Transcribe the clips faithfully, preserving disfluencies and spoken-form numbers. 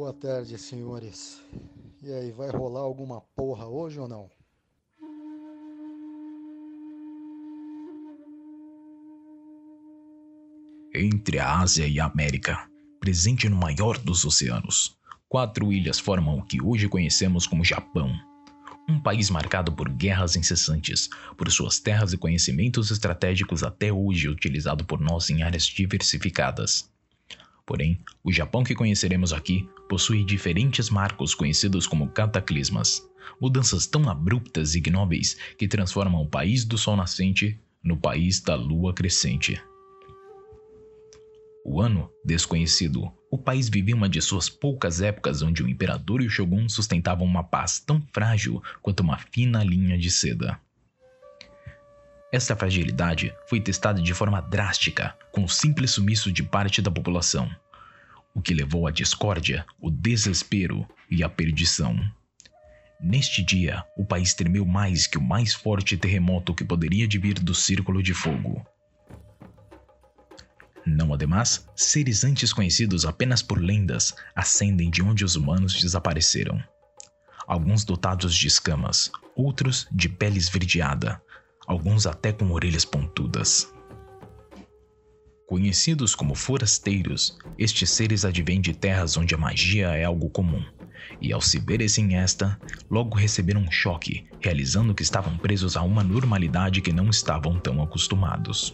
Boa tarde, senhores. E aí, vai rolar alguma porra hoje ou não? Entre a Ásia e a América, presente no maior dos oceanos, quatro ilhas formam o que hoje conhecemos como Japão. Um país marcado por guerras incessantes, por suas terras e conhecimentos estratégicos até hoje utilizado por nós em áreas diversificadas. Porém, o Japão que conheceremos aqui possui diferentes marcos conhecidos como cataclismas, mudanças tão abruptas e ignóbeis que transformam o país do sol nascente no país da lua crescente. O ano desconhecido, o país vivia uma de suas poucas épocas onde o imperador e o shogun sustentavam uma paz tão frágil quanto uma fina linha de seda. Esta fragilidade foi testada de forma drástica com o simples sumiço de parte da população, o que levou à discórdia, o desespero e à perdição. Neste dia, o país tremeu mais que o mais forte terremoto que poderia vir do Círculo de Fogo. Não ademais, seres antes conhecidos apenas por lendas ascendem de onde os humanos desapareceram. Alguns dotados de escamas, outros de pele esverdeada, alguns até com orelhas pontudas. Conhecidos como forasteiros, estes seres advêm de terras onde a magia é algo comum, e ao se verem em esta, logo receberam um choque, realizando que estavam presos a uma normalidade que não estavam tão acostumados.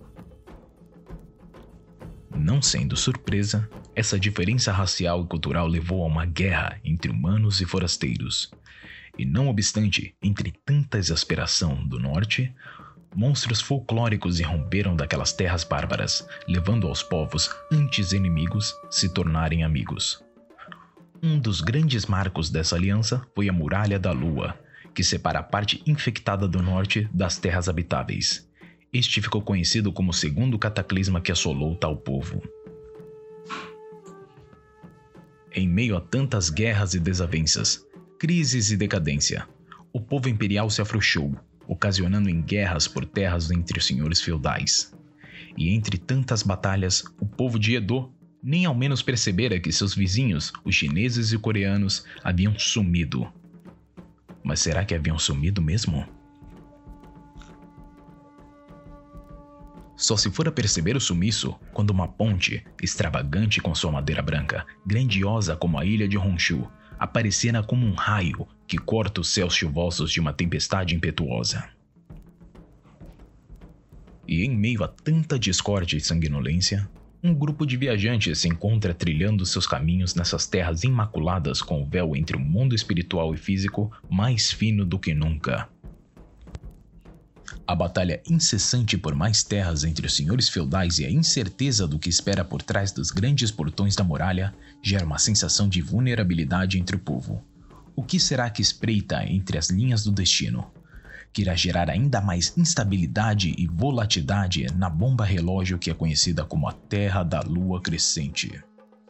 Não sendo surpresa, essa diferença racial e cultural levou a uma guerra entre humanos e forasteiros. E não obstante, entre tanta exasperação do norte, monstros folclóricos irromperam daquelas terras bárbaras, levando aos povos antes inimigos se tornarem amigos. Um dos grandes marcos dessa aliança foi a Muralha da Lua, que separa a parte infectada do norte das terras habitáveis. Este ficou conhecido como o segundo cataclisma que assolou tal povo. Em meio a tantas guerras e desavenças, crises e decadência, o povo imperial se afrouxou, ocasionando em guerras por terras entre os senhores feudais. E entre tantas batalhas, o povo de Edo nem ao menos percebera que seus vizinhos, os chineses e coreanos, haviam sumido. Mas será que haviam sumido mesmo? Só se for a perceber o sumiço quando uma ponte, extravagante com sua madeira branca, grandiosa como a ilha de Honshu, aparecera como um raio que corta os céus chuvosos de uma tempestade impetuosa. E em meio a tanta discórdia e sanguinolência, um grupo de viajantes se encontra trilhando seus caminhos nessas terras imaculadas com o véu entre o mundo espiritual e físico mais fino do que nunca. A batalha incessante por mais terras entre os senhores feudais e a incerteza do que espera por trás dos grandes portões da muralha gera uma sensação de vulnerabilidade entre o povo. O que será que espreita entre as linhas do destino? Que irá gerar ainda mais instabilidade e volatilidade na bomba relógio que é conhecida como a Terra da Lua Crescente.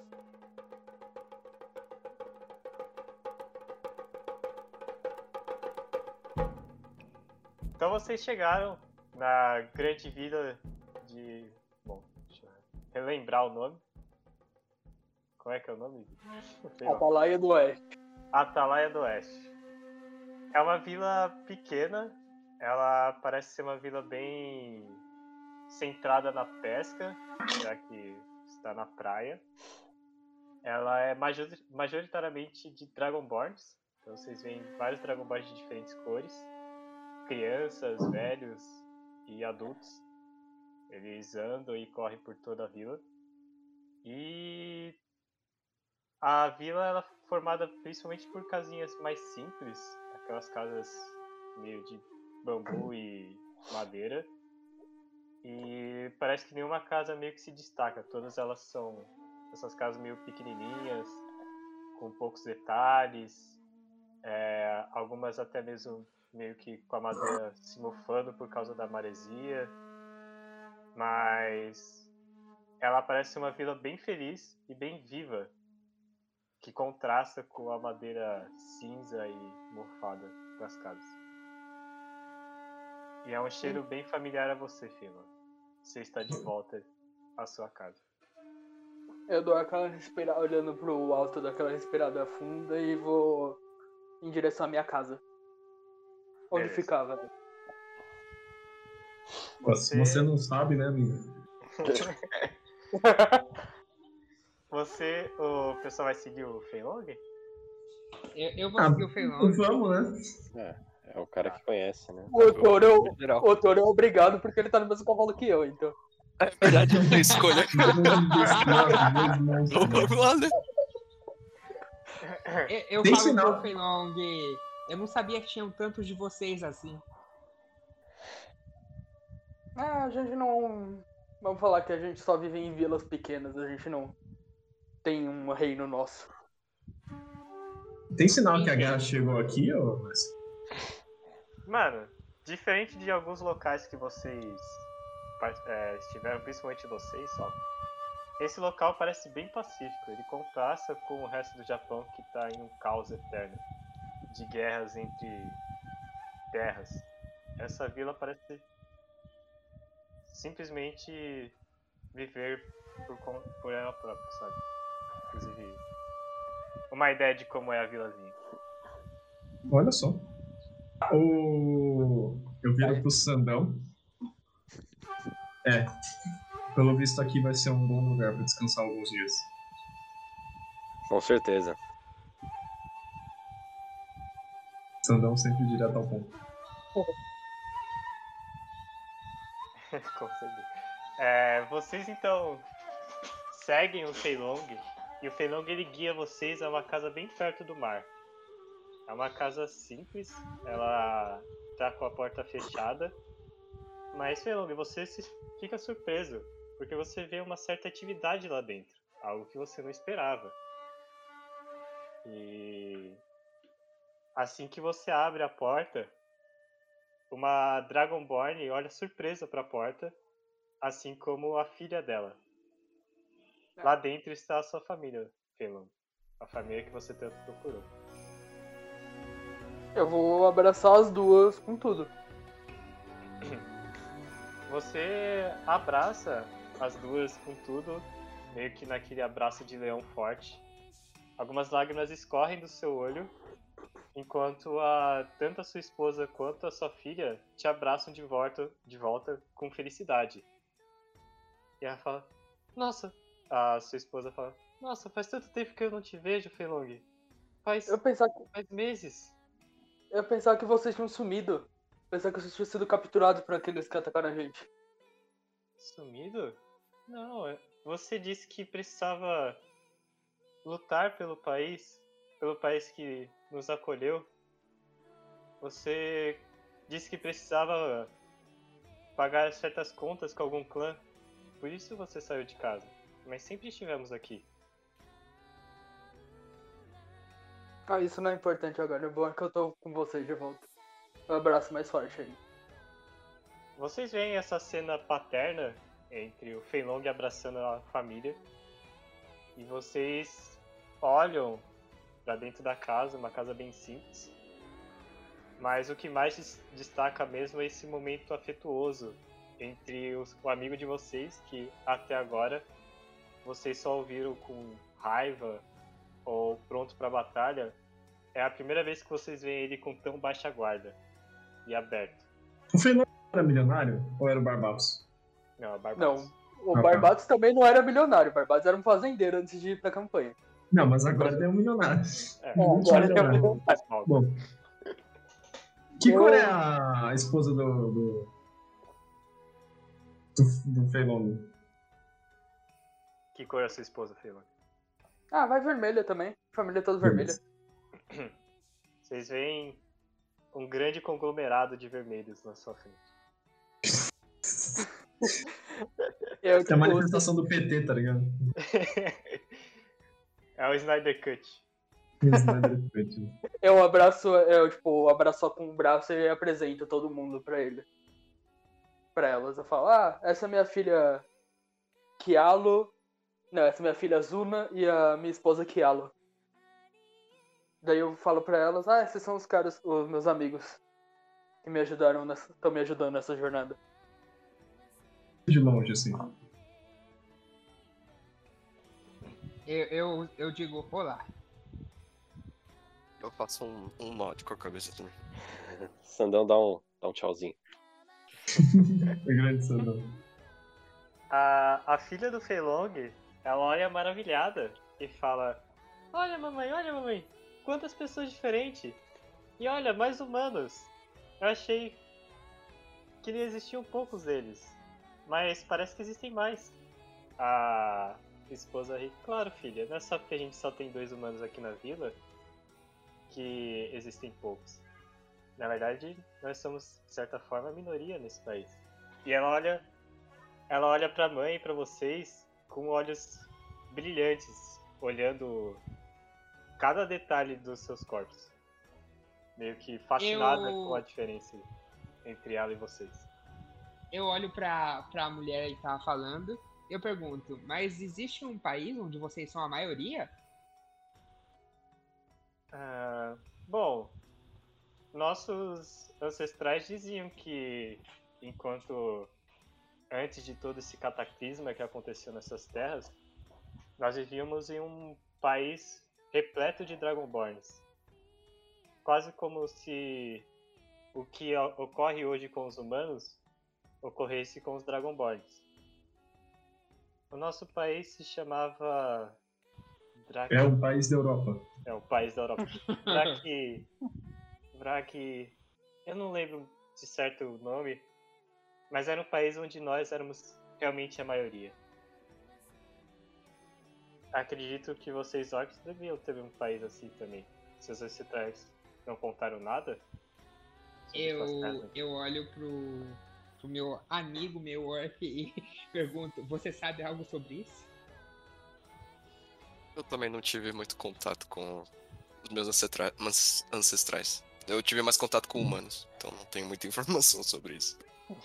Então vocês chegaram na grande vila de... Bom, deixa eu relembrar o nome. Qual é que é o nome? Atalaia do Oeste. Atalaia do Oeste. É uma vila pequena. Ela parece ser uma vila bem centrada na pesca, já que está na praia. Ela é majoritariamente de Dragonborns. Então vocês veem vários Dragonborns de diferentes cores. Crianças, velhos e adultos. Eles andam e correm por toda a vila. E a vila ela é formada principalmente por casinhas mais simples, aquelas casas meio de bambu e madeira. E parece que nenhuma casa meio que se destaca. Todas elas são essas casas meio pequenininhas, com poucos detalhes. É, algumas até mesmo meio que com a madeira se mofando por causa da maresia. Mas ela parece ser uma vila bem feliz e bem viva, que contrasta com a madeira cinza e mofada das casas. E é um cheiro bem familiar a você, Fila. Você está de volta à sua casa. Eu dou aquela respirada, olhando pro alto daquela respirada funda e vou em direção à minha casa. Onde Beleza. ficava? Se você não sabe, né, amigo? Você, o pessoal vai seguir o Feilong? Eu, eu vou Ah, seguir o Feilong. vamos, né? É, é o cara que conhece, né? O Toro, Geral. o Toro é obrigado porque ele tá no mesmo cavalo que eu, então. É verdade, eu tenho escolha. Vamos lá, né? Eu, eu Tem falo sinal. pro Feilong, eu não sabia que tinham tantos de vocês assim. Ah, a gente não... Vamos falar que a gente só vive em vilas pequenas, a gente não tem um reino nosso. Tem sinal que a guerra chegou aqui, ô? Mano, diferente de alguns locais que vocês é, estiveram, principalmente vocês, só. Esse local parece bem pacífico. Ele contrasta com o resto do Japão que tá em um caos eterno de guerras entre terras. Essa vila parece simplesmente viver por, por ela própria, sabe? Inclusive, uma ideia de como é a vilazinha. Olha só. O... Eu viro pro Sandão. É. Pelo visto aqui vai ser um bom lugar pra descansar alguns dias. Com certeza. Sandão sempre direto ao ponto. Com certeza. É, vocês então seguem o Feilong e o Feilong ele guia vocês a uma casa bem perto do mar. É uma casa simples, ela tá com a porta fechada, mas Feilong, você se fica surpreso porque você vê uma certa atividade lá dentro, algo que você não esperava. E assim que você abre a porta, uma Dragonborn olha surpresa para a porta, assim como a filha dela. Lá dentro está a sua família, Feilong. A família que você tanto procurou. Eu vou abraçar as duas com tudo. Você abraça as duas com tudo, meio que naquele abraço de leão forte. Algumas lágrimas escorrem do seu olho, enquanto a, tanto a sua esposa quanto a sua filha te abraçam de volta, de volta com felicidade. E ela fala, nossa, a sua esposa fala, nossa, faz tanto tempo que eu não te vejo, Feilong. Faz, Eu pensava que, faz meses. eu pensava que vocês tinham sumido. Eu pensava que vocês tinham sido capturados por aqueles que atacaram a gente. Sumido? Não, é- você disse que precisava lutar pelo país, pelo país que nos acolheu. Você disse que precisava pagar certas contas com algum clã. Por isso você saiu de casa. Mas sempre estivemos aqui. Ah, isso não é importante agora. O bom é que eu tô com vocês de volta. Um abraço mais forte aí. Vocês veem essa cena paterna entre o Feilong abraçando a família. E vocês olham pra dentro da casa, uma casa bem simples. Mas o que mais des- destaca mesmo é esse momento afetuoso entre os- o amigo de vocês, que até agora vocês só ouviram com raiva ou pronto pra batalha. É a primeira vez que vocês veem ele com tão baixa guarda e aberto. O Fernando era milionário ou era o Barbados? Não, é Barbados. Não, o Ah, tá. Barbados também não era milionário. O Barbados era um fazendeiro antes de ir pra campanha. Não, mas agora ele é um milionário. É, Não agora ele é um milionário. Faz mal. Bom. Que Eu- cor é a esposa do. do. do, do Feilong? Que cor é a sua esposa, Feilong? Ah, vai vermelha também. Família toda vermelha. Vocês veem um grande conglomerado de vermelhos na sua frente. Eu, É a tipo, manifestação do P T, tá ligado? É o Snyder Cut. eu abraço, eu tipo, abraço só com o braço e apresento todo mundo pra ele. Pra elas. Eu falo, ah, essa é minha filha Kialo. Não, essa é minha filha Zuna e a minha esposa Kialo. Daí eu falo pra elas, ah, esses são os caras, os meus amigos que me ajudaram nessa, estão me ajudando nessa jornada. De longe, assim. Eu, eu, eu digo, olá. Eu faço um, um nod com a cabeça também. Sandão dá um, dá um tchauzinho. O grande Sandão. A, a filha do Feilong, ela olha maravilhada e fala: Olha, mamãe, olha, mamãe, quantas pessoas diferentes. E olha, mais humanos. Eu achei que existiam poucos deles, mas parece que existem mais. A esposa ri: Claro, filha, não é só porque a gente só tem dois humanos aqui na vila que existem poucos. Na verdade, nós somos, de certa forma, a minoria nesse país. E ela olha, ela olha pra mãe e pra vocês com olhos brilhantes, olhando cada detalhe dos seus corpos. Meio que fascinada Eu- com a diferença entre ela e vocês. Eu olho pra, pra mulher que tava falando. Eu pergunto, mas existe um país onde vocês são a maioria? Ah, bom, nossos ancestrais diziam que enquanto antes de todo esse cataclisma que aconteceu nessas terras, nós vivíamos em um país repleto de Dragonborns. Quase como se o que o- ocorre hoje com os humanos ocorresse com os Dragonborns. O nosso país se chamava Drak... É um país da Europa. É o país da Europa. Drak... Drak... Eu não lembro de certo o nome, mas era um país onde nós éramos realmente a maioria. Acredito que vocês orcs deviam ter um país assim também. Seus ancestrais não contaram nada? sobre suas Eu, terras? eu olho pro, pro meu amigo, meu orc, e pergunto, você sabe algo sobre isso? Eu também não tive muito contato com os meus ancestra- mas- ancestrais. Eu tive mais contato com humanos, então não tenho muita informação sobre isso.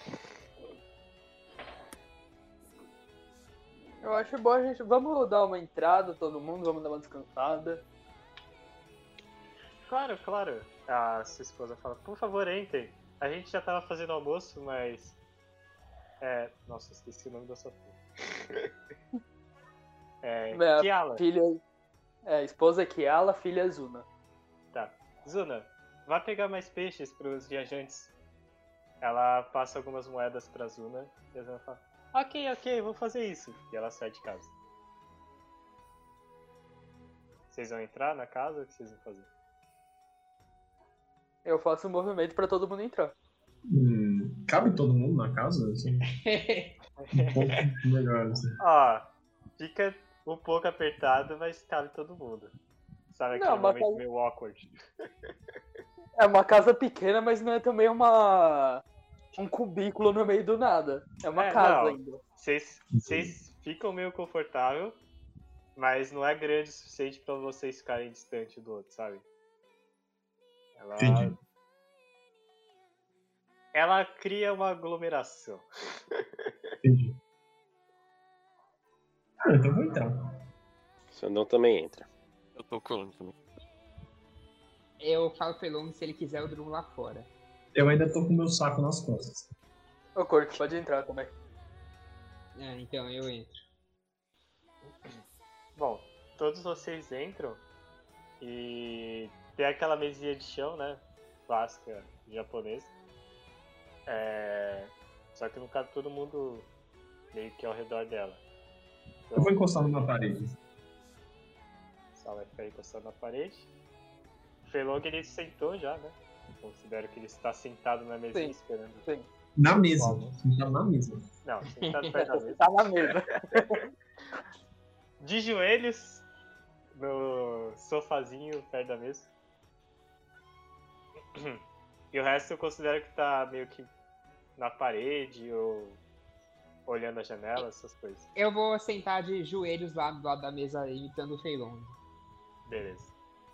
Eu acho bom a gente. Vamos dar uma entrada, todo mundo, vamos dar uma descansada. Claro, claro. A sua esposa fala, por favor, entrem. A gente já tava fazendo almoço, mas... É... Nossa, esqueci o nome da sua filha. é... Minha Kiala. filha. É, esposa Kiala, filha Zuna. Tá. Zuna, vá pegar mais peixes pros viajantes. Ela passa algumas moedas pra Zuna e a Zuna fala, ok, ok, vou fazer isso. E ela sai de casa. Vocês vão entrar na casa? O que vocês vão fazer? Eu faço um movimento pra todo mundo entrar. Hum, cabe todo mundo na casa? Assim, um pouco melhor, assim. Ó, fica um pouco apertado, mas cabe todo mundo. Sabe aquele Não, mas momento cabe- meio awkward? É uma casa pequena, mas não é também uma. Um cubículo no meio do nada. É uma É, casa não. ainda. Vocês vocês ficam meio confortável, mas não é grande o suficiente pra vocês ficarem distante do outro, sabe? Ela, Entendi. ela cria uma aglomeração. Entendi. Ah, então vou entrar. O Sandão também entra. Eu tô colando também. Eu falo pro Elong, se ele quiser, eu durmo lá fora. Eu ainda tô com o meu saco nas costas. Ô, Corto, pode entrar também. É, então eu entro. Bom, todos vocês entram e tem aquela mesinha de chão, né? Clássica japonesa. É... Só que não cabe todo mundo meio que ao redor dela. Então, Eu vou encostar numa parede. só vai ficar encostado na parede. O Felog ele sentou já, né? Considero que ele está sentado na mesinha Sim, esperando. sim. Na mesa. Vamos. Tá na mesa. Não, sentado perto da mesa. Tá na mesa. De joelhos no sofazinho perto da mesa. E o resto eu considero que tá meio que na parede ou olhando a janela, essas coisas. Eu vou sentar de joelhos lá do lado da mesa, imitando o Feilong. Beleza.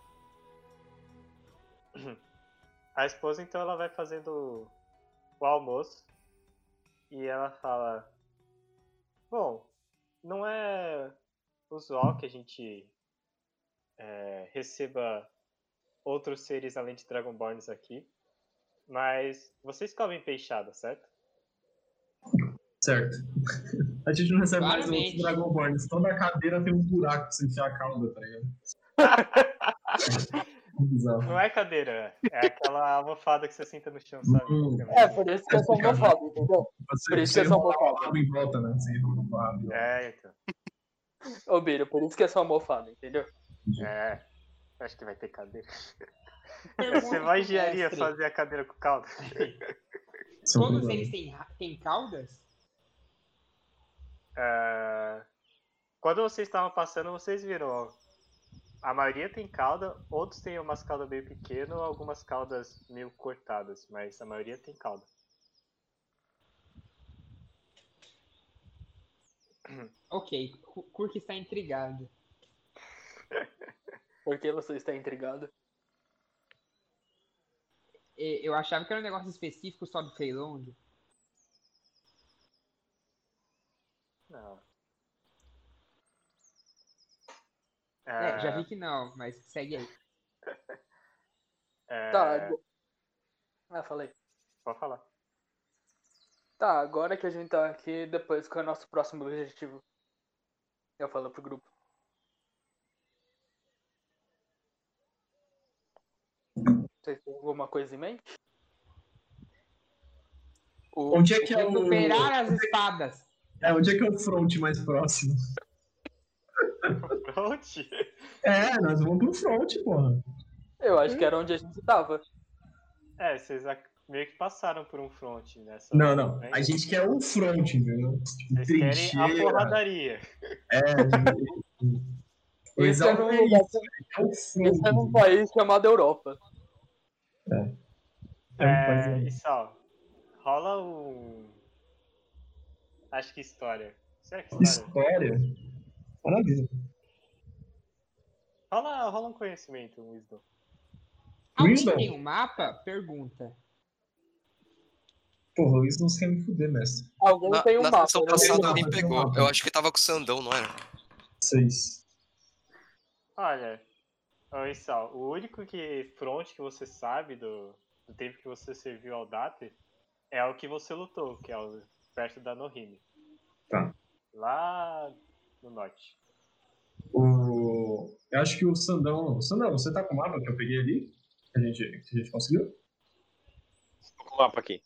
A esposa então ela vai fazendo o almoço e ela fala: Bom, não é usual que a gente é, receba outros seres além de Dragonborns aqui, mas vocês comem peixada, certo? Certo. A gente não recebe mais Claramente. outros Dragonborns. Toda a cadeira tem um buraco pra você enfiar a cauda, tá ligado? Bizarro. Não é cadeira, é aquela almofada que você senta no chão, sabe? Hum. É, por isso que é só almofada, entendeu? Você, Por isso você que é só enrola o almofada. rabo em volta, né? Você enrola o rabo. É, então. Ô, Biro, por isso que é só almofada, entendeu? É. Acho que vai ter cadeira. Pergunta Você vai pro engenharia mestre. fazer a cadeira com caldo? Isso é um Todos problema. eles têm, ra- têm caudas? É, Quando vocês estavam passando, vocês viram, ó, a maioria tem cauda, outros têm umas caudas bem pequenas, algumas caudas meio cortadas, mas a maioria tem cauda. Ok, Ku- Kurk está intrigado. Por que você está intrigado? E- Eu achava que era um negócio específico só do Feilong. Não. É, já vi que não, mas segue aí. é, Tá. Ah, falei. Pode falar. Tá, agora que a gente tá aqui, depois qual é o nosso próximo objetivo? Eu falo pro grupo. Vocês têm alguma coisa em mente? Onde é que é o. Recuperar as espadas. É, onde é que é o front mais próximo? Pronto. É, nós vamos pro front, porra. Eu acho que era onde a gente tava. É, vocês ac- meio que passaram por um front nessa. Não, não. né? A gente quer o front, entendeu? Tipo, Vocês querem a trincheira. porradaria. É, tipo, o Isso é, exalto num é lugar, isso, é o isso é front. num país chamado Europa. É um É, país- e só, rola um. Acho que história. Será que história? História? Maravilha. Rola, rola um conhecimento, um wisdom. Alguém Wisdom? tem um mapa? Pergunta. Porra, isso não quer me fuder, mestre. Alguém Na, tem um na mapa. sessão né? passada mapa, alguém tem um pegou. mapa. Eu acho que tava com o Sandão, não era? Seis. Olha, ô Isal, o único que front que você sabe do, do tempo que você serviu ao Date é o que você lutou, que é o perto da Nohime. Tá. Lá no norte. O... Eu acho que o Sandão. Sandão, você tá com o mapa que eu peguei ali? Que a gente, que a gente conseguiu? Tô com o mapa aqui.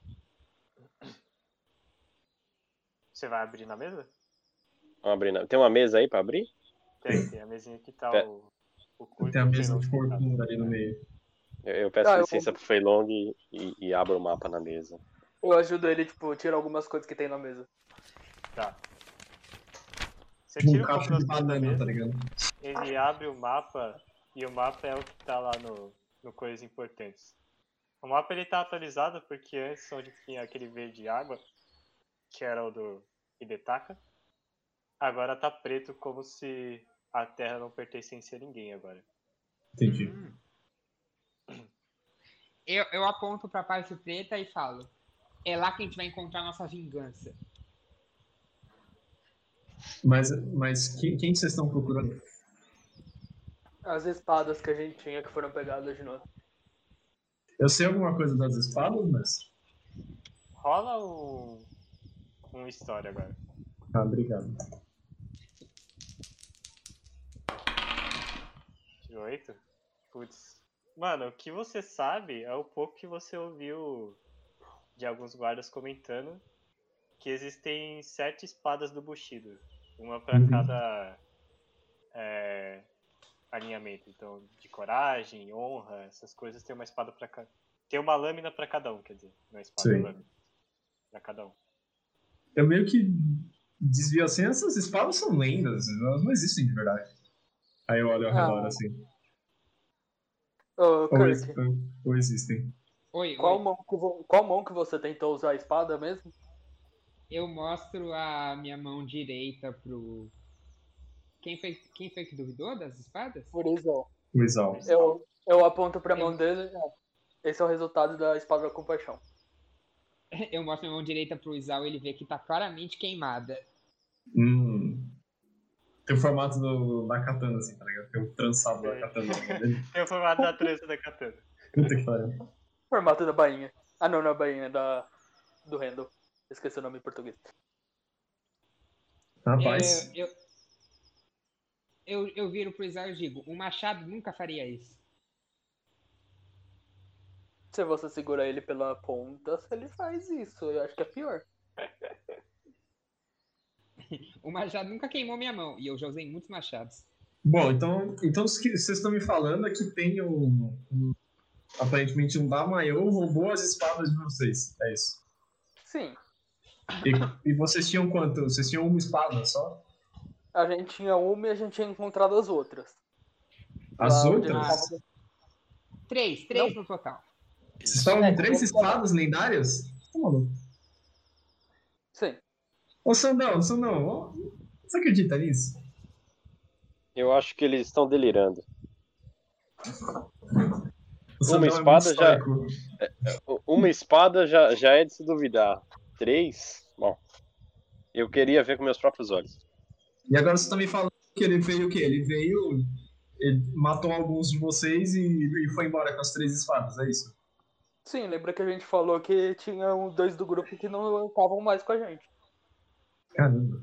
Você vai abrir na mesa? Vamos abrir. na- Tem uma mesa aí pra abrir? Tem, tem a mesinha que tá Pé. o, o curto. Tem a mesa de cortado. fortuna ali no meio. Eu, eu peço Tá, eu licença pro Feilong e, e, e abro o mapa na mesa. Eu ajudo ele, tipo, tirar algumas coisas que tem na mesa. Tá. Você Tipo tira um um pouco cacho de das coisas da banana, mesa, tá ligado? ele abre o mapa e o mapa é o que tá lá no, no Coisas Importantes. O mapa ele tá atualizado porque antes onde tinha aquele verde água, que era o do Hidetaka, agora tá preto como se a Terra não pertencesse a ninguém agora. Entendi. Hum. Eu, eu aponto pra parte preta e falo. É lá que a gente vai encontrar nossa vingança. Mas, mas quem, quem vocês estão procurando? As espadas que a gente tinha que foram pegadas de novo. Eu sei alguma coisa das espadas, mas. Rola um, um história agora. Ah, obrigado. Tirou oito? Putz. Mano, o que você sabe é o pouco que você ouviu de alguns guardas comentando que existem sete espadas do Bushido. Uma pra Uhum. cada é, alinhamento. Então, de coragem, honra, essas coisas, tem uma espada pra cada. Tem uma lâmina pra cada um, quer dizer. Não é espada, Sim. é lâmina. Pra cada um. Eu meio que desvio assim, essas espadas são lendas, elas não existem de verdade. Aí eu olho ao Ah. redor assim. Ô, Ou, Kirk, ex- ou- ou existem. Oi, qual oi. mão, que vo- qual mão que você tentou usar a espada mesmo? Eu mostro a minha mão direita pro. Quem foi, quem foi que duvidou das espadas? Por isso, O Exal. eu, eu aponto pra mão dele. é, Esse é o resultado da espada da compaixão. Eu mostro a minha mão direita pro Isao e ele vê que tá claramente queimada. Hum. Tem o formato do, da katana, assim, tá ligado? Tem o trançado da katana na mão dele. Tem o formato da trança da katana. Puta que pariu. Formato da bainha. Ah, não, não é a bainha, é da, do Handle. Esqueci o nome em português. Rapaz. Eu, eu, eu, eu viro pro Isar e digo, o Machado nunca faria isso. Se você segura ele pela ponta, ele faz isso. Eu acho que é pior. O Machado nunca queimou minha mão, e eu já usei muitos machados. Bom, então, então o que vocês estão me falando é que tem um, um aparentemente um Daimyo roubou as espadas de vocês. É isso. Sim. E, e vocês tinham quanto? Vocês tinham uma espada só? A gente tinha uma e a gente tinha encontrado as outras. As Lá onde outras? a gente tava- Três, três no total. Vocês estavam com É, três como- espadas lendárias? Tá maluco? Sim. Ô, Sandão, Sandão, ó, você acredita nisso? Eu acho que eles estão delirando. O Sandão Uma é espada muito já- estoico. Uma espada já, já é de se duvidar. Três? Bom, eu queria ver com meus próprios olhos. E agora você tá me falando que ele veio o quê? Ele veio, ele matou alguns de vocês e, e foi embora com as três espadas, é isso? Sim, lembra que a gente falou que tinha um- dois do grupo que não estavam mais com a gente. Caramba.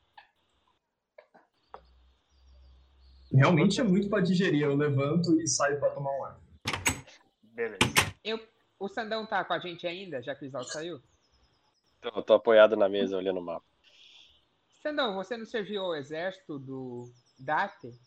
Realmente é muito pra digerir. Eu levanto e saio pra tomar um ar. Beleza. Eu, o Sandão tá com a gente ainda, já que o Isal saiu? Tô, tô apoiado na mesa olhando o mapa. Sandão, você não serviu ao exército do Date?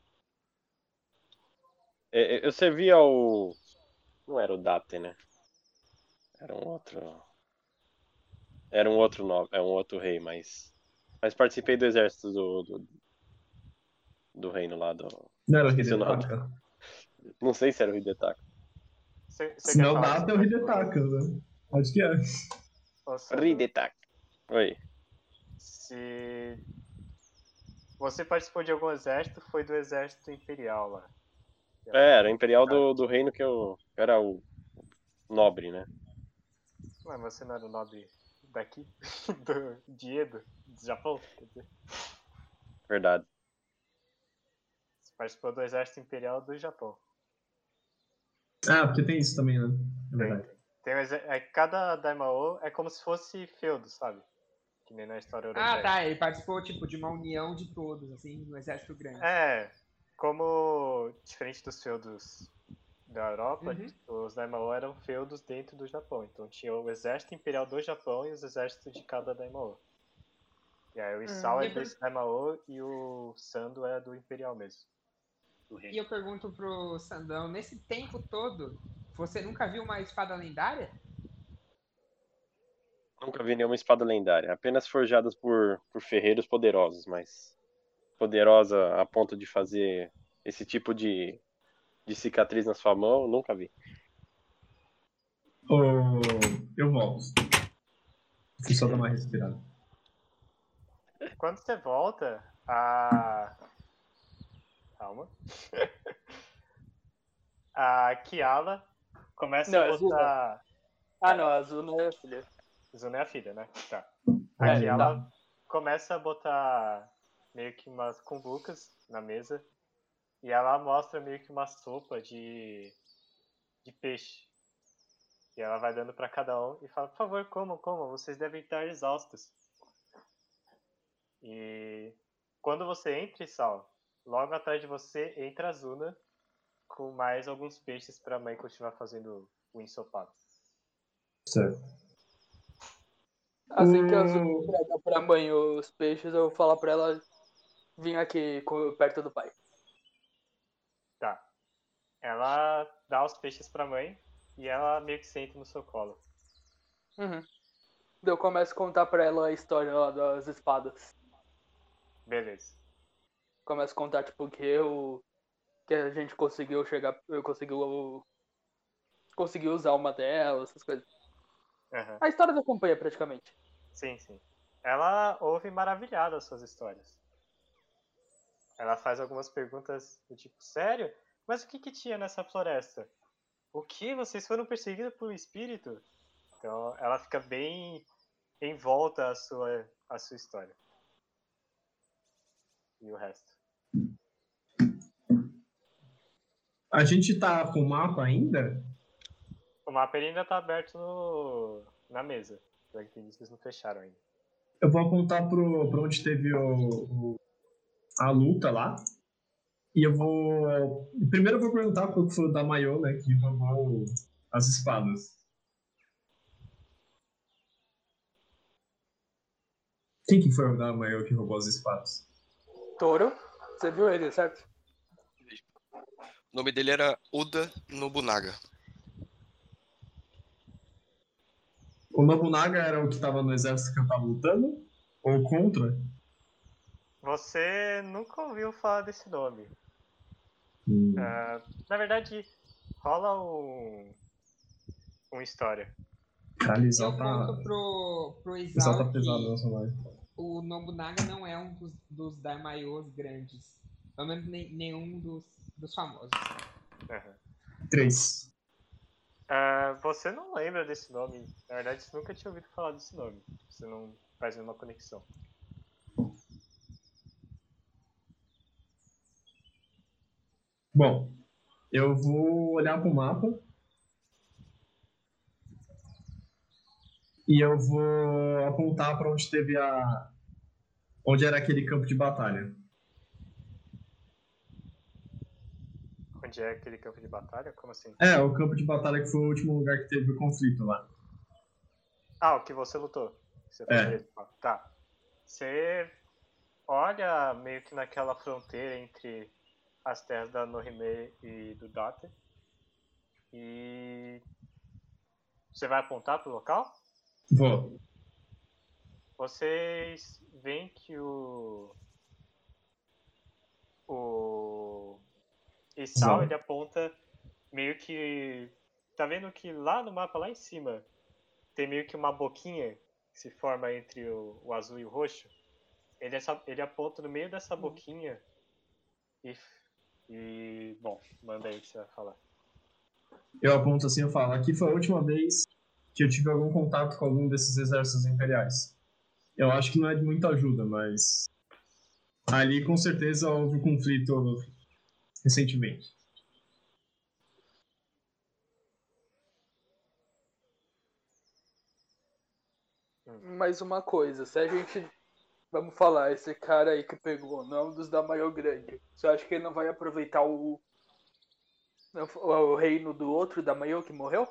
É, é, Eu servi ao. Não era o Date, né? Era um outro. Era um outro nome, é um outro rei, mas. Mas participei do exército do. do, do reino lá do. Não era o Esqueci o nome. Hidetaka? Não sei se era o Hidetaka. Você, você Se não quer falar dá, é o Hidetaka, né? Acho que é. Ô, Sandro, Hidetaka. Oi. Se você participou de algum exército, foi do exército imperial lá. É, era o imperial do, do reino que eu. eu era o nobre, né? Mas você não era o nobre daqui? Do, de Edo? Do Japão? Quer dizer, Verdade. você participou do exército imperial do Japão. Ah, porque tem isso também, né? É Tem, verdade. tem. Tem um exé- é, cada Daimao é como se fosse feudo, sabe? Que nem na história europeia. Ah, tá. Ele participou, tipo, de uma união de todos, assim, no exército grande. É, como diferente dos feudos da Europa, Uhum. os Daimao eram feudos dentro do Japão. Então tinha o exército imperial do Japão e os exércitos de cada Daimao. E aí o Isao Hum, é e eu per- desse Daimao e o Sando é do imperial mesmo. Do E reino. eu pergunto pro Sandão, nesse tempo todo, você nunca viu uma espada lendária? Nunca vi nenhuma espada lendária. Apenas forjadas por, por ferreiros poderosos, mas. Poderosa a ponto de fazer esse tipo de, de cicatriz na sua mão, nunca vi. Ô, eu volto. Deixa eu só dar uma respirada. Quando você volta, a. Calma. A Kiala começa Não, a é Zuna. botar. Ah, não, a Zuna é a filha. Zuna é a filha, né? Tá. A É, Kiala tá. começa a botar meio que umas cumbucas na mesa e ela mostra meio que uma sopa de, de peixe. E ela vai dando pra cada um e fala, por favor, comam, comam, vocês devem estar exaustos. E quando você entra, Sal, logo atrás de você entra a Zuna com mais alguns peixes pra mãe continuar fazendo o ensopado. Certo. Assim que a Hum. Zuna entrega pra mãe os peixes, eu vou falar pra ela vir aqui co- perto do pai. Tá. Ela dá os peixes pra mãe e ela meio que senta no seu colo. Uhum. Daí eu começo a contar pra ela a história lá das espadas. Beleza. Começo a contar, tipo, que eu... Que a gente conseguiu chegar... Eu conseguiu... Conseguiu usar uma delas, essas coisas. Aham. A história da companhia, praticamente. Sim, sim. Ela ouve maravilhada as suas histórias. Ela faz algumas perguntas do tipo, sério? Mas o que que tinha nessa floresta? O que? Vocês foram perseguidos por um espírito? Então ela fica bem em volta à sua, à sua história. E o resto? A gente tá com o mapa ainda? O mapa ele ainda tá aberto no, na mesa. Pelo que entendi, vocês não fecharam ainda. Eu vou apontar pro, pra onde teve o, o- a luta lá. E eu vou. Primeiro eu vou perguntar pro que foi o da Mayo, né? Que roubou as espadas. Quem que foi o da Mayo que roubou as espadas? Toro, você viu ele, certo? O nome dele era Oda Nobunaga. O Nobunaga era o que tava no exército que eu tava lutando? Ou contra? Você nunca ouviu falar desse nome. Hum. Ah, na verdade, rola um, uma história. Caralho, o Eu Isal tá. conto pro, pro O Isal Isal tá pesado que nessa live. o Nobunaga não é um dos, dos Daimaios grandes. Pelo menos nem- nenhum dos, dos famosos. Aham. Três. Ah, você não lembra desse nome. Na verdade, você nunca tinha ouvido falar desse nome. Você não faz nenhuma conexão. Bom, eu vou olhar pro mapa. E eu vou apontar pra onde teve a. Onde era aquele campo de batalha. Onde é aquele campo de batalha? Como assim? É, o campo de batalha que foi o último lugar que teve o conflito lá. Ah, o que você lutou. Que você foi É. preso. Ah, tá. Você olha meio que naquela fronteira entre as terras da Nohime e do Date. E você vai apontar pro local? Vou. Vocês veem que o. O. Isao, Isao. ele aponta meio que. Tá vendo que lá no mapa, lá em cima, tem meio que uma boquinha que se forma entre o, o azul e o roxo? Ele, essa- ele aponta no meio dessa boquinha e. E. Bom, manda aí o que você vai falar. Eu aponto assim e falo: aqui foi a última vez que eu tive algum contato com algum desses exércitos imperiais. Eu acho que não é de muita ajuda, mas. Ali com certeza houve um conflito recentemente. Mais uma coisa, se a gente. Vamos falar, esse cara aí que pegou, não é um dos da maior grande. Você acha que ele não vai aproveitar o. O, o reino do outro, da Mayo, que morreu?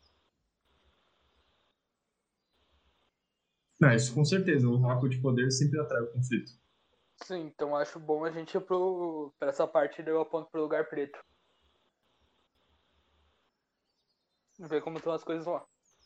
Não, isso com certeza. O vácuo de poder sempre atrai o conflito. Sim, então acho bom a gente ir pro. Pra essa parte daí eu aponto pro lugar preto. Ver como estão as coisas lá.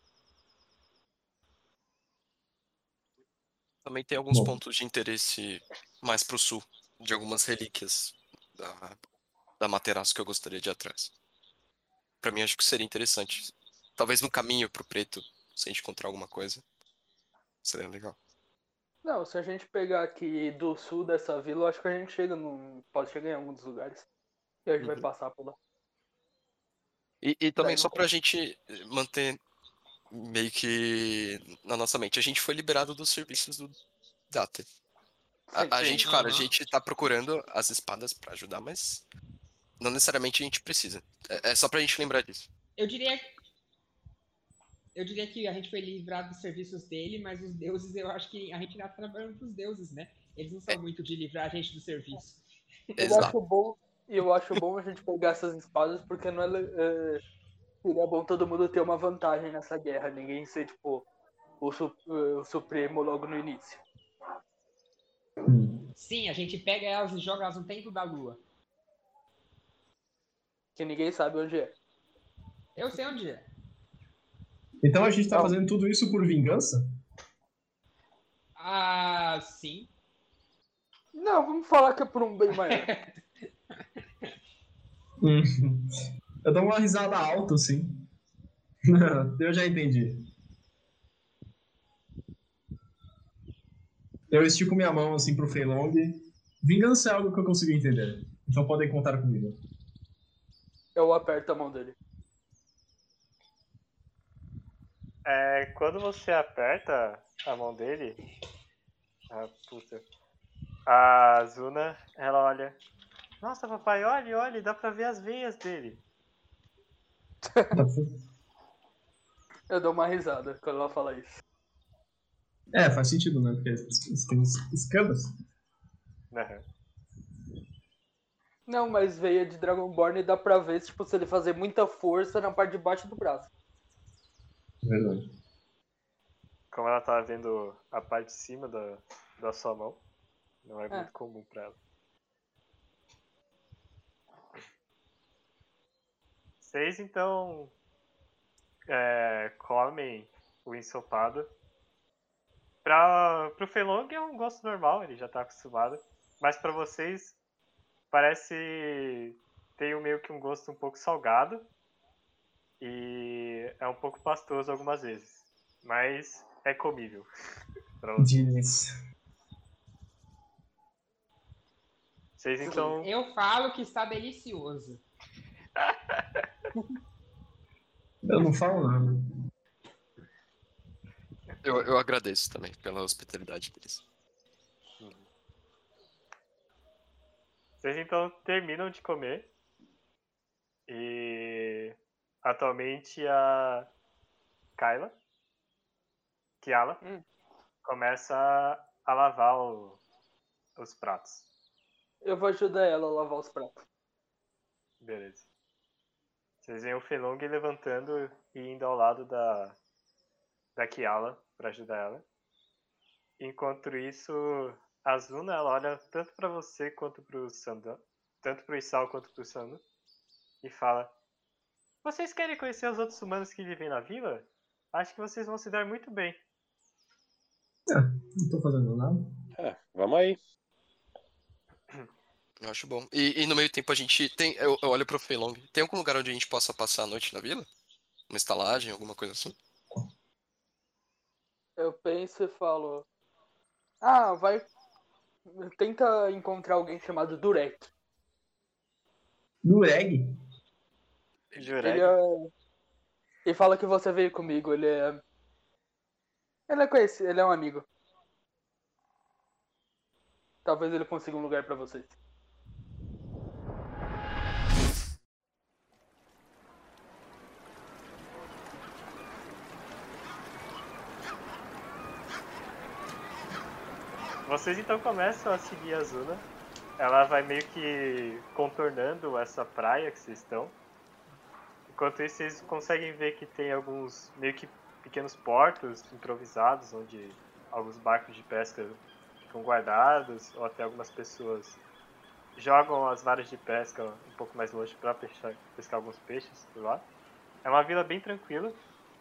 Também tem alguns Bom. pontos de interesse mais pro sul, de algumas relíquias da, da Materaço que eu gostaria de ir atrás. Pra mim, acho que seria interessante. Talvez no caminho pro preto, se a gente encontrar alguma coisa, seria legal. Não, se a gente pegar aqui do sul dessa vila, eu acho que a gente chega num. Pode chegar em algum dos lugares. E a gente vai Uhum. passar por lá. E, e também Daí só não- pra gente manter meio que na nossa mente, a gente foi liberado dos serviços do Data. A, a Sim. gente, claro, a Aham. gente tá procurando as espadas pra ajudar, mas não necessariamente a gente precisa. É, é só pra gente lembrar disso. Eu diria. Eu diria que a gente foi livrado dos serviços dele, mas os deuses, eu acho que a gente ainda tá trabalhando pros deuses, né? Eles não são muito de livrar a gente do serviço. Eu Exato. acho bom. E eu acho bom a gente pegar essas espadas porque não é. le- é seria bom todo mundo ter uma vantagem nessa guerra. Ninguém ser, tipo, o, su- o Supremo logo no início. Sim, a gente pega elas e joga elas no templo da lua. Que ninguém sabe onde é. Eu sei onde é. Então a gente tá Não. fazendo tudo isso por vingança? Ah, sim. Não, vamos falar que é por um bem maior. Hum. Eu dou uma risada alta, assim. Eu já entendi. Eu estico minha mão assim pro Feilong. Vingança é algo que eu consigo entender. Então podem contar comigo. Eu aperto a mão dele. É, quando você aperta a mão dele. Ah, puta. A Zuna, ela olha. Nossa, papai, olha, olha, dá pra ver as veias dele. Eu dou uma risada quando ela fala isso. É, faz sentido, né? Porque eles têm uns escamas. Aham. Não, mas veia de Dragonborn dá pra ver tipo, se ele fazer muita força na parte de baixo do braço. Verdade. Como ela tá vendo a parte de cima da, da sua mão, não é, É. muito comum pra ela. Vocês então é, comem o ensopado. Pra, pro Felong é um gosto normal, ele já tá acostumado. Mas pra vocês parece ter um- meio que um gosto um pouco salgado. E é um pouco pastoso algumas vezes. Mas é comível. Pra vocês. Delícia. Vocês então. Eu falo que está delicioso. Eu não falo nada. Eu, eu agradeço também pela hospitalidade deles. Vocês então terminam de comer. E atualmente a Kyla, Kiala, Hum. começa a lavar o- os pratos. Eu vou ajudar ela a lavar os pratos. Beleza. Vocês veem o Felong levantando e indo ao lado da, da Kiala para ajudar ela. Enquanto isso, a Zuna ela olha tanto para você quanto para o Sandan, tanto para o Isao quanto para o Sandan, e fala: Vocês querem conhecer os outros humanos que vivem na vila? Acho que vocês vão se dar muito bem. Não tô fazendo nada. É, vamos aí. Eu acho bom. E, e no meio tempo a gente tem. Eu, eu olho pro Feilong. Tem algum lugar onde a gente possa passar a noite na vila? Uma estalagem, alguma coisa assim? Eu penso e falo. Ah, vai. Tenta encontrar alguém chamado Durek. Nureg? Jureg, Ele é. E fala que você veio comigo, ele é. Ele é conhecido, ele é um amigo. Talvez ele consiga um lugar pra vocês. Vocês então começam a seguir a Zuna. Ela vai meio que contornando essa praia que vocês estão. Enquanto isso, vocês conseguem ver que tem alguns meio que pequenos portos improvisados, onde alguns barcos de pesca ficam guardados, ou até algumas pessoas jogam as varas de pesca um pouco mais longe para pescar, pescar alguns peixes por lá. É uma vila bem tranquila.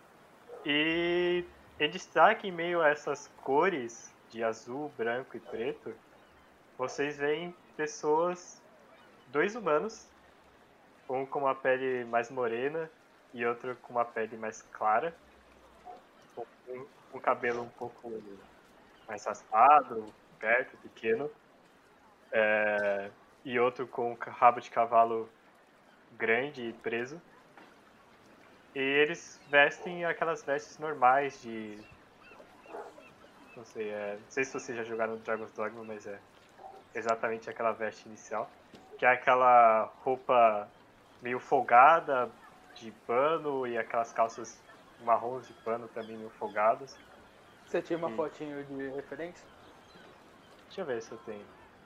E em destaque, em meio a essas cores de azul, branco e preto, vocês veem pessoas, dois humanos, um com uma pele mais morena e outro com uma pele mais clara, com um, um cabelo um pouco mais raspado, perto, pequeno, é, e outro com um rabo de cavalo grande e preso. E eles vestem aquelas vestes normais de... Não sei, é, não sei se vocês já jogaram Dragon's Dogma, mas é exatamente aquela veste inicial. Que é aquela roupa meio folgada de pano e aquelas calças marrons de pano também meio folgadas. Você tinha uma E- fotinho de referência? Deixa eu ver se eu tenho.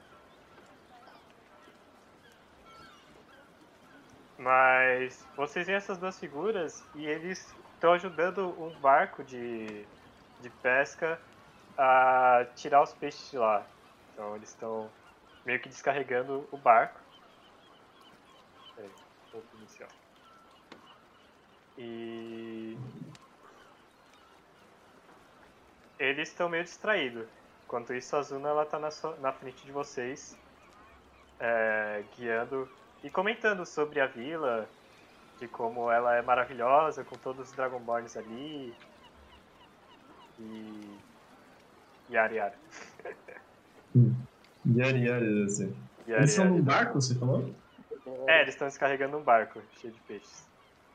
Mas vocês veem essas duas figuras e eles estão ajudando um barco de, de pesca a tirar os peixes de lá. Então eles estão meio que descarregando o barco. Peraí, ponto inicial. E eles estão meio distraídos. Enquanto isso, a Zuna ela tá na, sua- na frente de vocês, é, guiando e comentando sobre a vila, de como ela é maravilhosa, com todos os Dragonborns ali. E. Yara yara. Yari, yari, assim. Yara, Eles estão yara. num barco, você falou? É, eles estão descarregando um barco cheio de peixes.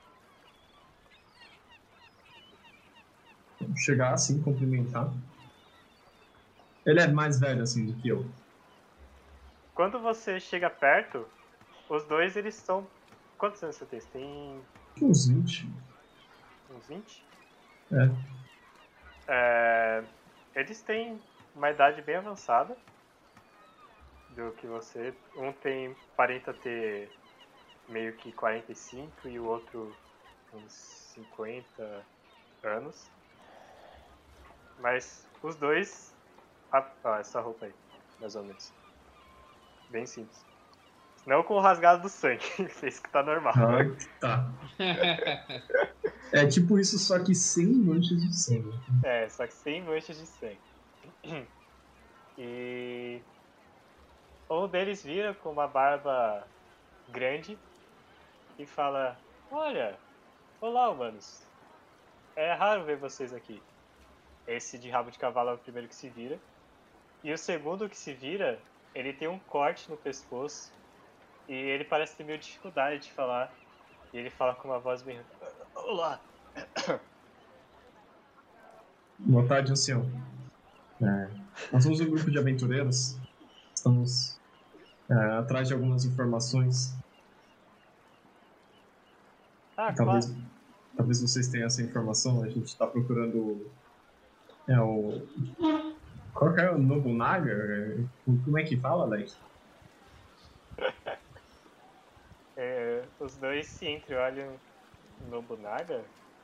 Chegar assim, cumprimentar. Ele é mais velho assim do que eu. Quando você chega perto, os dois eles são. Quantos anos você tem? Você tem Uns vinte. uns vinte? É. É, eles têm uma idade bem avançada do que você. Um tem aparenta ter meio que quarenta e cinco e o outro uns cinquenta anos. Mas os dois. Ah, ah, essa roupa aí, mais ou menos. Bem simples. Não com o rasgado do sangue, isso que tá normal. Ah, tá. É tipo isso, só que sem manchas de sangue. É, só que sem manchas de sangue. E um deles vira com uma barba grande e fala: Olha, olá, humanos. É raro ver vocês aqui. Esse de rabo de cavalo é o primeiro que se vira. E o segundo que se vira, ele tem um corte no pescoço. E ele parece ter meio dificuldade de falar. E ele fala com uma voz bem... Olá! Boa tarde, ancião. É, nós somos um grupo de aventureiros. Estamos é, atrás de algumas informações. Ah, Talvez, claro. talvez vocês tenham essa informação. A gente está procurando é, o... Qual que é o Nobunaga? Como é que fala, Alex? É, os dois se entreolham no Nobunaga?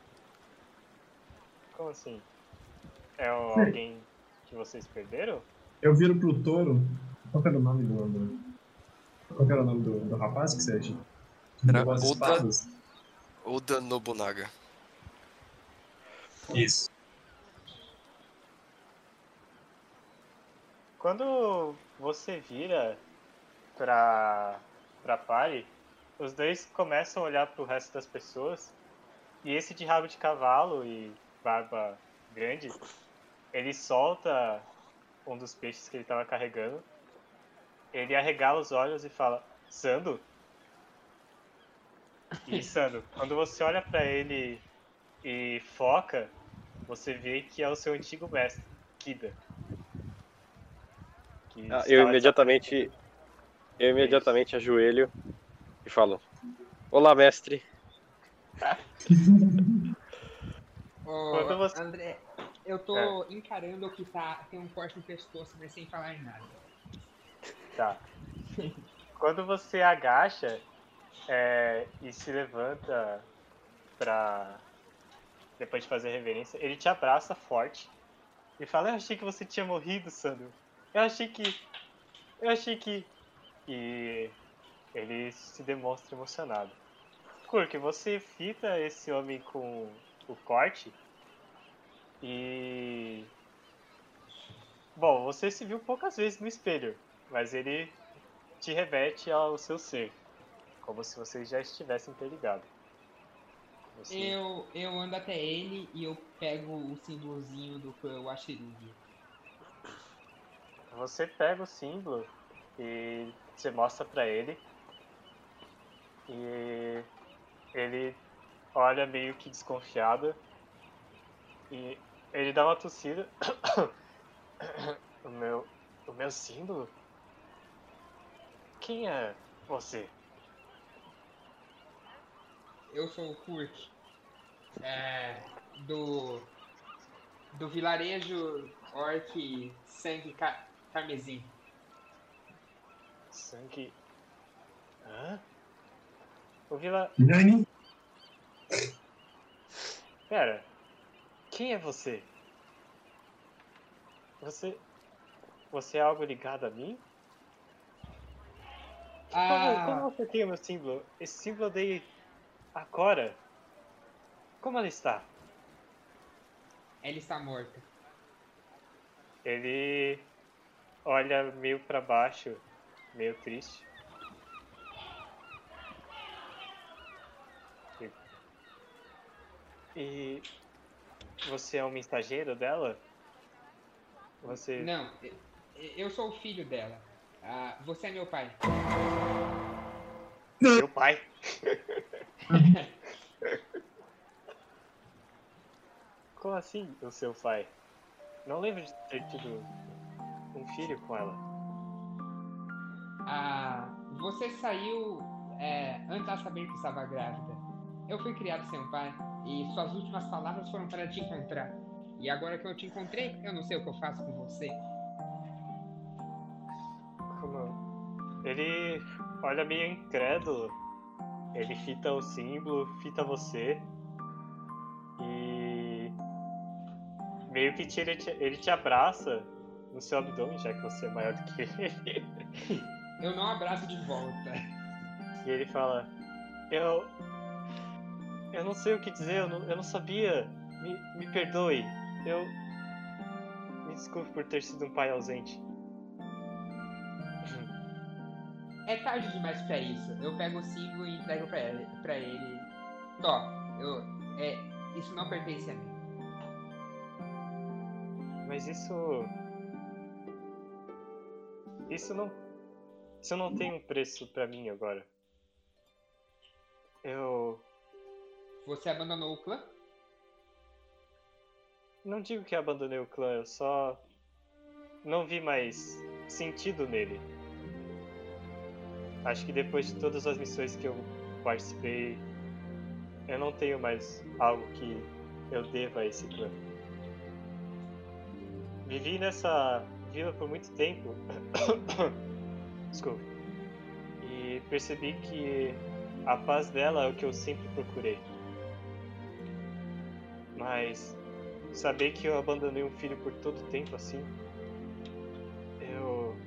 Como assim? É o- alguém que vocês perderam? Eu viro pro touro. Qual que era o nome do... do... Qual que era o nome do, do rapaz que você que Era levou as Oda. espadas? Oda Nobunaga. Isso. Quando você vira pra, pra party, os dois começam a olhar pro resto das pessoas e esse de rabo de cavalo e barba grande, ele solta um dos peixes que ele tava carregando, ele arregala os olhos e fala, Sando? E Sando, quando você olha pra ele e foca, você vê que é o seu antigo mestre, Kida. Que Ah, eu estava imediatamente, eu imediatamente ajoelho e falo: Olá, mestre. Ô, Quando você- André, eu tô encarando o que tá. Tem um corte no pescoço, mas sem falar nada. Tá. Quando você agacha é, e se levanta pra. Depois de fazer reverência, ele te abraça forte e fala, eu achei que você tinha morrido, Sandro. Eu achei que. Eu achei que. E ele se demonstra emocionado. Kurk, você fita esse homem com o corte e. Bom, você se viu poucas vezes no espelho, mas ele te reverte ao seu ser, como se vocês já estivessem interligados. Você... Eu, eu ando até ele e eu pego o símbolozinho do Washirugi. Você pega o símbolo e você mostra pra ele. E ele olha meio que desconfiado. E ele dá uma tossida. o meu. O meu símbolo? Quem é você? Eu sou o Kurt. É, do. Do vilarejo Orc Sangue Ca- Carmesim. Sangue. Hã? O Vila. Nani? Pera. Quem é você? Você. Você é algo ligado a mim? Ah, Como, como você tem o meu símbolo? Esse símbolo eu dei agora. Como ela está? ela está morta. Ele olha meio pra baixo, meio triste. E, e você é um mensageiro dela? Você. Não, eu- eu sou o filho dela. Ah, você é meu pai. Meu pai? Como assim, o seu pai? Não lembro de ter tido um filho com ela. Ah, você saiu é, antes de saber que estava grávida. Eu fui criado sem um pai e suas últimas palavras foram para te encontrar. E agora que eu te encontrei, eu não sei o que eu faço com você. Como... Ele olha meio incrédulo. Ele fita o símbolo, fita você. E... meio que te, ele, te, ele te abraça no seu abdômen, já que você é maior do que ele. Eu não abraço de volta. E ele fala... Eu... Eu não sei o que dizer, eu não, eu não sabia. Me, me perdoe. Eu... Me desculpe por ter sido um pai ausente. É tarde demais pra isso. Eu pego o símbolo e entrego pra ele. Pra ele. Tó, eu... É... Isso não pertence a mim. Mas isso... Isso não... Isso não tem um preço pra mim agora. Eu... Você abandonou o clã? Não digo que abandonei o clã, eu só... Não vi mais sentido nele. Acho que depois de todas as missões que eu participei, eu não tenho mais algo que eu deva a esse clã. Vivi nessa vila por muito tempo. Desculpa. E percebi que a paz dela é o que eu sempre procurei. Mas saber que eu abandonei um filho por todo tempo assim, eu...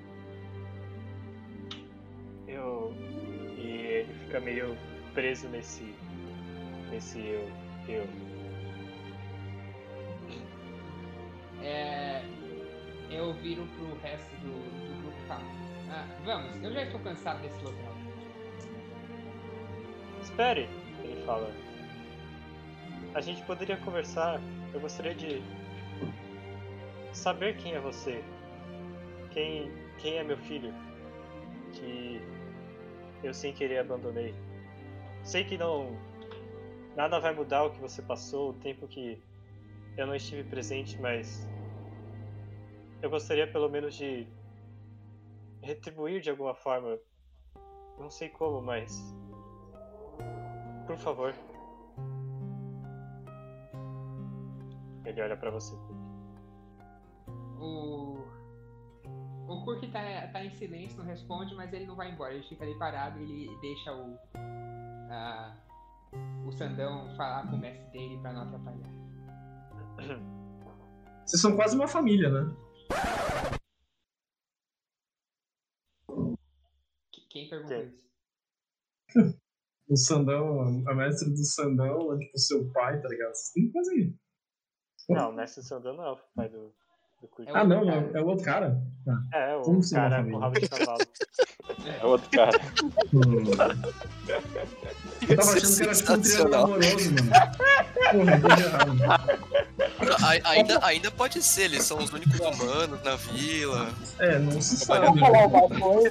Eu... E ele fica meio preso nesse... Nesse eu... Eu... É... Eu viro pro resto do, do grupo e falo... Ah, vamos, eu já estou cansado desse local. Espere, ele fala. A gente poderia conversar. Eu gostaria de saber quem é você. Quem, quem é meu filho. Que eu sem querer abandonei. Sei que não... Nada vai mudar o que você passou, o tempo que eu não estive presente, mas... Eu gostaria pelo menos de retribuir de alguma forma. Não sei como, mas... Por favor. Ele olha pra você. O... O Kurk tá, tá em silêncio, não responde, mas ele não vai embora. Ele fica ali parado e ele deixa o... A, o Sandão falar com o mestre dele pra não atrapalhar. Vocês são quase uma família, né? Quem perguntou Quem? isso? O Sandão, a mestre do Sandão é tipo seu pai, tá ligado? Vocês têm que fazer. Não, o mestre Sandão não é o pai do, do Kurk. É o Ah, não, cara. não, é o outro cara? Ah, É, o como ser uma cara família? com rabo de cavalo. É outro cara. hum. Eu tava achando que era tipo um triângulo Sensacional. amoroso, mano. Porra, entendi errado. A- ainda, ainda pode ser, eles são os únicos humanos na vila. É, não se Só pra sabe. falar uma coisa,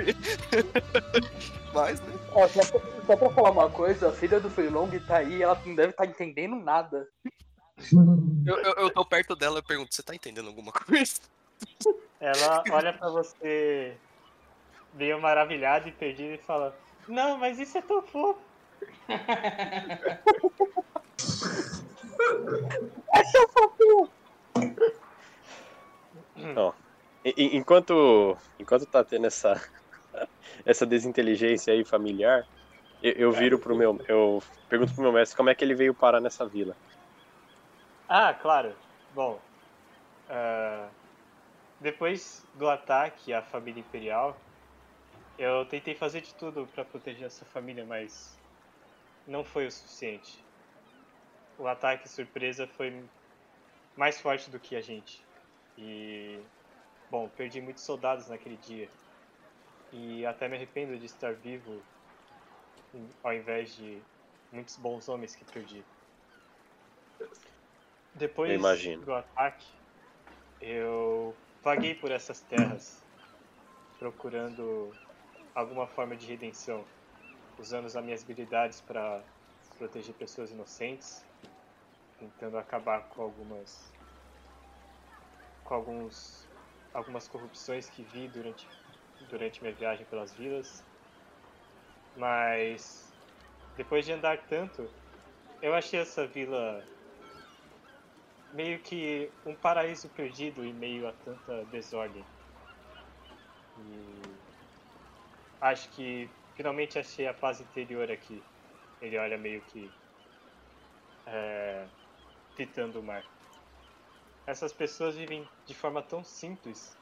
Mas, né? ó, só, pra, só pra falar uma coisa, a filha do Freelong tá aí, ela não deve estar entendendo nada. Eu, eu, eu tô perto dela e pergunto, você tá entendendo alguma coisa? Ela olha pra você meio maravilhada e perdida e fala: Não, mas isso é tão fofo. Ó, e- e- enquanto, enquanto tá tendo essa, essa desinteligência aí familiar, eu, eu viro pro meu. Eu pergunto pro meu mestre como é que ele veio parar nessa vila. Ah, claro. Bom, ah, depois do ataque à família imperial, eu tentei fazer de tudo pra proteger essa família, mas não foi o suficiente. O ataque surpresa foi mais forte do que a gente. E, bom, perdi muitos soldados naquele dia. E até me arrependo de estar vivo em- ao invés de muitos bons homens que perdi. Depois Eu imagino. do ataque, eu vaguei por essas terras procurando alguma forma de redenção, usando as minhas habilidades para proteger pessoas inocentes, tentando acabar com algumas com alguns algumas corrupções que vi durante durante minha viagem pelas vilas. Mas depois de andar tanto, eu achei essa vila meio que um paraíso perdido em meio a tanta desordem. E acho que finalmente achei a paz interior aqui. Ele olha meio que é, fitando o mar. Essas pessoas vivem de forma tão simples,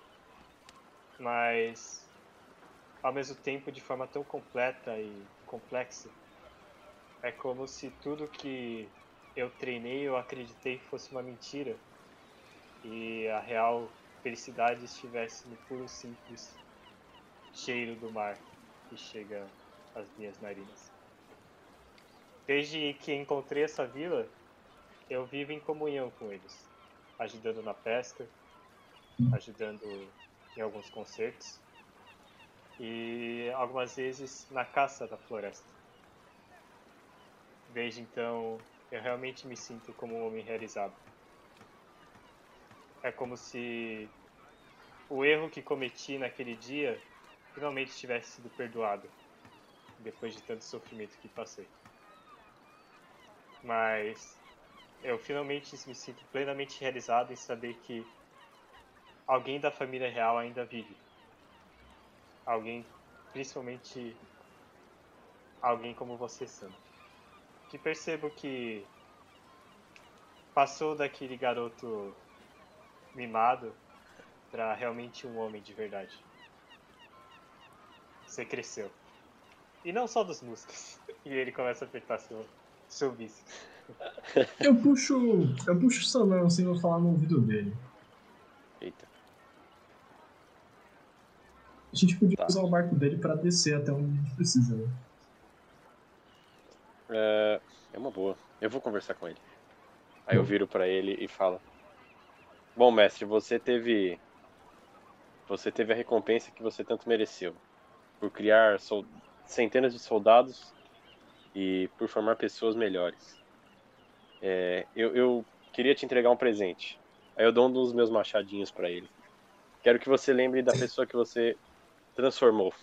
mas ao mesmo tempo de forma tão completa e complexa. É como se tudo que eu treinei, eu acreditei fosse uma mentira e a real felicidade estivesse no puro simples cheiro do mar que chega às minhas narinas. Desde que encontrei essa vila, eu vivo em comunhão com eles, ajudando na pesca, ajudando em alguns concertos e algumas vezes na caça da floresta. Desde então, eu realmente me sinto como um homem realizado. É como se o erro que cometi naquele dia finalmente tivesse sido perdoado, depois de tanto sofrimento que passei. Mas eu finalmente me sinto plenamente realizado em saber que alguém da família real ainda vive. Alguém, principalmente alguém como você, Sam. Que percebo que passou daquele garoto mimado para realmente um homem de verdade. Você cresceu. E não só dos músculos. E ele começa a apertar seu, seu bíceps. Eu puxo. Eu puxo o Samão assim, vou falar no ouvido dele. Eita. A gente podia Tá. usar o barco dele pra descer até onde a gente precisa, né? É, é uma boa. Eu vou conversar com ele. Aí eu viro pra ele e falo: Bom, mestre, você teve. Você teve a recompensa que você tanto mereceu. Por criar sol... centenas de soldados e por formar pessoas melhores. É, eu, eu queria te entregar um presente. Aí eu dou um dos meus machadinhos pra ele. Quero que você lembre da pessoa que você transformou.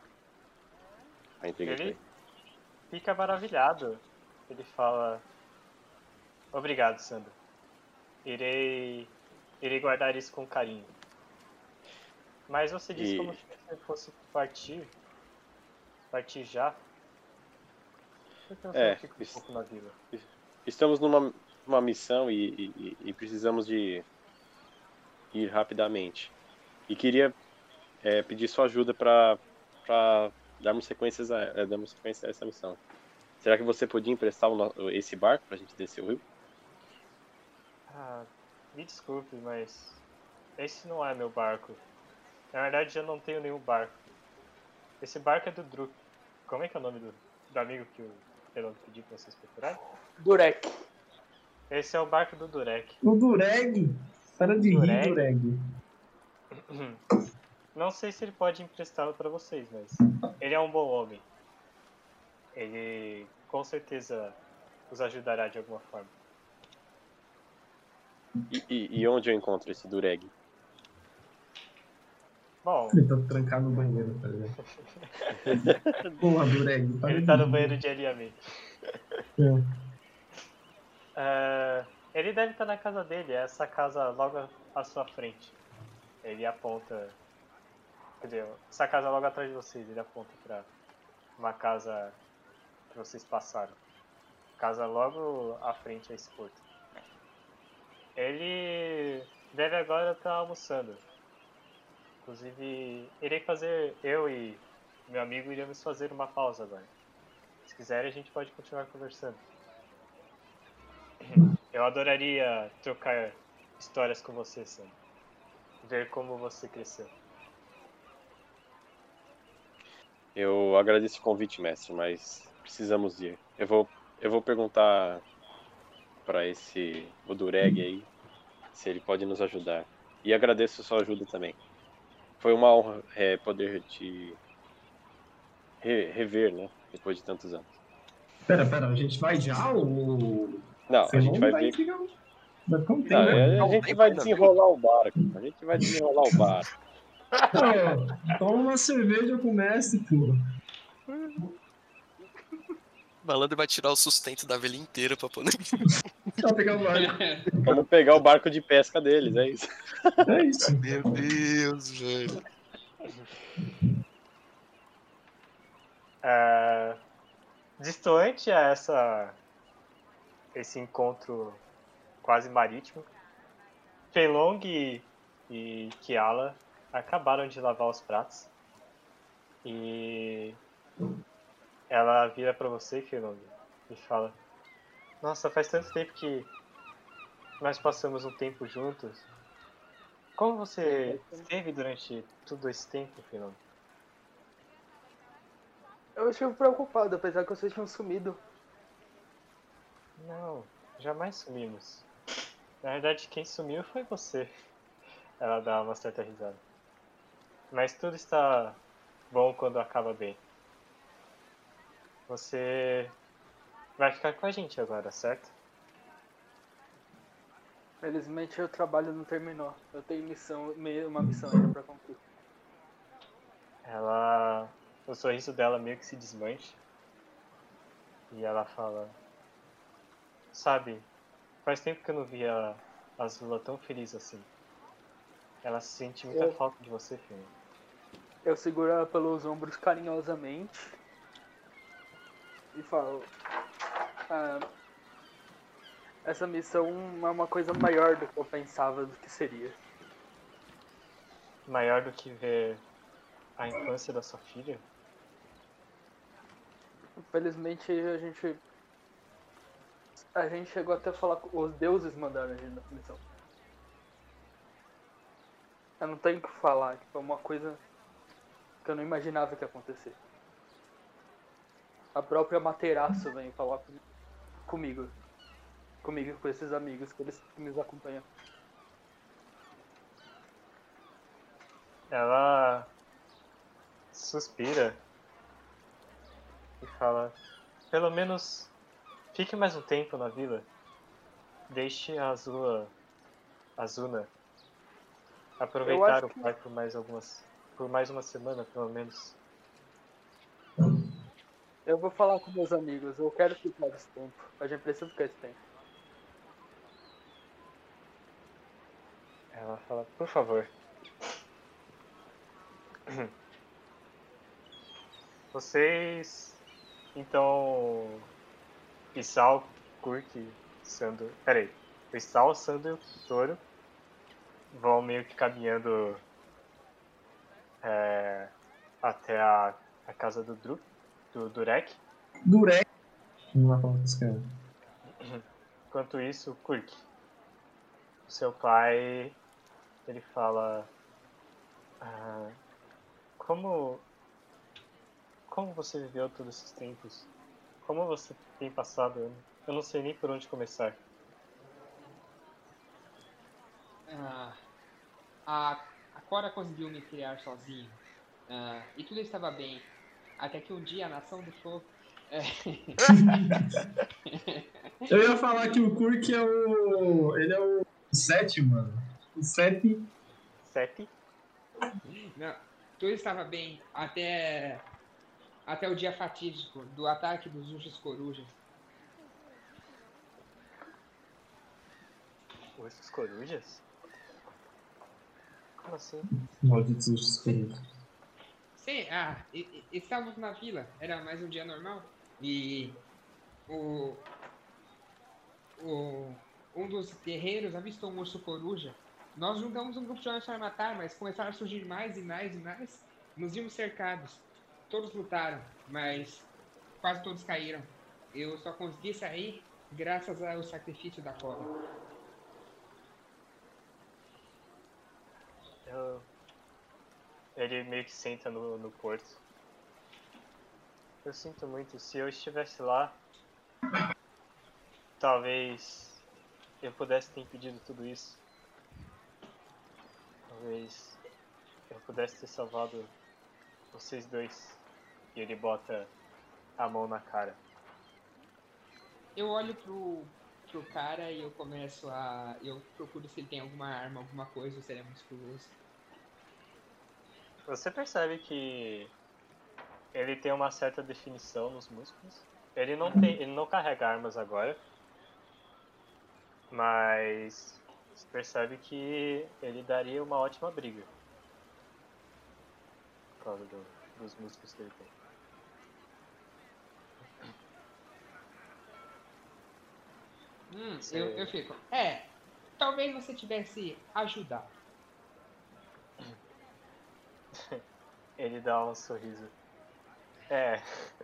Aí entreguei pra Ele ele. fica maravilhado. Ele fala: Obrigado, Sandro. Irei, irei guardar isso com carinho. Mas você disse E- como se você fosse partir. Partir já? Por que você É, não fica um isso- pouco na vila? Estamos numa uma missão e, e- e precisamos de ir rapidamente. E queria é, pedir sua ajuda para darmos, sequências a, é, darmos sequência a essa missão. Será que você podia emprestar o no- esse barco para a gente descer o rio? Ah, me desculpe, mas esse não é meu barco. Na verdade, eu não tenho nenhum barco. Esse barco é do Druk. Como é que é o nome do, do amigo que o Pelão pediu pra vocês procurarem? Durek. Esse é o barco do Durek. O Dureg! Para de rir, Dureg? Dureg. Não sei se ele pode emprestá-lo pra vocês, mas ele é um bom homem. Ele com certeza os ajudará de alguma forma. E, e- e onde eu encontro esse Dureg? Bom, Ele tá trancado no banheiro, tá ligado? Porra, Dureg, para ele de tá no rir. banheiro de alinhamento. É. Ah, ele deve estar na casa dele, é essa casa logo à sua frente. Ele aponta. Quer dizer, essa casa logo atrás de vocês, ele aponta pra uma casa que vocês passaram. Casa logo à frente a esse porto. Ele deve agora estar almoçando. Inclusive, irei fazer. Eu e meu amigo iremos fazer uma pausa agora. Se quiserem, a gente pode continuar conversando. Eu adoraria trocar histórias com você, Sam. Ver como você cresceu. Eu agradeço o convite, mestre, mas precisamos ir. Eu vou, eu vou perguntar para esse o Dureg aí se ele pode nos ajudar. E agradeço a sua ajuda também. Foi uma honra é, poder te re- rever, né? Depois de tantos anos. Pera, pera, a gente vai já ou. Não, a Você gente não vai vai ver. ficar. Vai ficar um tempo. Não, é, a Não, gente nem vai vai, desenrolar o barco. A gente vai desenrolar o barco. Pô, toma uma cerveja com o mestre, pô. O malandro vai tirar o sustento da vila inteira pra poder. Só pegar o barco. Vamos pegar o barco de pesca deles, é isso. É isso. Meu Deus, velho. É, distante a essa, esse encontro quase marítimo, Feilong e, e Kiala acabaram de lavar os pratos. E ela vira pra você, Feilong, e fala: Nossa, faz tanto tempo que nós passamos um tempo juntos. Como você esteve durante todo esse tempo, Feilong? Eu estive preocupado, apesar que vocês tinham sumido. Não, jamais sumimos. Na verdade, quem sumiu foi você. Ela dá uma certa risada. Mas tudo está bom quando acaba bem. Você vai ficar com a gente agora, certo? Felizmente o trabalho não terminou. Eu tenho missão, uma missão ainda pra cumprir. Ela... O sorriso dela meio que se desmancha. E ela fala... Sabe, faz tempo que eu não via a Azula tão feliz assim. Ela sente muita Eu- falta de você, filho. Eu seguro ela pelos ombros carinhosamente e falo: ah, essa missão é uma coisa maior do que eu pensava do que seria. Maior do que ver a infância da sua filha? Infelizmente a gente. A gente chegou até a falar com os deuses mandaram a gente nessa missão. Eu não tenho o que falar, tipo, é uma coisa que eu não imaginava que ia acontecer. A própria Materaço vem falar com- comigo. Comigo e com esses amigos que eles que nos acompanham. Ela suspira e fala: Pelo menos fique mais um tempo na vila. Deixe a Azula, Azuna aproveitar o que- pai por mais algumas, por mais uma semana pelo menos. Eu vou falar com meus amigos, eu quero ficar esse tempo. A gente precisa ficar esse tempo. Ela fala: Por favor. Vocês então Isal, Kurk, Sando. Peraí. O Isal, Sando e o Toro vão meio que caminhando é, até a, a casa do Dru, do Durek. Durek. Não vai falar com esse cara. Enquanto isso, Kurk, o seu pai, ele fala: ah, como, como você viveu todos esses tempos? Como você tem passado? Eu, eu não sei nem por onde começar. Ah, a, a Cora conseguiu me criar sozinho. Ah, e tudo estava bem. Até que um dia a Nação do Fogo. é, Eu ia falar que o Kurk é o. Ele é o sete, mano. O sete. Sete? Não, tudo estava bem até até o dia fatídico do ataque dos Ursos Corujas. Ursos corujas? Como assim? Malditos ursos corujas. Sim, ah, e- e- estávamos na vila, era mais um dia normal. E o, o um dos guerreiros avistou um urso coruja. Nós juntamos um grupo de homens para matar, mas começaram a surgir mais e mais e mais. Nos vimos cercados. Todos lutaram, mas quase todos caíram. Eu só consegui sair graças ao sacrifício da Cora. Eu... Ele meio que senta no, no porto. Eu sinto muito. Se eu estivesse lá, talvez eu pudesse ter impedido tudo isso. Talvez eu pudesse ter salvado vocês dois. E ele bota a mão na cara. Eu olho pro, pro cara e eu começo a... Eu procuro se ele tem alguma arma, alguma coisa, ou se ele é musculoso. Você percebe que ele tem uma certa definição nos músculos. Ele não tem, ele não carrega armas agora. Mas você percebe que ele daria uma ótima briga. Por causa do, dos músculos que ele tem. Hum, Você- eu, eu fico. É, talvez você tivesse ajudado. Ele dá um sorriso. É,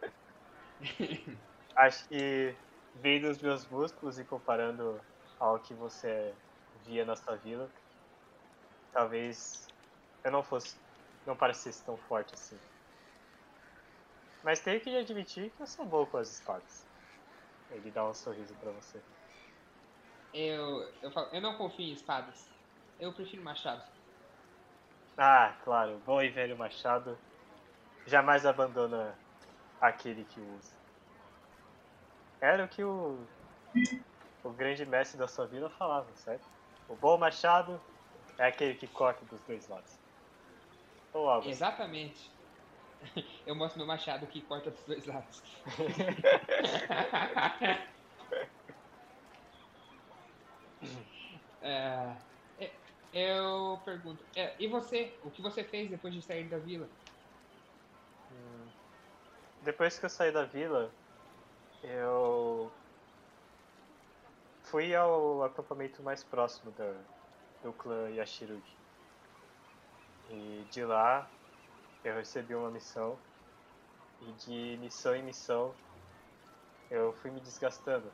acho que vendo os meus músculos e comparando ao que você via na sua vila, talvez eu não fosse, não parecesse tão forte assim. Mas tenho que admitir que eu sou bom com as espadas. Ele dá um sorriso pra você. Eu, eu falo, eu não confio em espadas. Eu prefiro machados. Ah, claro, bom e velho machado jamais abandona aquele que o usa. Era o que o, o grande mestre da sua vila falava, certo? O bom machado é aquele que corta dos dois lados. Ou algo assim. Exatamente. Eu mostro meu machado que corta dos dois lados. É, é, eu pergunto, é, e você? O que você fez depois de sair da vila? Hum, Depois que eu saí da vila, eu fui ao acampamento mais próximo da, do clã Yashirugi. E de lá eu recebi uma missão. E de missão em missão eu fui me desgastando.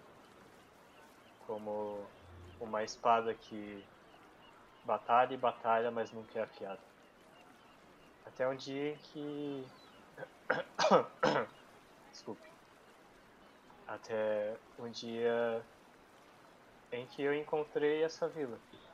Como uma espada que batalha e batalha, mas nunca é afiada. Até um dia em que. Desculpe. Até um dia em que eu encontrei essa vila.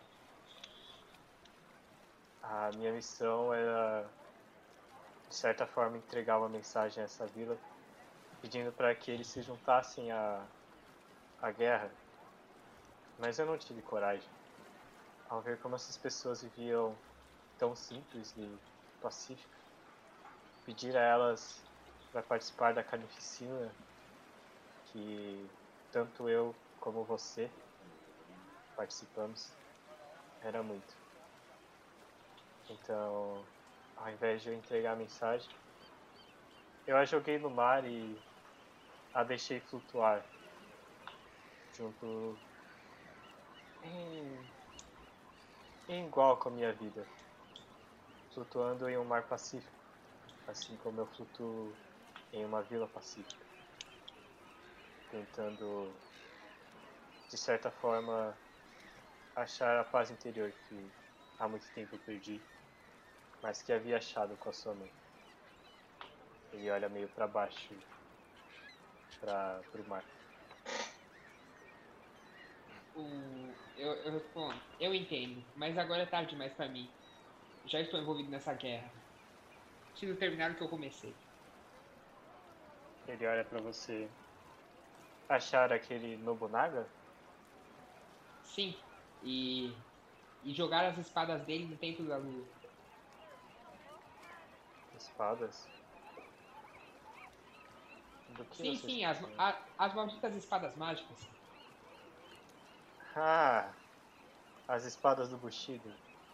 A minha missão era, de certa forma, entregar uma mensagem a essa vila, pedindo para que eles se juntassem à, à guerra. Mas eu não tive coragem. Ao ver como essas pessoas viviam tão simples e pacífica, pedir a elas para participar da carnificina que tanto eu como você participamos, era muito. Então, ao invés de eu entregar a mensagem, eu a joguei no mar e a deixei flutuar junto em, em igual com a minha vida, flutuando em um mar pacífico, assim como eu flutuo em uma vila pacífica, tentando, de certa forma, achar a paz interior que há muito tempo eu perdi, mas que havia achado com a sua mãe. Ele olha meio para baixo, para o mar. O, eu, eu respondo, eu entendo, mas agora é tarde demais pra mim. Já estou envolvido nessa guerra. Preciso terminar o que eu comecei. Ele olha para você. Achar aquele Nobunaga? Sim, e, e jogar as espadas dele no templo da lua. Espadas? Do que Sim, você sim, está as, falando? a, as malditas espadas mágicas. Ah, as espadas do Bushido.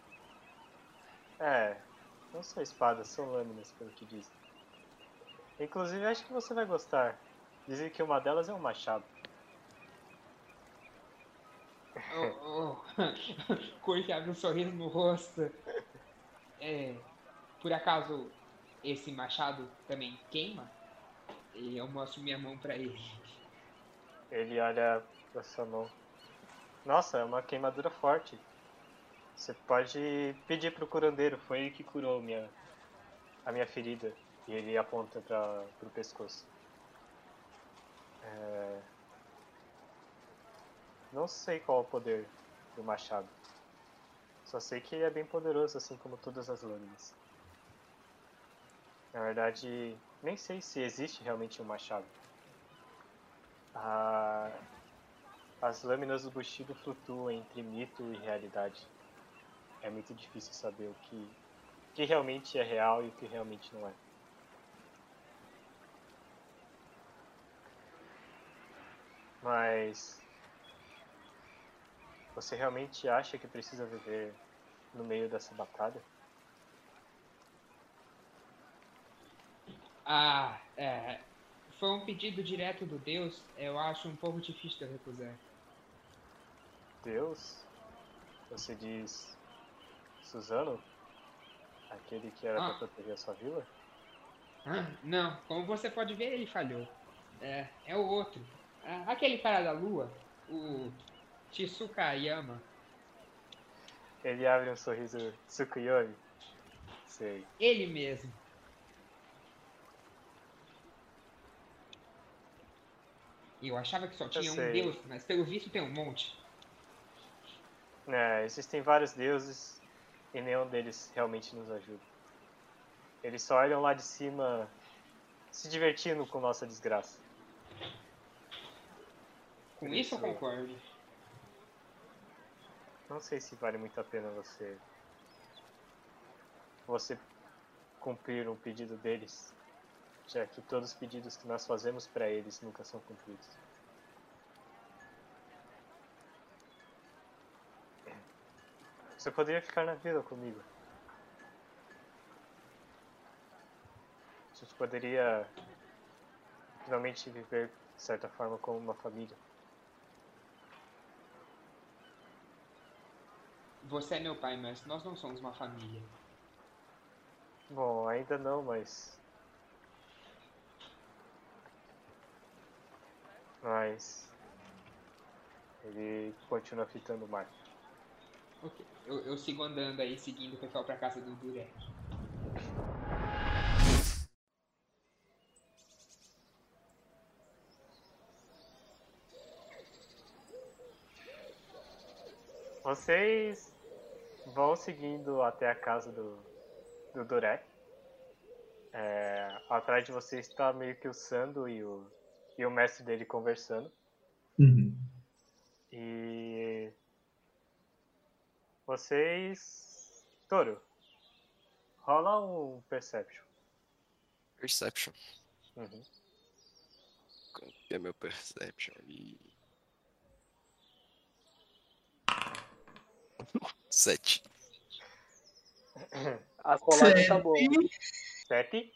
É, não são espadas, são lâminas, pelo que dizem. Inclusive, acho que você vai gostar. Dizem que uma delas é um machado. Oh, oh. Corte abre um sorriso no rosto. É, por acaso, esse machado também queima? E eu mostro minha mão pra ele. Ele olha pra sua mão. Nossa, é uma queimadura forte. Você pode pedir pro curandeiro, foi ele que curou minha, a minha ferida. E ele aponta para pro pescoço. É... Não sei qual é o poder do machado. Só sei que ele é bem poderoso, assim como todas as lâminas. Na verdade, nem sei se existe realmente um machado. Ah, as lâminas do Bushido flutuam entre mito e realidade. É muito difícil saber o que, o que realmente é real e o que realmente não é. Mas Você realmente acha que precisa viver no meio dessa batalha? Ah, é. Foi um pedido direto do Deus. Eu acho um pouco difícil de eu recusar. Deus? Você diz Suzano? Aquele que era pra Ah, proteger a sua vila? ah, não, como você pode ver, ele falhou. É, é o outro. Ah, aquele cara da lua, o Tsukayama. Ele abre um sorriso Tsukuyomi. Sei. Ele mesmo. Eu achava que só Eu tinha um sei. Deus, mas pelo visto tem um monte. É, existem vários deuses e nenhum deles realmente nos ajuda. Eles só olham lá de cima se divertindo com nossa desgraça. Com Por isso eu isso, concordo. não sei se vale muito a pena você você cumprir um pedido deles, já que todos os pedidos que nós fazemos para eles nunca são cumpridos. Você poderia ficar na vila comigo. A gente poderia finalmente viver, de certa forma, como uma família. Você é meu pai, mas nós não somos uma família. Bom, ainda não, mas... Mas... Ele continua fitando o mar. Ok, eu, eu sigo andando aí, seguindo o pessoal pra casa do Durek. Vocês vão seguindo até a casa do, do Durek. É, atrás de vocês está meio que o Sando e o, e o mestre dele conversando. Uhum. E vocês... Toro, rola um Perception. Perception. Uhum. Quanto que é meu Perception ali? Sete. A colagem tá boa. Sete.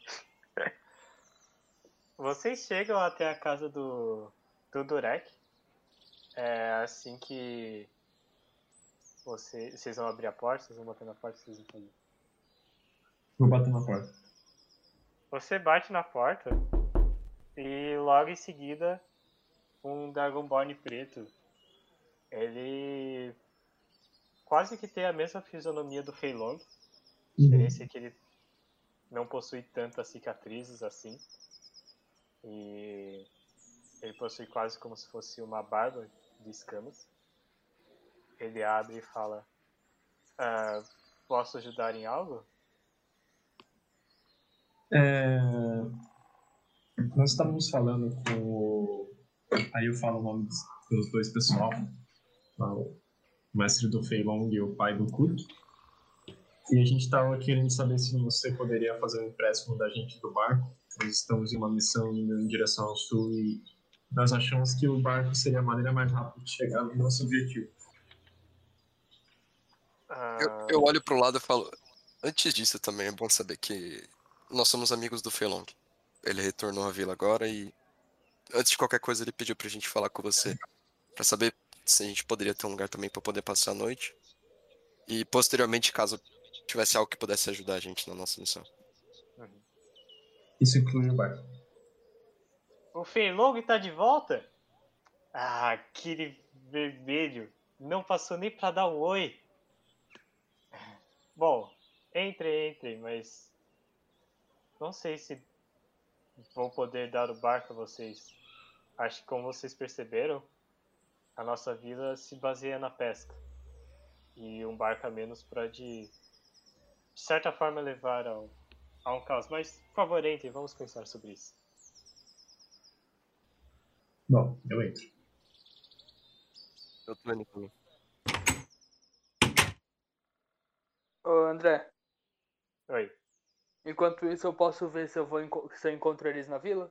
Vocês chegam até a casa do, do Durek. É assim que você, vocês vão abrir a porta, vocês vão bater na porta, vocês vão fazer. Vou bater na porta. Você bate na porta e logo em seguida um Dragonborn preto. Ele quase que tem a mesma fisionomia do Feilong. A diferença é que ele não possui tantas cicatrizes assim. E ele possui quase como se fosse uma barba de escamas. Ele abre e fala: ah, posso ajudar em algo? É... Nós estávamos falando com o... Aí eu falo o nome dos, dos dois pessoal. O mestre do Feilong e o pai do Kurt. E a gente estava querendo saber se você poderia fazer um empréstimo da gente do barco. Nós estamos em uma missão indo em direção ao sul e nós achamos que o barco seria a maneira mais rápida de chegar no nosso objetivo. Ah, Eu, eu olho pro lado e falo. Antes disso também é bom saber que nós somos amigos do Feilong. Ele retornou à vila agora e antes de qualquer coisa ele pediu pra gente falar com você. Pra saber se a gente poderia ter um lugar também pra poder passar a noite. E posteriormente, caso tivesse algo que pudesse ajudar a gente na nossa missão. uhum. Isso inclui o barco. O Feilong tá de volta? Ah, aquele vermelho. Não passou nem pra dar um oi. Bom, entre, entre, mas não sei se vou poder dar o barco a vocês. Acho que como vocês perceberam, a nossa vila se baseia na pesca. E um barco a menos pode, de certa forma, levar ao, a um caos. Mas, por favor, entre, vamos pensar sobre isso. Bom, eu entro. Eu tô indo também. Ô, André, Oi. enquanto isso eu posso ver se eu, vou enco- se eu encontro eles na vila?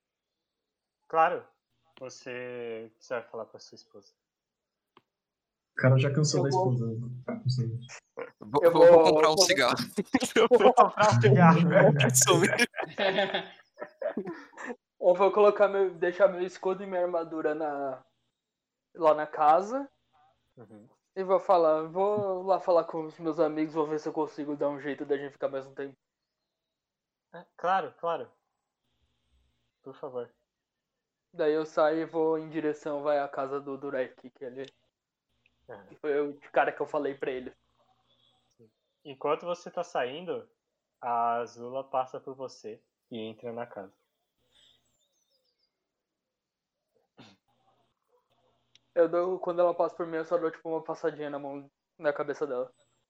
Claro, você, você vai falar com a sua esposa. O cara já cansou Eu da vou- esposa. Vou, Eu vou- vou vou- comprar um vou- cigarro. Vou comprar um cigarro. Some. Eu vou colocar meu. deixar meu escudo e minha armadura na, lá na casa. Uhum. E vou falar, vou lá falar com os meus amigos, vou ver se eu consigo dar um jeito da gente ficar mais um tempo. É, claro, claro. Por favor. Daí eu saio e vou em direção, vai à casa do Durek, que ele Uhum. que foi o cara que eu falei pra ele. Enquanto você tá saindo, a Azula passa por você e entra na casa. Eu dou, quando ela passa por mim, eu só dou tipo uma passadinha na mão, na cabeça dela.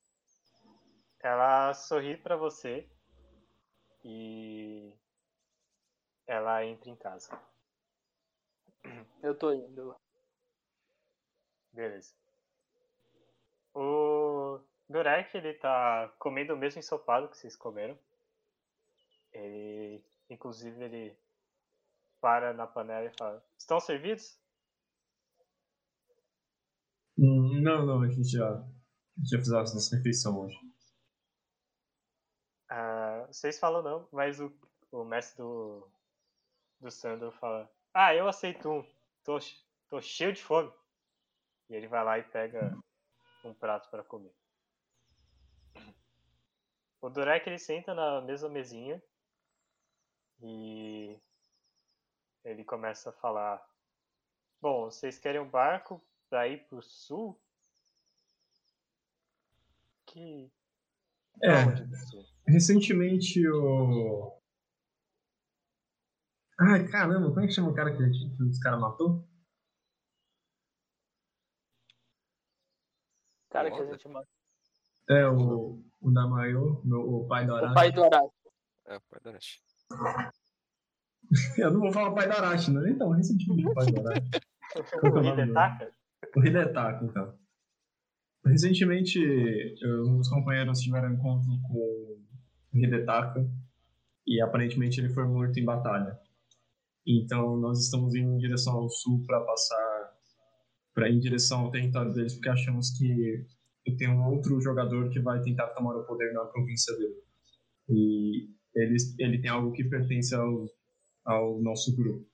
Ela sorri pra você e ela entra em casa. Eu tô indo lá. Beleza. O Durek, ele tá comendo o mesmo ensopado que vocês comeram. Ele, inclusive, ele para na panela e fala: estão servidos? Hum, Não, não, a gente já, a gente já fez a nossa refeição hoje. Ah, vocês falam não, mas o, o mestre do, do Sandro fala: ah, eu aceito um. Tô, tô cheio de fome. E ele vai lá e pega um prato para comer. O Durek, ele senta na mesma mesinha e ele começa a falar: bom, vocês querem um barco para ir pro sul? Que... É, Onde do sul? recentemente o. Ai, caramba, como é que chama o cara que, que os caras matou? Cara que a Moda? gente mata. É, o, o Damayo, meu- o pai do O Arashi. pai do Arashi. É, pai do Arashi. Eu não vou falar o pai do Arashi, não. Então, recentemente o pai do Arashi. Qual que é O o nome dele? Hidetaka? O Hidetaka, então. Recentemente, eu- meus companheiros tiveram encontro com o Hidetaka e aparentemente ele foi morto em batalha. Então, nós estamos indo em direção ao sul para passar pra, em direção ao território deles, porque achamos que tem um outro jogador que vai tentar tomar o poder na província dele. E ele, ele tem algo que pertence ao, ao nosso grupo.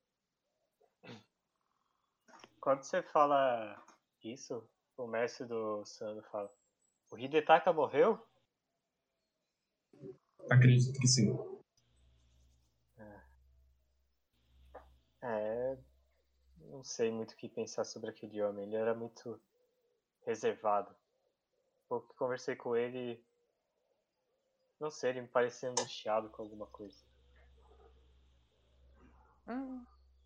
Quando você fala isso, o mestre do Sandro fala: o Hidetaka morreu? Acredito que sim. É, não sei muito o que pensar sobre aquele homem. Ele era muito reservado. Pouco que conversei com ele, não sei, ele me parecia angustiado com alguma coisa. Hum.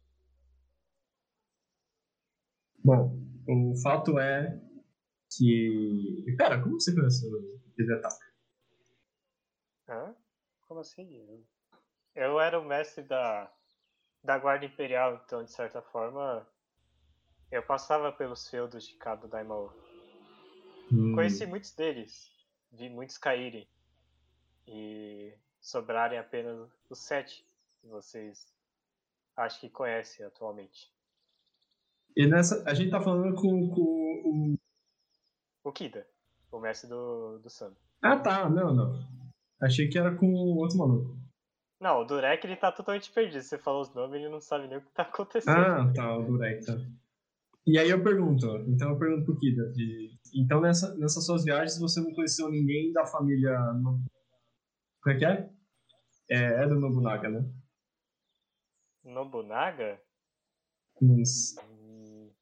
Bom, o fato é que... Pera, como você conheceu o Hidetaka? Hã? Como assim? Eu, eu era o mestre da, da Guarda Imperial, então, de certa forma, eu passava pelos feudos de cada Daimao. Hum, Conheci muitos deles, vi muitos caírem e sobrarem apenas os sete que vocês acho que conhecem atualmente. E nessa, a gente tá falando com, com o... O Kida, o mestre do, do Sandro. Ah, tá, não, não. Achei que era com o outro maluco. Não, o Durek ele tá totalmente perdido. Você falou os nomes, ele não sabe nem o que tá acontecendo. Ah, tá, o Durek, tá. E aí eu pergunto, então eu pergunto pro Kida, de, então nessa, nessas suas viagens você não conheceu ninguém da família... No... Como é que é? É, é do Nobunaga, né? Nobunaga? Isso. Hum,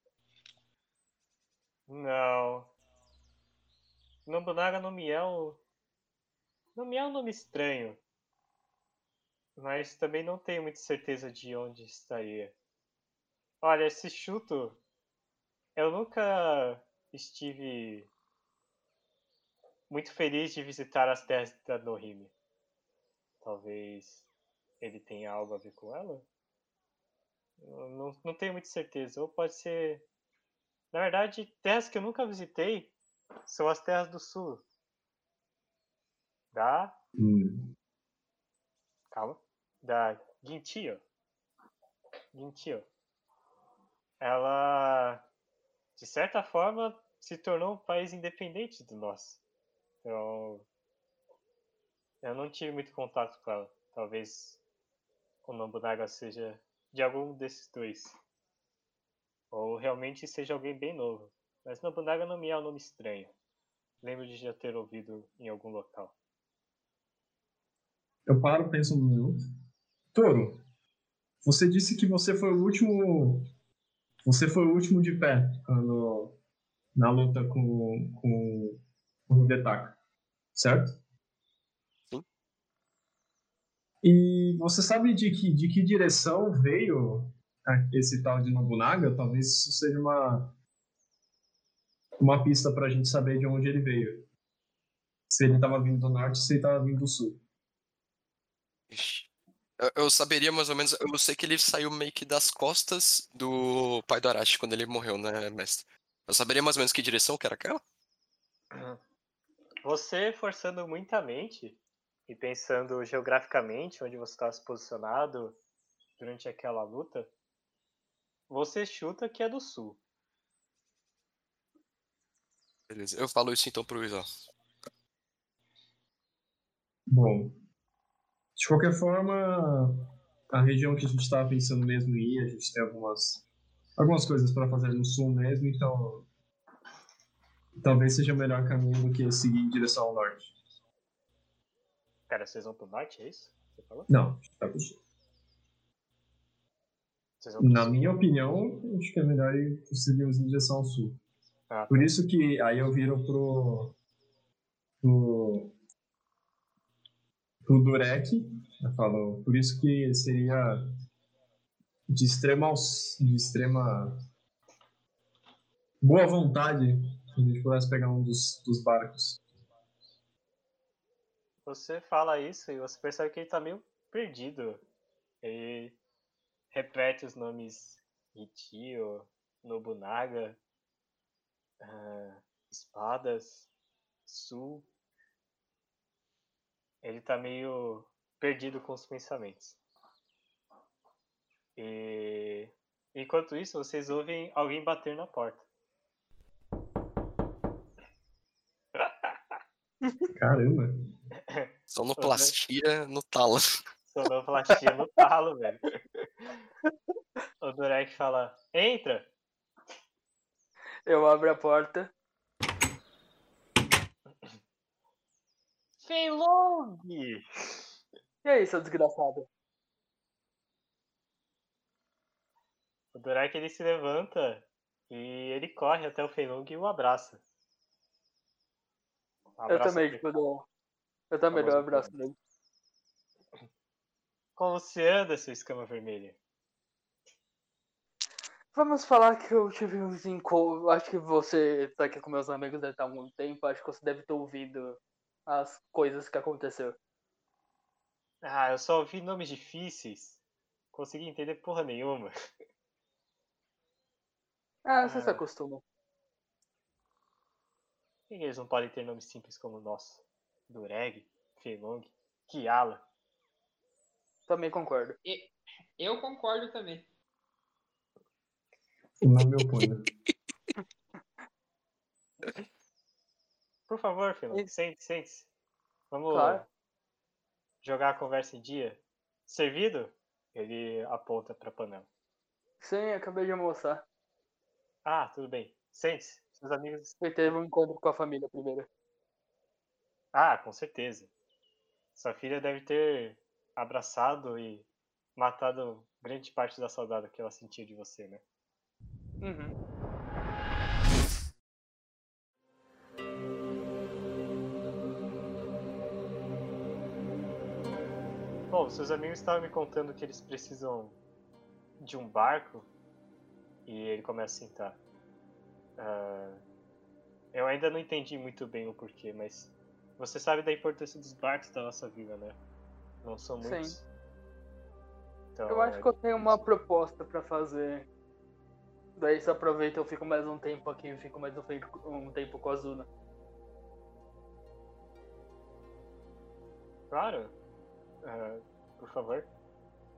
Não. Nobunaga não me é um. Não me é um nome estranho. Mas também não tenho muita certeza de onde estaria. Olha, esse chuto. Eu nunca estive muito feliz de visitar as terras da Nohime. Talvez ele tenha algo a ver com ela? Eu não, não tenho muita certeza. Ou pode ser. Na verdade, terras que eu nunca visitei são as terras do sul. Da. Hum. Calma. Da Gintiyo. Gintiyo. Ela de certa forma, se tornou um país independente do nosso. Então, eu não tive muito contato com ela. Talvez o Nobunaga seja de algum desses dois. Ou realmente seja alguém bem novo. Mas Nobunaga não me é um nome estranho. Lembro de já ter ouvido em algum local. Eu paro, penso um minuto. Toro, você disse que você foi o último. Você foi o último de pé no, na luta com, com o Hidetaka, certo? Sim. E você sabe de que, de que direção veio esse tal de Nobunaga? Talvez isso seja uma, uma pista pra gente saber de onde ele veio. Se ele estava vindo do norte, se ele estava vindo do sul. Ixi. Eu, eu saberia mais ou menos. Eu sei que ele saiu meio que das costas do pai do Arashi quando ele morreu, né, mestre? Eu saberia mais ou menos que direção que era aquela? Você forçando muita mente e pensando geograficamente onde você estava se posicionado durante aquela luta, você chuta que é do sul. Beleza. Eu falo isso então pro Isao. Bom, de qualquer forma, a região que a gente estava pensando mesmo em ir, a gente tem algumas, algumas coisas para fazer no sul mesmo, então talvez seja o melhor caminho do que seguir em direção ao norte. Cara, vocês vão pro norte, é isso? Você falou? Não, tá pro sul. Vocês vão pro Na sul? minha opinião, acho que é melhor ir seguirmos em direção ao sul. Ah, Por tá. isso que aí eu viro pro, pro, pro Durek, eu falo, por isso que seria de extrema, aus- de extrema boa vontade se a gente pudesse pegar um dos, dos barcos. Você fala isso e você percebe que ele tá meio perdido. Ele repete os nomes Ichio, Nobunaga, ah, espadas, sul. Ele tá meio perdido com os pensamentos. E enquanto isso, vocês ouvem alguém bater na porta. Caramba. Sonoplastia no talo. Sonoplastia no talo, velho. O Durek fala: entra! Eu abro a porta. Feilong! E aí, seu desgraçado? O Durek ele se levanta e ele corre até o Feilong e o abraça. Um Eu abraço também, apertado. tipo, dou... eu também dou um abraço nele. Como você anda, seu escama vermelha? Vamos falar que eu tive uns encontros. Acho que você tá aqui com meus amigos deve estar há algum tempo. Acho que você deve ter ouvido as coisas que aconteceu. Ah, eu só ouvi nomes difíceis. Consegui entender porra nenhuma. Ah, você se Ah, acostuma. por que eles não podem ter nomes simples como o nosso? Dureg, Feilong, Kiala. Também concordo. E- Eu concordo também. Não me oponho. Por favor, Feilong, sente, sente-se. Vamos Claro. jogar a conversa em dia. Servido? Ele aponta pra panela. Sim, acabei de almoçar. Ah, tudo bem. Sente-se. Seus amigos. Eu teve um encontro com a família primeiro. Ah, com certeza. Sua filha deve ter abraçado e matado grande parte da saudade que ela sentia de você, né? Uhum. Bom, seus amigos estavam me contando que eles precisam de um barco e ele começa a sentar. Ah, eu ainda não entendi muito bem o porquê, mas você sabe da importância dos barcos da nossa vida, né? Não são Sim. muitos. Então, Eu acho é que eu tenho uma difícil. proposta pra fazer. Daí você aproveita e eu fico mais um tempo aqui e fico mais um tempo, um tempo com a Zuna. Claro. Ah, por favor.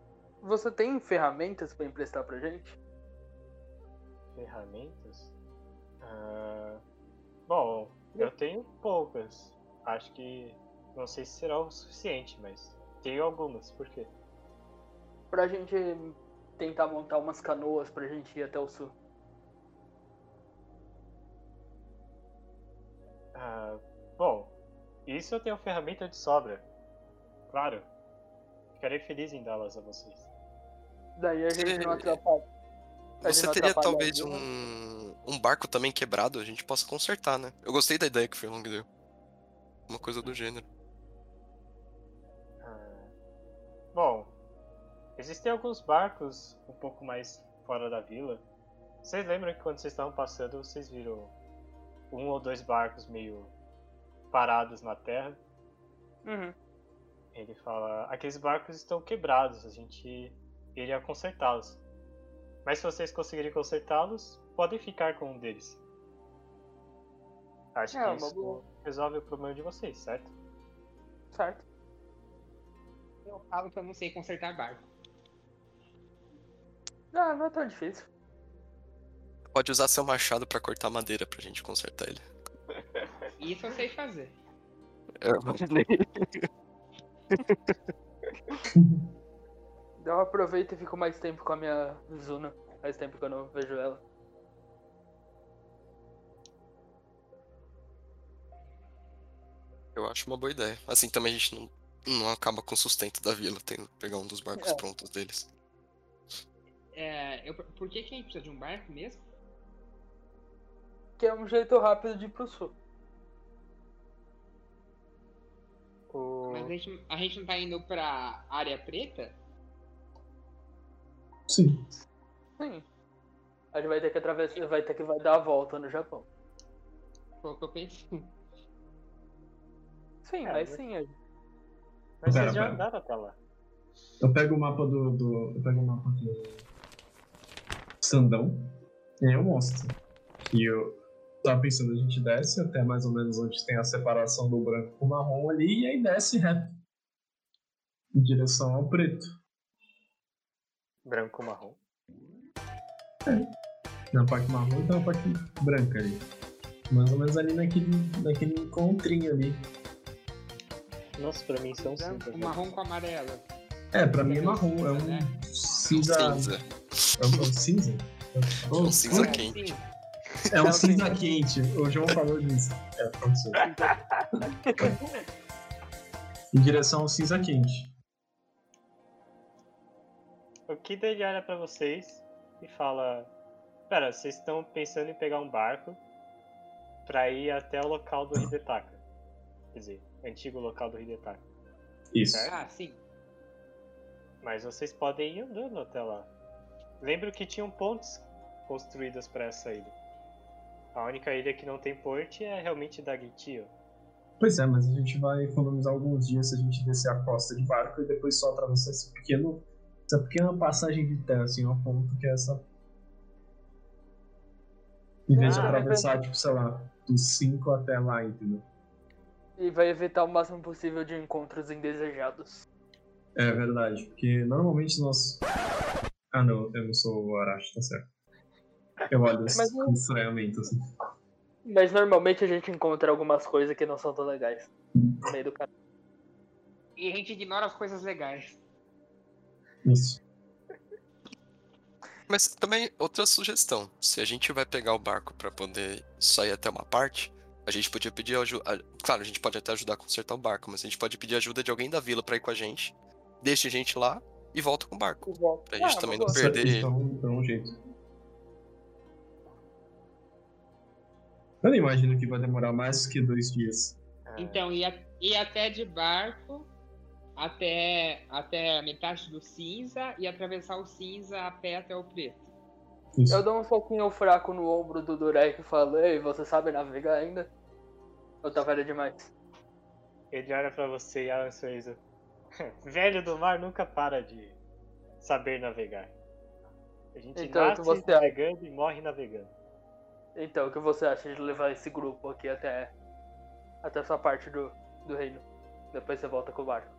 Você tem ferramentas pra emprestar pra gente? Ferramentas? Ah, bom, eu tenho poucas. Acho que não sei se será o suficiente, mas tenho algumas. Por quê? Pra gente tentar montar umas canoas pra gente ir até o sul. Ah, bom, isso eu tenho ferramenta de sobra. Claro. Ficarei feliz em dá-las a vocês. Daí a gente Você- não atrapalha. A gente Você não teria atrapalha talvez alguma. um, um barco também quebrado, a gente possa consertar, né? Eu gostei da ideia que o Furlong deu. Uma coisa do gênero. Ah, bom, existem alguns barcos um pouco mais fora da vila. Vocês lembram que quando vocês estavam passando, vocês viram um ou dois barcos meio parados na terra? Uhum. Ele fala: aqueles barcos estão quebrados, a gente iria consertá-los. Mas se vocês conseguirem consertá-los, podem ficar com um deles. Acho É, que uma isso boa. resolve o problema de vocês, certo? Certo. Eu falo que eu não sei consertar barco. Não, não é tão difícil. Pode usar seu machado pra cortar madeira pra gente consertar ele. Isso eu sei fazer. Então eu aproveito e fico mais tempo com a minha Zuna. Faz tempo que eu não vejo ela. Eu acho uma boa ideia. Assim também a gente não, não acaba com o sustento da vila, tendo que pegar um dos barcos É. prontos deles. É, eu, por que, que a gente precisa de um barco mesmo? Que é um jeito rápido de ir pro sul. O... Mas a gente, a gente não tá indo pra área preta? Sim. Sim. A gente vai ter que atravessar, vai ter que vai dar a volta no Japão. Foi o que eu pensei. Sim, É, mas mas- sim. a gente- Mas Pera, vocês já pera. andaram até lá. Eu pego o mapa do. do eu pego o mapa do. Sandão. E aí eu mostro. E eu tava pensando, a gente desce até mais ou menos onde tem a separação do branco com o marrom ali, e aí desce reto. Em direção ao preto. Branco marrom. Na parte marrom e tem uma parte branca ali. Mais ou menos ali naquele, naquele encontrinho ali. Nossa, pra mim são cinco. O marrom com amarelo. É, pra mim é marrom, é um Né? cinza. Cinza. É um, é um cinza? É um cinza putz, quente. É um É um cinza cinza. quente. O João falou disso. É, aconteceu. Em direção ao cinza quente. O Kida ele olha pra vocês e fala: pera, vocês estão pensando em pegar um barco pra ir até o local do Hidetaka. Quer dizer, antigo local do Hidetaka. Isso. Certo? Ah, sim. Mas vocês podem ir andando até lá. Lembro que tinham pontes construídas para essa ilha. A única ilha que não tem ponte é realmente Dagitio. Pois é, mas a gente vai economizar alguns dias se a gente descer a costa de barco e depois só atravessar esse pequeno, essa pequena passagem de terra, assim, ao ponto que é essa. Em vez de Ah, atravessar, tipo, sei lá, dos cinco até lá, entendeu? E vai evitar o máximo possível de encontros indesejados. É verdade, porque normalmente nós. Ah não, eu não sou o Arashi, tá certo. Eu olho isso Mas com não- estranhamento, assim. Mas normalmente a gente encontra algumas coisas que não são tão legais no meio do caminho. E a gente ignora as coisas legais. Isso. Mas também, outra sugestão. Se a gente vai pegar o barco pra poder só ir até uma parte, a gente podia pedir ajuda. Claro, a gente pode até ajudar a consertar o barco, mas a gente pode pedir ajuda de alguém da vila pra ir com a gente. Deixa a gente lá e volta com o barco. Pra gente Ah, também uma não boa. perder ele. Então, então um jeito. Eu não imagino que vai demorar mais que dois dias. Ah, Então, ir, a- ir até de barco até, até a metade do cinza e atravessar o cinza a pé até o preto. Isso. Eu dou um soquinho fraco no ombro do Durek e falo: ei, você sabe navegar ainda? Ou tá velho demais? Ele olha pra você e abre um sorriso. Velho do mar nunca para de saber navegar. A gente Então, o que nasce você acha? navegando e morre navegando. Então, o que você acha de levar esse grupo aqui até, até essa parte do, do reino? Depois você volta com o barco.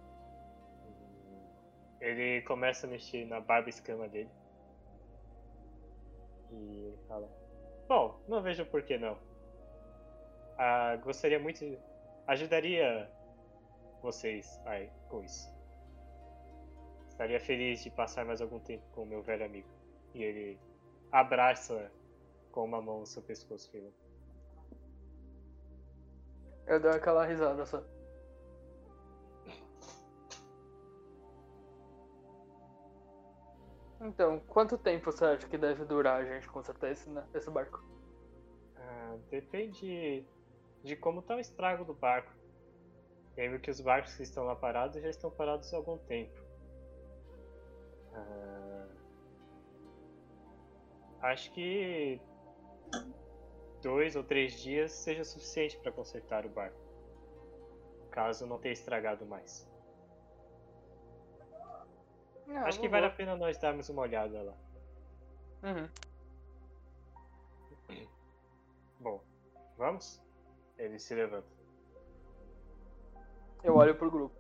Ele começa a mexer na barba escama dele. E ele fala: Bom, não vejo por que não. Ah, gostaria muito. de- Ajudaria vocês aí com isso. Estaria feliz de passar mais algum tempo com o meu velho amigo. E ele abraça com uma mão o seu pescoço, Philon. Eu dou aquela risada só. Então, quanto tempo você acha que deve durar a gente consertar esse, né, esse barco? Ah, depende de como está o estrago do barco. Lembro que os barcos que estão lá parados já estão parados há algum tempo. Ah, acho que dois ou três dias seja suficiente para consertar o barco, caso não tenha estragado mais. Não, Acho que não vale a vou. pena nós darmos uma olhada lá. Uhum. Bom, vamos? Ele se levanta. Eu olho pro grupo.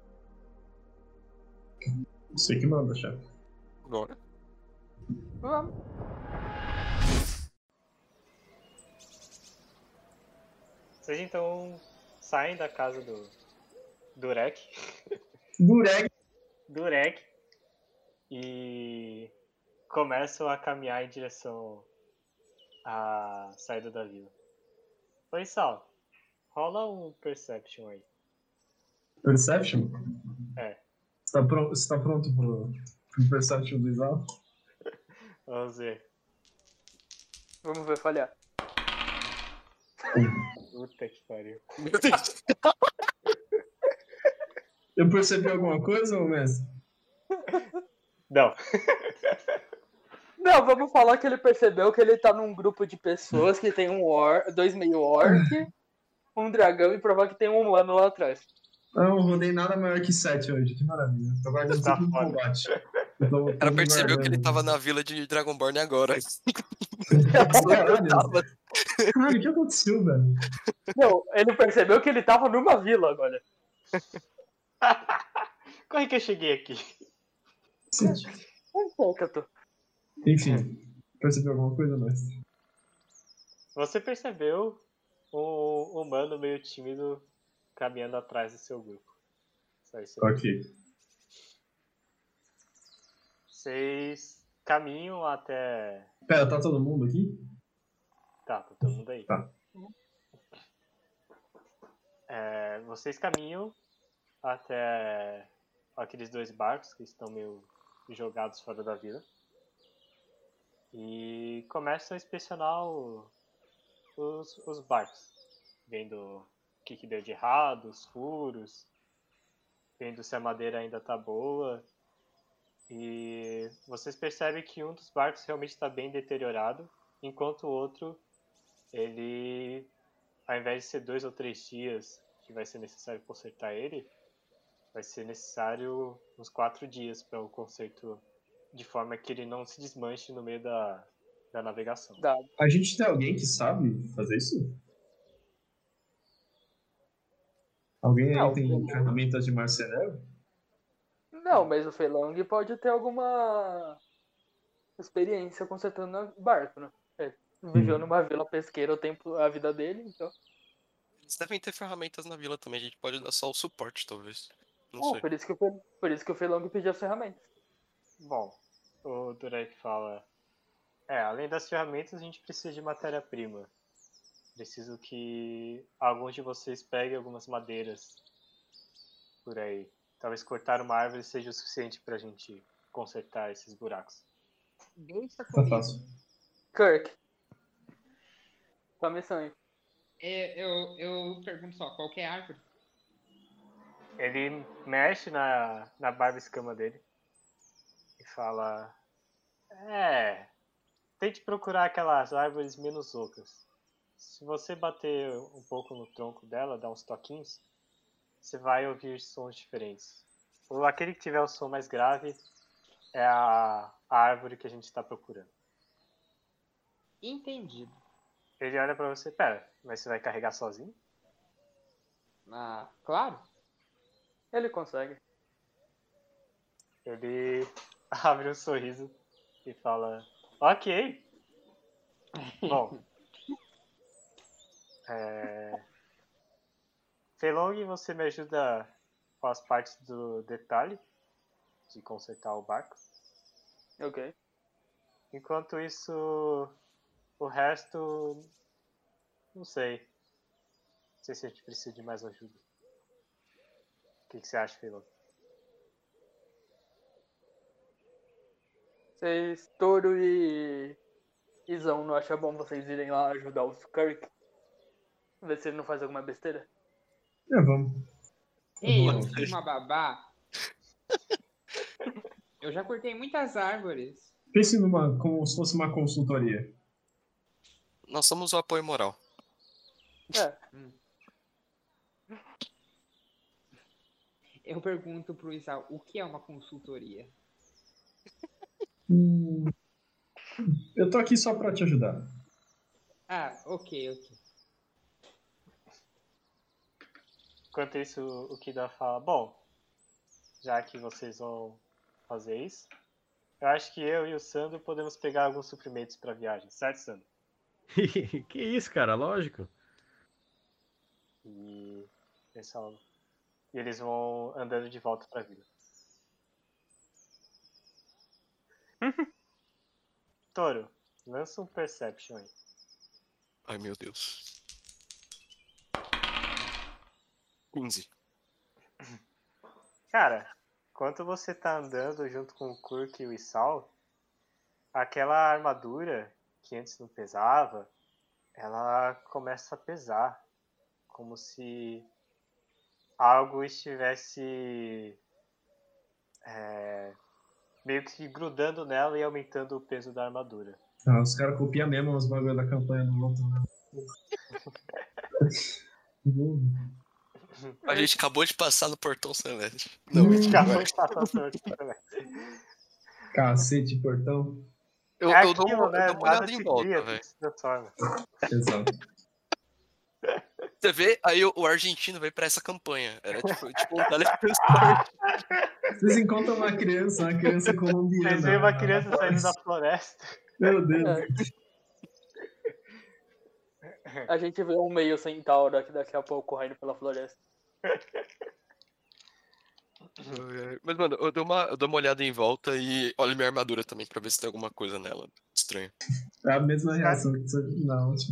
Você que manda, chefe. Bora. Vamos. Vocês então saem da casa do Durek. Dureg. Durek. E começam a caminhar em direção à saída da vila. Oi, Sal. Rola um Perception aí. Perception? É. Você tá pronto, você tá pronto pro, pro Perception do Isal? Vamos ver. Vamos ver falhar. Puta que pariu. Meu Deus. Eu percebi alguma coisa, ô mestre? Não. Não, vamos falar que ele percebeu que ele tá num grupo de pessoas que tem um or, dois meio orc, um dragão e provar que tem um humano lá atrás. Não, eu rodei nada maior que sete hoje, que maravilha. Tô guardando Tá tudo no foda. combate. Eu tô- O cara tô percebeu que ele guardando. tava na vila de Dragonborn agora. Caralho, Tava- Caralho, o que aconteceu, velho? Não, ele percebeu que ele tava numa vila agora. Como é que eu cheguei aqui? Um pouco, eu tô. Enfim, percebeu alguma coisa, mestre? Você percebeu um humano meio tímido caminhando atrás do seu grupo. Só isso aí. Ok. Vocês caminham até. Pera, tá todo mundo aqui? Tá, tá todo mundo aí. Tá. É, vocês caminham até aqueles dois barcos que estão meio jogados fora da vila. E começam a inspecionar o- os, os barcos. Vendo o que, que deu de errado, os furos. Vendo se a madeira ainda tá boa. E vocês percebem que um dos barcos realmente está bem deteriorado, enquanto o outro, ele, ao invés de ser dois ou três dias que vai ser necessário consertar ele, vai ser necessário uns quatro dias para o conserto, de forma que ele não se desmanche no meio da, da navegação. Dá. A gente tem alguém que sabe fazer isso? Alguém aí Não, tem como- ferramentas de marceneiro? Não, mas o Feilong pode ter alguma experiência consertando barco, né? Ele viveu Hum. numa vila pesqueira o tempo, a vida dele, então. Eles devem ter ferramentas na vila também. A gente pode dar só o suporte, talvez. Não Bom, sei. por isso que o Fel- por isso que o Feilong pediu as ferramentas. Bom, o Durek fala: É, além das ferramentas, a gente precisa de matéria-prima. Preciso que alguns de vocês peguem algumas madeiras por aí. Talvez cortar uma árvore seja o suficiente pra gente consertar esses buracos. Deixa Tá comigo. fácil. Kirk. Tua missão aí. É, eu, eu pergunto só, qual que é a árvore? Ele mexe na, na barba escama dele e fala: É, tente procurar aquelas árvores menos ocas. Se você bater um pouco no tronco dela, dar uns toquinhos, você vai ouvir sons diferentes. Ou aquele que tiver o som mais grave é a, a árvore que a gente está procurando. Entendido. Ele olha pra você: Pera, mas você vai carregar sozinho? Ah, claro. Ele consegue. Ele abre um sorriso e fala: Ok. Bom, É... Felong, você me ajuda com as partes do detalhe de consertar o barco. Ok. Enquanto isso, o resto, não sei. Não sei se a gente precisa de mais ajuda. O que, que você acha, Felong? Vocês, Toro e Izão, não acha bom vocês irem lá ajudar os Kirk? Ver se ele não faz alguma besteira? É, vamos. Ei, eu Vamos. não sou uma babá. Eu já cortei muitas árvores. Pense numa, como se fosse uma consultoria. Nós somos o apoio moral. É. Eu pergunto pro Isal, o que é uma consultoria? Hum, eu tô aqui só pra te ajudar. Ah, ok, ok. Enquanto isso, o Kida fala, bom, já que vocês vão fazer isso, eu acho que eu e o Sandro podemos pegar alguns suprimentos pra viagem, certo, Sandro? Que isso, cara, lógico. E, eles falam, e eles vão andando de volta pra vila. Toro, lança um Perception aí. Ai, meu Deus. quinze. Cara, enquanto você tá andando junto com o Kurk e o Isal, aquela armadura que antes não pesava, ela começa a pesar. Como se algo estivesse é, meio que grudando nela e aumentando o peso da armadura. Ah, os caras copiam mesmo os bagulho da campanha do outro, né? A gente acabou de passar no portão celeste. Não, Não, Acabou de passar sorte também. Cacete, portão. eu, É eu dou aquilo, uma, né? eu dou uma Nada olhada se em volta, cria, velho. tudo se transforma. Exato. Você vê, aí o, o argentino veio pra essa campanha. Era tipo, tipo um teletransporte. Vocês encontram uma criança, uma criança colombiana. Vocês veem uma na- criança na saindo da floresta. floresta. Meu Deus. É. A gente vê um meio centauro aqui daqui a pouco correndo pela floresta. Mas, mano, eu dou, uma, eu dou uma olhada em volta e olho minha armadura também pra ver se tem alguma coisa nela estranha. É a mesma reação que você na última.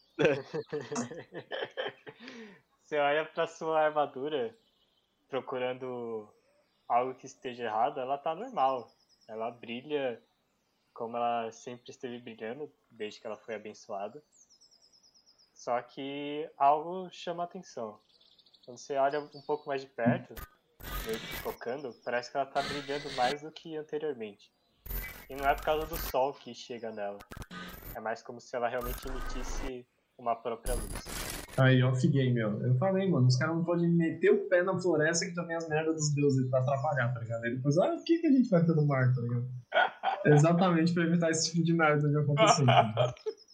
Você olha pra sua armadura procurando algo que esteja errado, ela tá normal. Ela brilha como ela sempre esteve brilhando, desde que ela foi abençoada. Só que algo chama a atenção. Quando você olha um pouco mais de perto, meio que focando, parece que ela tá brilhando mais do que anteriormente. E não é por causa do sol que chega nela. É mais como se ela realmente emitisse uma própria luz. Aí, off game, ó. Eu falei, mano, os caras não podem meter o pé na floresta que também as merdas dos deuses pra atrapalhar, tá ligado? Aí depois, ah, o que, que a gente vai ter no mar, tá ligado? Exatamente pra evitar esse tipo de merda de acontecer. Tá?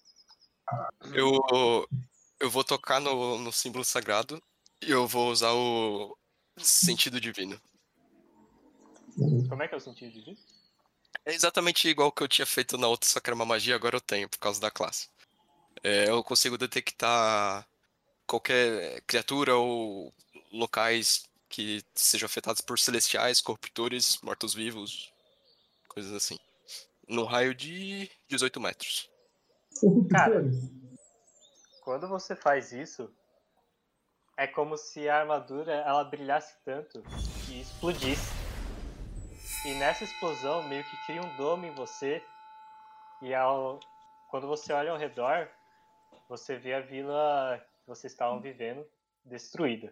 Eu, eu vou tocar no, no símbolo sagrado e eu vou usar o sentido divino. Como é que é o sentido de vida? É exatamente igual que eu tinha feito na outra, só que era uma magia, agora eu tenho, por causa da classe. É, eu consigo detectar qualquer criatura ou locais que sejam afetados por celestiais, corruptores, mortos-vivos, coisas assim. Num raio de dezoito metros. Cara, quando você faz isso, é como se a armadura ela brilhasse tanto que explodisse. E nessa explosão meio que cria um domo em você. E ao, quando você olha ao redor, você vê a vila que vocês estavam vivendo destruída.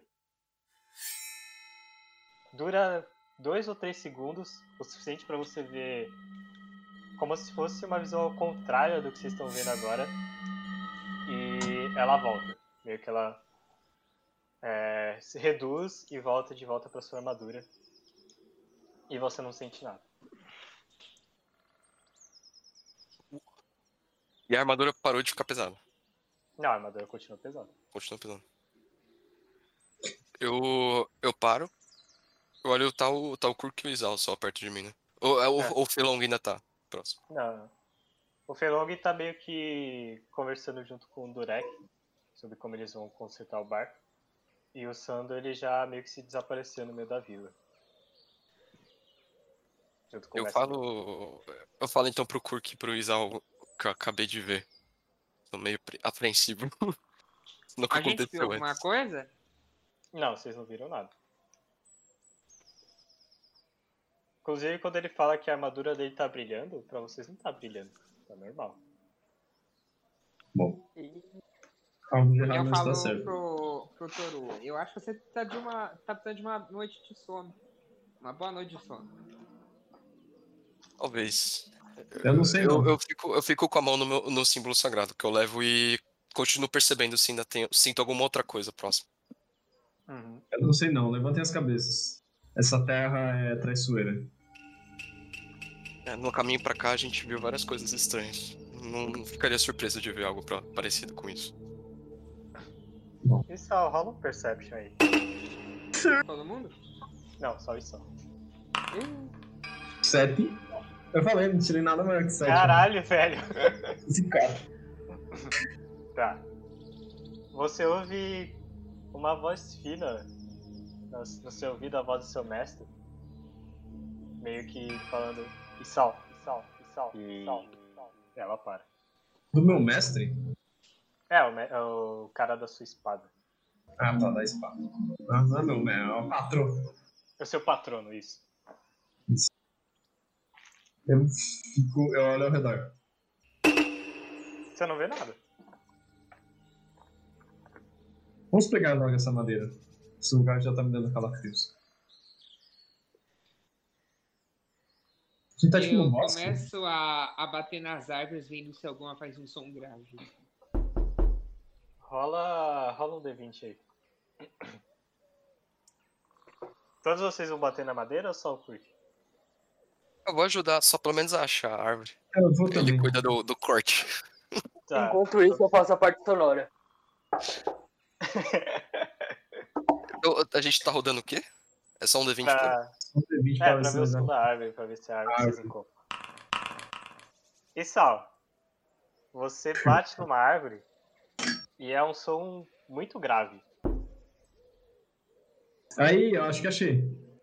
Dura dois ou três segundos, o suficiente para você ver como se fosse uma visão ao contrário do que vocês estão vendo agora. E ela volta. Meio que ela é, se reduz e volta de volta para sua armadura. E você não sente nada. E a armadura parou de ficar pesada. Não, a armadura continua pesada. Continua pesando. Eu, eu paro. Eu olho, tá o, tá o Kurk e o Izal só perto de mim, né? Ou é, o, É. o Felong ainda tá próximo. Não, não. O Felong tá meio que conversando junto com o Durek sobre como eles vão consertar o barco. E o Sando ele já meio que se desapareceu no meio da vila. Junto com o Eu mestre. falo. Eu falo então pro Kurk e pro Isao que eu acabei de ver. Tô meio pre- apreensivo. Nunca A gente viu aconteceu alguma antes. coisa? Não, vocês não viram nada. Inclusive, quando ele fala que a armadura dele tá brilhando, pra vocês não tá brilhando. Tá normal. Bom, E algo de errado Eu não está falo certo. pro, pro Toru, eu acho que você tá, de uma, tá precisando de uma noite de sono. Uma boa noite de sono. Talvez. Eu não sei, Eu, não. eu, fico, eu fico com a mão no, meu, no símbolo sagrado que eu levo e continuo percebendo se ainda tenho, sinto alguma outra coisa próxima. Uhum. Eu não sei, não. Levantem as cabeças. Essa terra é traiçoeira. É, no caminho pra cá a gente viu várias coisas estranhas. Não, não ficaria surpreso de ver algo pra- parecido com isso. E só rola um Perception aí. Todo mundo? Não, só isso. Ih, Sete. Eu falei, não tirei nada maior que sete. Caralho, velho. Esse cara. Tá. Você ouve uma voz fina no, no seu ouvido, a voz do seu mestre. Meio que falando Isal, Isal, Isal, Isal, Isal. Ela para. Do meu mestre? É, o, me- é o cara da sua espada. Ah, tá, da espada. Ah, não é meu, mestre, é o patrão. É o seu patrono, isso. Eu fico, eu olho ao redor. Você não vê nada. Vamos pegar logo essa madeira. Esse lugar já tá me dando calafrios. A gente tá tipo eu no bosque. começo a, a bater nas árvores vendo se alguma faz um som grave. Rola, rola um D vinte aí. Todos vocês vão bater na madeira ou só o Kurk? Eu vou ajudar só pelo menos a achar a árvore. Eu vou Ele também. cuida do, do corte. Tá. enquanto isso, eu faço a parte sonora. Eu- a gente tá rodando o quê? É só um D vinte pra... pra... Vamos ter vinte É, para pra ver o esse som lugar. da árvore, pra ver se é a árvore que vocês Árvore. encontram. E Sal, você bate numa árvore e é um som muito grave. Aí, eu acho que achei.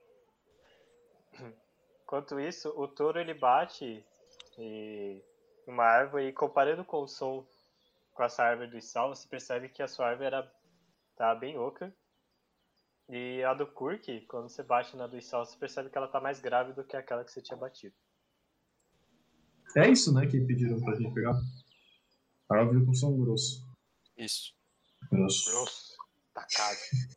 Enquanto isso, o touro ele bate e... numa árvore e comparando com o som com essa árvore do Sal, você percebe que a sua árvore era... tá bem oca. E a do Kurk, quando você bate na do Sal, você percebe que ela tá mais grave do que aquela que você tinha batido. É isso, né, que pediram pra gente pegar. A árvore com som grosso. Isso. Grosso. Grosso, tacado.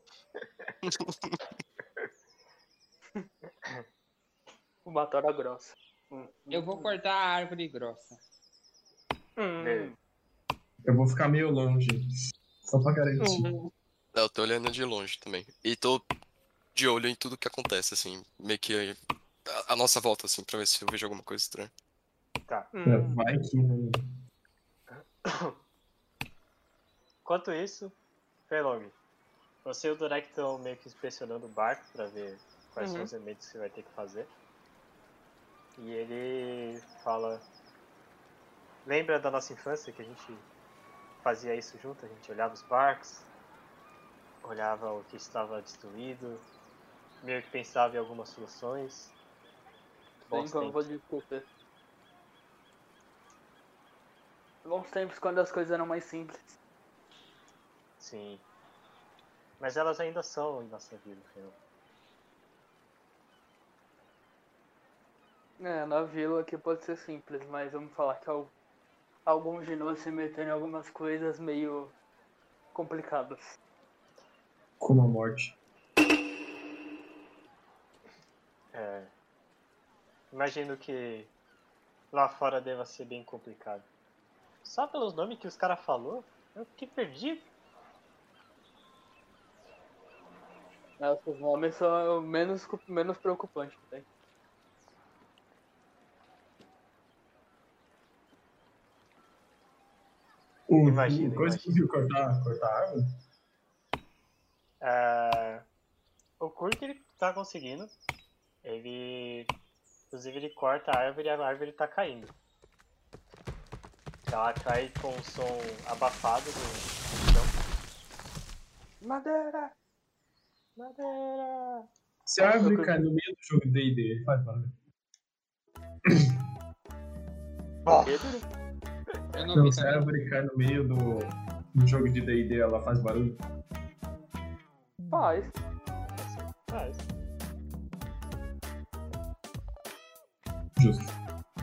Uma tora grossa. Hum. Eu vou cortar a árvore grossa. Hum. Eu vou ficar meio longe. Só pra garantir. Eu tô olhando de longe também. E tô de olho em tudo que acontece, assim. Meio que a, a nossa volta, assim, pra ver se eu vejo alguma coisa estranha. Tá. É, Hum. vai que. Né? Enquanto isso, Felong, você e o Durek estão meio que inspecionando o barco pra ver quais Uhum. são os elementos que você vai ter que fazer. E ele fala... Lembra da nossa infância que a gente fazia isso junto? A gente olhava os barcos, olhava o que estava destruído, meio que pensava em algumas soluções. Bons Então, eu vou tempos. discutir. Bons tempos quando as coisas eram mais simples. Sim. Mas elas ainda são em nossa vida, Felong. É, na vila aqui pode ser simples, mas vamos falar que al- alguns de nós se meteram em algumas coisas meio complicadas. Como a morte. É. Imagino que lá fora deva ser bem complicado. Só pelos nomes que os caras falou, eu fiquei perdido. Esses nomes são menos, cu- menos preocupantes, né? O, Imagina, o coisa imagina. que viu cortar, cortar a árvore? É, o Kurk ele tá conseguindo. Ele. Inclusive ele corta a árvore e a árvore tá caindo. Ela cai com um som abafado do, do chão. Madeira! Madeira! Se a árvore cai no meio do jogo de D e D, ele faz barulho. Eu não, Não, vi se a também. árvore cai no meio do, do jogo de D e D, ela faz barulho. Faz. Faz. Justo.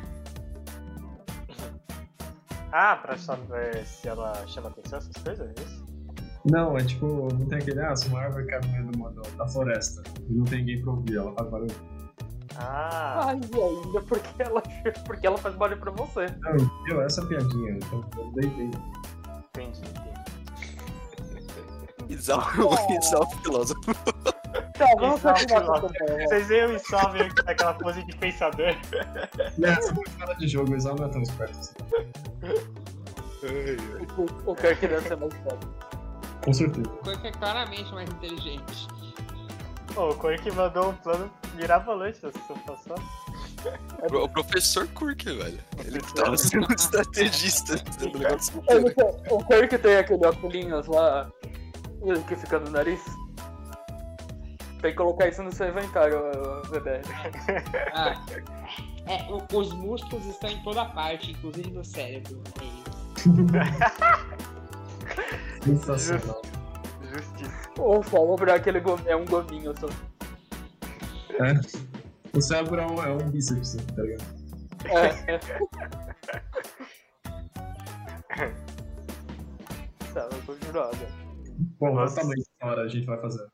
Ah, pra saber se ela chama atenção, essas coisas, é isso? Não, é tipo, não tem aquele, ah, se uma árvore cai no meio do, do, da floresta e não tem ninguém pra ouvir, ela faz barulho. Ah, Ai, ainda porque ela, porque ela faz barulho pra você. Não, entendeu? Essa é a piadinha, então eu D e D. entendi, entendi. Isal, Isal filósofo. Tá, vamos Isal, continuar com filósofo. essa Vocês veem o Isal meio que naquela pose de pensador. Né, você pode falar de jogo, o Exal não é tão esperto assim. O, o Kirk deve ser mais sério. Com certeza. Coisa que é claramente mais inteligente. Pô, o Corey que mandou um plano mirabolante nessa situação. O professor Kurk, velho. Ele tava sendo um estrategista. Dando negócio Ele tem- O Kirk tem aquele óculos lá que fica no nariz. Tem que colocar isso no seu inventário, bebê. Ah, é, o- os músculos estão em toda parte, inclusive no cérebro. É isso. Sensacional. Justiça. O cérebro é aquele gom- é um gominho só. É. O cérebro é um, é um bíceps, tá ligado? É, é. Tá, vou continuar, velho. Bom, qual o Nossa. tamanho de tora a gente vai fazer?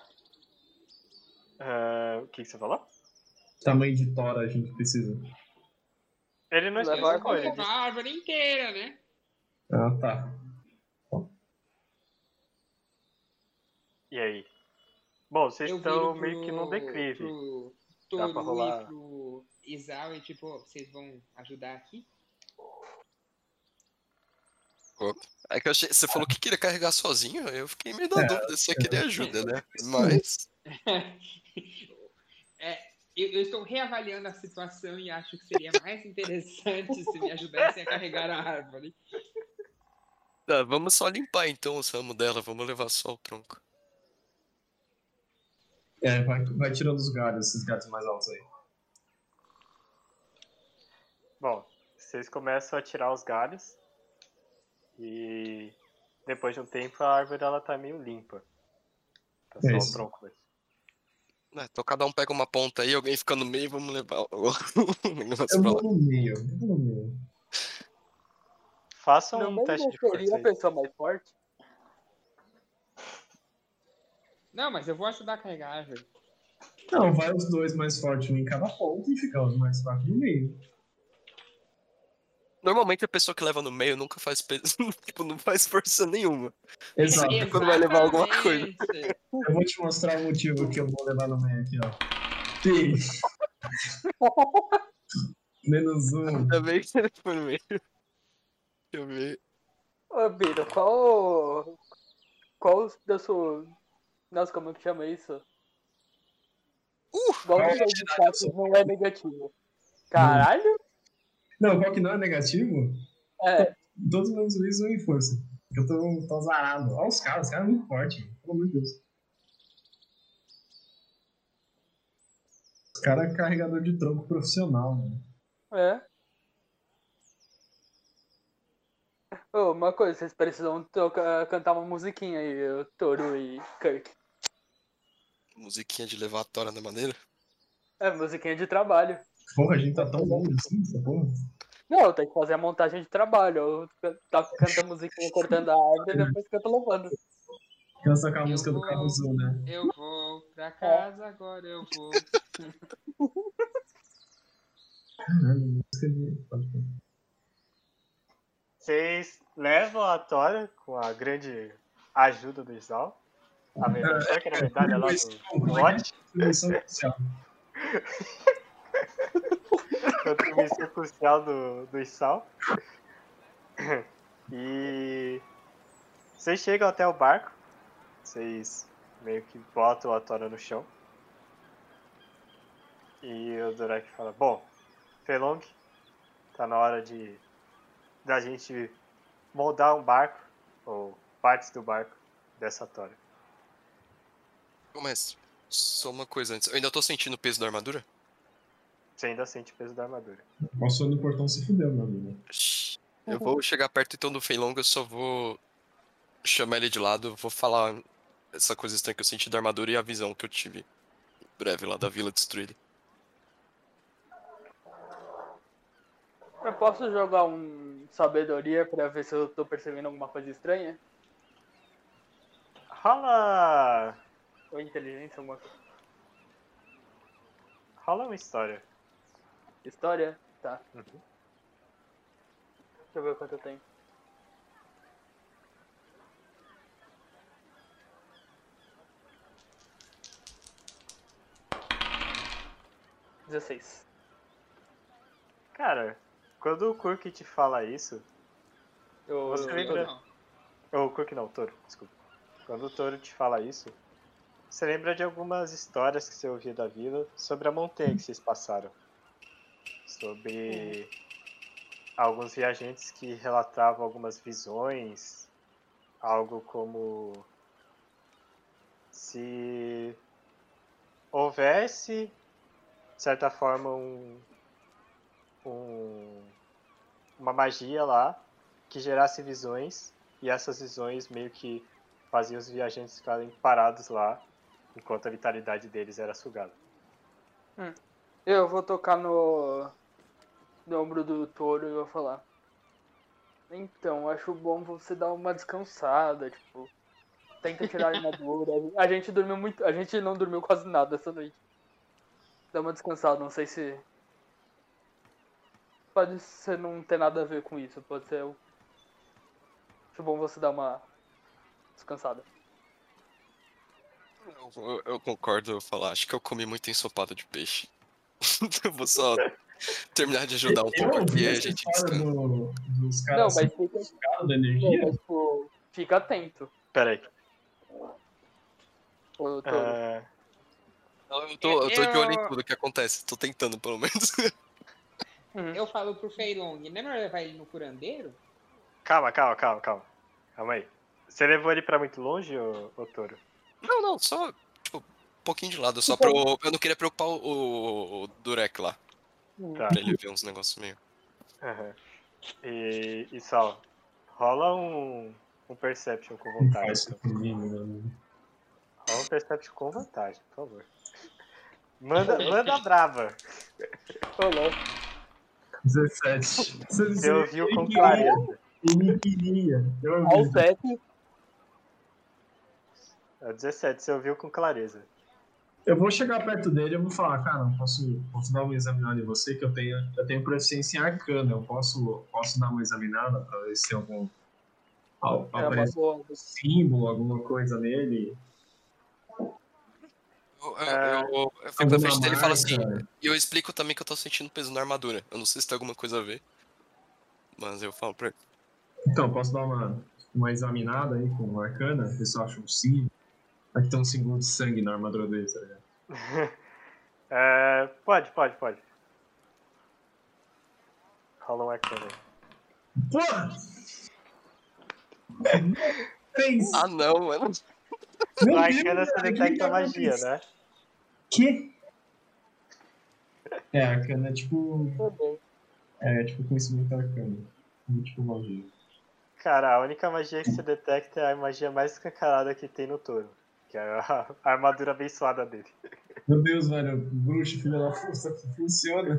Ah, o que, que você falou? Tamanho de tora a gente precisa. Ele não Leva explicou, a Vou ele levar disse. a árvore inteira, né? Ah, tá. E aí? Bom, vocês Eu estão viro meio que num declive. Pro Dá pra Toru rolar. e pro Isao e tipo, vocês vão ajudar aqui? É que eu achei, você falou que queria carregar sozinho, eu fiquei meio na É, dúvida se você queria ajuda, né? Sim. Mas. É, eu, eu estou reavaliando a situação e acho que seria mais interessante se me ajudassem a carregar a árvore. Tá, vamos só limpar então o ramo dela, vamos levar só o tronco. É, vai, vai tirando os galhos, esses galhos mais altos aí. Bom, vocês começam a tirar os galhos. E depois de um tempo a árvore ela tá meio limpa. Tá só É o isso. tronco mesmo. É, então cada um pega uma ponta aí, alguém fica no meio e vamos levar o o negócio Eu pra vou lá. no meio, eu vou no meio. Façam No um meio teste não de força seria a aí. pessoa mais forte? Não, mas eu vou ajudar a carregar a árvore. Não, vai os dois mais fortes um em cada ponta e fica os mais fracos no meio. Normalmente a pessoa que leva no meio nunca faz peso, tipo, não faz força nenhuma. Exato. Quando vai levar alguma coisa. Exatamente. Eu vou te mostrar o motivo que eu vou levar no meio aqui, ó. Sim. Menos um. Ainda bem que ele foi no meio. Deixa eu ver. Ô, Biro, qual. Qual da sua. Nossa, como é que chama isso? Uh! Qual qual dos seus destaques não é negativo? Caralho? Não, qual que não é negativo? É. Todos os meus juízes são em força. Porque eu tô, tô azarado. Olha os caras, os caras são muito fortes, mano. Pelo amor de Deus. Os caras é carregador de tronco profissional, mano. É. Ô, uma coisa, vocês precisam tocar, cantar uma musiquinha aí, o Toru e Kirk. Musiquinha de levar a tora na maneira. É, musiquinha de trabalho. Porra, a gente tá tão longe assim, essa porra. Não, tem que fazer a montagem de trabalho. Eu can- toco- canta a musiquinha cortando a árvore e depois canta levando. Quer tocar a Eu música do vou- Carrozão, né? Eu vou pra casa, agora eu vou. Caralho, música de... Pode falar. Vocês levam a Tora com a grande ajuda do Isal. A medalha, será que era a medalha lá do, do Watch? Distribuição oficial. Contribuição crucial do, do Isal. E vocês chegam até o barco. Vocês meio que botam a Tora no chão. E o Dorek fala, bom, Felong, tá na hora de da gente moldar um barco, ou partes do barco dessa Tora. Ô, mestre, só uma coisa antes. Eu ainda tô sentindo o peso da armadura? Você ainda sente o peso da armadura. Passou no portão, se fudeu, meu amigo. Eu vou chegar perto então do Feilong, eu só vou chamar ele de lado, vou falar essa coisa estranha que eu senti da armadura e a visão que eu tive breve lá da vila destruída. Eu posso jogar um sabedoria pra ver se eu tô percebendo alguma coisa estranha? Rola. Ou inteligência, alguma coisa? Rola uma história. História? Tá. Uhum. Deixa eu ver quanto eu tenho. dezesseis. Cara, quando o Kurk te fala isso, Eu, você eu- lembra. Não. Oh, o Kurk não, o Toro, desculpa. Quando o Toro te fala isso, você lembra de algumas histórias que você ouvia da vila sobre a montanha que vocês passaram. Sobre alguns viajantes que relatavam algumas visões, algo como se houvesse, de certa forma, um, um- uma magia lá que gerasse visões, e essas visões meio que faziam os viajantes ficarem parados lá, enquanto a vitalidade deles era sugada. Eu vou tocar no, no ombro do touro e vou falar. Então, acho bom você dar uma descansada, tipo. Tenta tirar a armadura. A gente dormiu muito. A gente não dormiu quase nada essa noite. Dá uma descansada, não sei se. Pode ser não ter nada a ver com isso, pode ser. o- Acho bom você dar uma descansada. Eu, eu- eu concordo, eu falar, acho que eu comi muito ensopado de peixe. Eu vou só terminar de ajudar um Eu pouco ouvi aqui e a essa gente história descansa. do, dos Não, caras mas sendo fica. sugados da Não, energia. mas tipo, fica atento, Pera aí. ô touro. ah, Eu eu tô, eu tô de olho em Eu- tudo que acontece, tô tentando pelo menos. Uhum. Eu falo pro Feilong, não é melhor levar ele no curandeiro? calma, calma, calma, calma. Calma aí. Você levou ele pra muito longe, ô, ô Toro? Não, não, só, tipo, um pouquinho de lado, só pro... Eu não queria preocupar o, o, o Durek lá, Tá. pra ele ver uns negócios meio... Aham. E, e Sal, rola um, um Perception com Não vontade. faz isso Então. comigo, meu amigo. Rola um Perception com vantagem, por favor. Manda, manda brava. Ô, louco. dezessete. Você, Você ouviu com queria, clareza. Ele queria. Eu Ao ouvi. sete. É dezessete, você ouviu com clareza. Eu vou chegar perto dele e eu vou falar, cara, posso, posso dar uma examinada em você, que eu tenho, eu tenho proficiência em arcana. Eu posso, posso dar uma examinada pra ver se tem algum. al- É uma Aparece boa. um símbolo, alguma coisa nele. Eu, eu, É. eu, eu fico na Alguma frente dele e falo assim, marca. e eu explico também que eu tô sentindo peso na armadura. Eu não sei se tem alguma coisa a ver, mas eu falo pra ele. Então, posso dar uma, uma examinada aí com arcana, ver se eu acho um símbolo. Aqui tem um símbolo de sangue na armadura dele, tá ligado? É, pode, pode, pode. Rola um arcana aí. Porra! Fez! Ah não, mano. Meu No Deus, arcana você cara, que detecta que magia, aconteceu? né? Que? É, arcana é tipo. É tipo conhecimento arcano. Não tipo magia. Cara, a única magia que você detecta é a magia mais escancarada que tem no touro. Que é a, a armadura abençoada dele. Meu Deus, velho, bruxo, filho da força, funciona.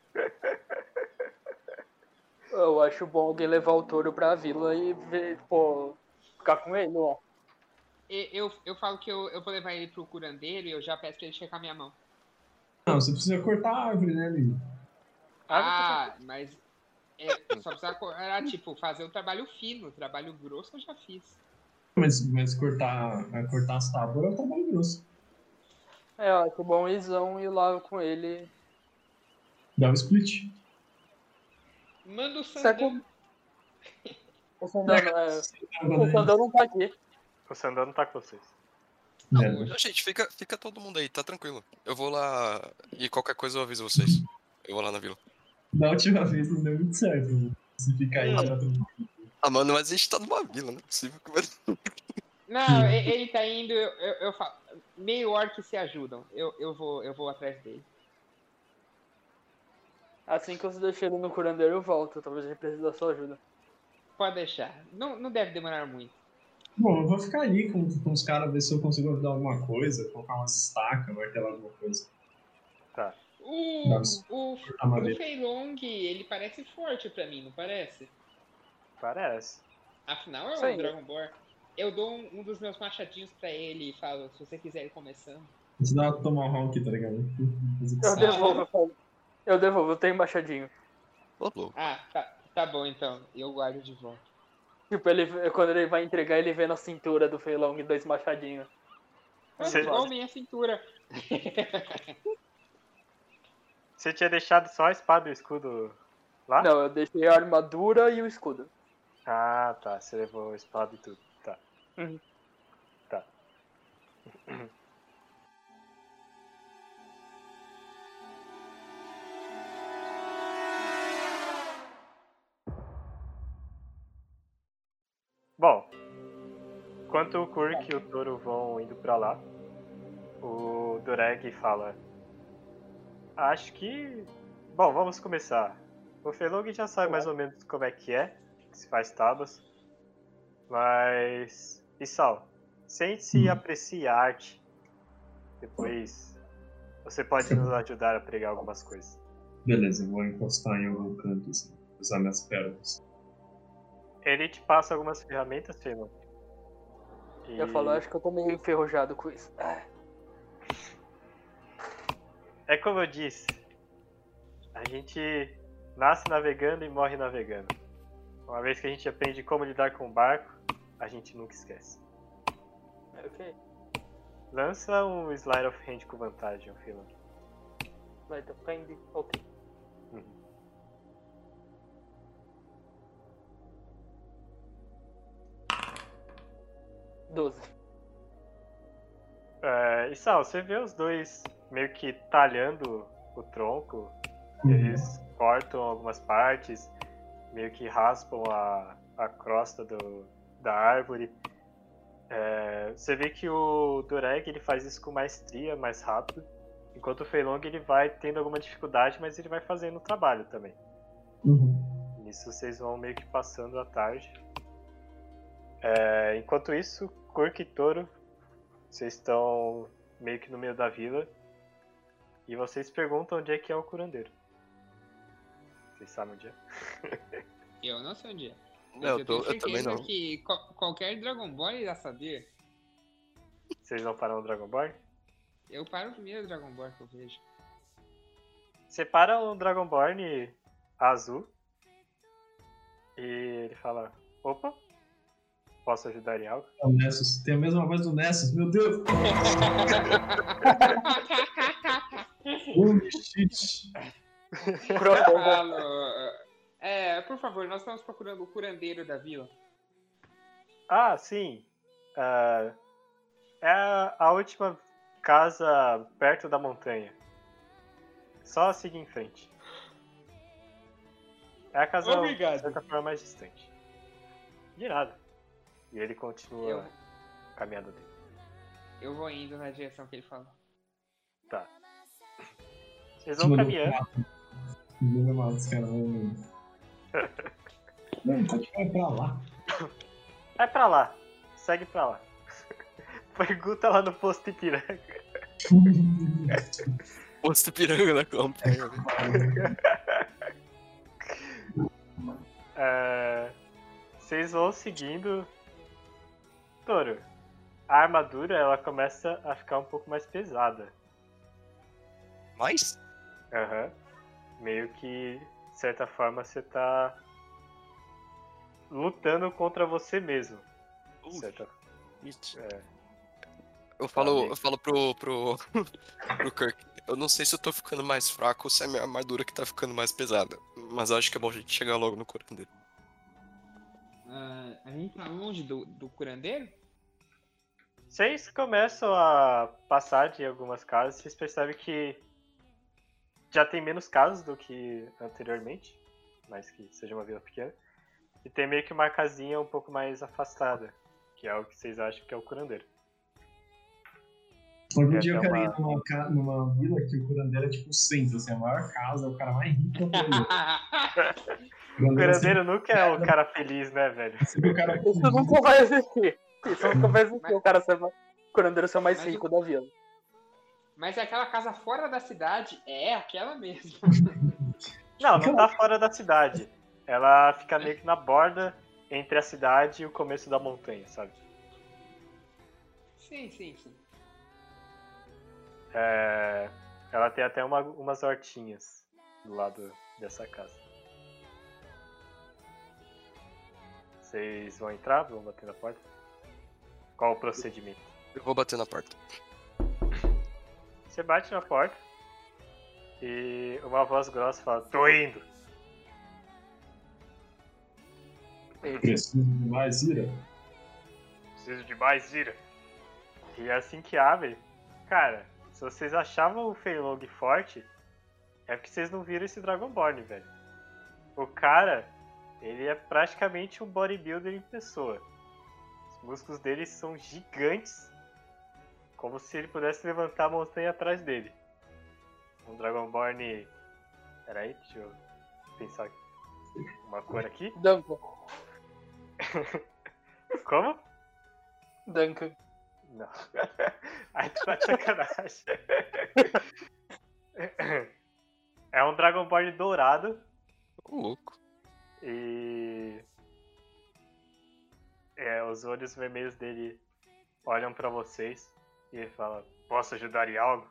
Eu acho bom alguém levar o touro pra vila e ver, pô, ficar com ele, ó. E- Eu, eu falo que eu, eu vou levar ele pro curandeiro e eu já peço pra ele checar minha mão. Não, você precisa cortar a árvore, né, amigo? Ah, mas é, só precisa co- ah, tipo, fazer o trabalho fino, o trabalho grosso eu já fiz. Mas, mas cortar, cortar as tábuas é um trabalho grosso. É, eu acho bom o Izão ir lá com ele. Dá um split. Manda o Seco. Sandão. O Sandão, é, o Sandão não tá aqui. O Sandão não tá com vocês. Não, É. não, gente, fica, fica todo mundo aí, tá tranquilo. Eu vou lá e qualquer coisa eu aviso vocês. Eu vou lá na vila. Da última vez não deu muito certo. Né? Se ficar aí, tá tudo. Ah, mano, mas a gente tá numa vila, não é possível que vai... Não, e- ele tá indo, eu, eu, eu falo. Meio orc se ajudam. Eu, eu, vou, eu vou atrás dele. Assim que você deixar ele no curandeiro, eu volto. Talvez ele precise da sua ajuda. Pode deixar. Não, não deve demorar muito. Bom, eu vou ficar ali com, com os caras, ver se eu consigo ajudar alguma coisa, colocar umas estacas, martelar alguma coisa. Tá. O, Vamos. o, A o madeira. Feilong, ele parece forte pra mim, não parece? Parece. Afinal, é Isso aí. um Dragonborn. Eu dou um, um dos meus machadinhos pra ele e falo, se você quiser ir começando. Você dá uma Tomahawk, tá ligado? Eu Ah. devolvo, eu falo. Eu devolvo, eu tenho embaixadinho. Ô, louco. Ah, tá, tá bom então. Eu guardo de volta. Tipo, ele, quando ele vai entregar, ele vê na cintura do Feilong dois machadinhos. É Você- igual minha cintura. Você tinha deixado só a espada e o escudo lá? Não, eu deixei a armadura e o escudo. Ah, tá. Você levou a espada e tudo. Tá. Uhum. Tá. Bom, enquanto o Kurk e o Toro vão indo pra lá, o Dureg fala: Acho que. Bom, vamos começar. O Felog já sabe mais ou menos como é que é, que se faz tábuas. Mas. Issal, sente-se e aprecie a arte. Depois você pode nos ajudar a pregar algumas coisas. Beleza, eu vou encostar em algum canto, assim, usar minhas pernas. Ele te passa algumas ferramentas, Felog. E... Eu falo, acho que eu tô meio enferrujado com isso. Ah, É como eu disse, a gente nasce navegando e morre navegando. Uma vez que a gente aprende como lidar com o barco, a gente nunca esquece. ok. Lança um Slide of Hand com vantagem, Felog. Vai, depende. Ok. doze. É, e Sal, você vê os dois meio que talhando o tronco, eles cortam algumas partes, meio que raspam a, a crosta do, da árvore. É, você vê que o Dureg ele faz isso com maestria, mais rápido, enquanto o Feilong ele vai tendo alguma dificuldade, mas ele vai fazendo o trabalho também. Uhum. Nisso vocês vão meio que passando a tarde. É, enquanto isso, Kurk e Toro, vocês estão meio que no meio da vila e vocês perguntam onde é que é o curandeiro. Vocês sabem onde é? Eu não sei onde é. Mas Não, eu, eu tô, tenho eu também certeza não. que qual- qualquer Dragon Ball irá saber. Vocês vão parar no Dragon Ball? Eu paro o primeiro Dragon Ball que eu vejo. Você para um Dragonborn azul e ele fala: Opa, posso ajudar em algo? É o Nessus, tem a mesma voz do Nessus, meu Deus! Holy shit! Eu falo, é, por favor, nós estamos procurando o curandeiro da vila. Ah, sim. Ah, é a, a última casa perto da montanha. Só seguir em frente. É a casa Obrigado. de certa forma mais distante. De nada. E ele continua Eu, a caminhada dele. eu vou indo na direção que ele falou. Tá. Vocês vão caminhando. Não mal, os caras vão. Não, pode ir pra lá. Vai pra lá. Segue pra lá. Pergunta lá no posto Ipiranga. Posto piranga na campanha. É, vocês vão seguindo. Toro, a armadura ela começa a ficar um pouco mais pesada. Mas? Aham. Meio que, de certa forma, você tá lutando contra você mesmo. De Ui. certa... It. É. Eu falo, Tá, eu falo pro, pro, pro Kirk. Eu não sei se eu tô ficando mais fraco ou se é a minha armadura que tá ficando mais pesada. Mas eu acho que é bom a gente chegar logo no curandeiro. Ah, a gente tá longe do, do curandeiro? Vocês começam a passar de algumas casas, vocês percebem que já tem menos casas do que anteriormente, mas que seja uma vila pequena. E tem meio que uma casinha um pouco mais afastada. que é o que vocês acham que é o curandeiro. Algum dia eu Essa é quero ir uma- numa, ca- numa vila que o curandeiro é tipo o centro, assim, a maior casa, o cara mais rico é o curandeiro. O curandeiro nunca é o cara feliz, né, velho? sempre o cara Isso nunca vai existir. Isso nunca vai existir. Mas- O cara ser, o curandeiro ser o mais Mas rico da vila. Mas é aquela casa fora da cidade, é aquela mesmo. Não, não tá fora da cidade. Ela fica meio que na borda entre a cidade e o começo da montanha, sabe? Sim, sim, sim. É, ela tem até uma- umas hortinhas do lado dessa casa. Vocês vão entrar? Vão bater na porta? Qual o procedimento? Eu vou bater na porta. Você bate na porta e uma voz grossa fala: tô indo! Preciso de mais ira. Preciso de mais ira. E assim que abre, cara, se vocês achavam o Feilong forte, é porque vocês não viram esse Dragonborn, velho. O cara, ele é praticamente um bodybuilder em pessoa. Os músculos dele são gigantes, como se ele pudesse levantar a montanha atrás dele. Um Dragonborn... Peraí, deixa eu pensar uma cor aqui. Duncan. Como? Duncan. Não. Aí tu tá de sacanagem. É um Dragonborn dourado Ô, louco. e é, os olhos vermelhos dele olham pra vocês e ele fala: posso ajudar em algo?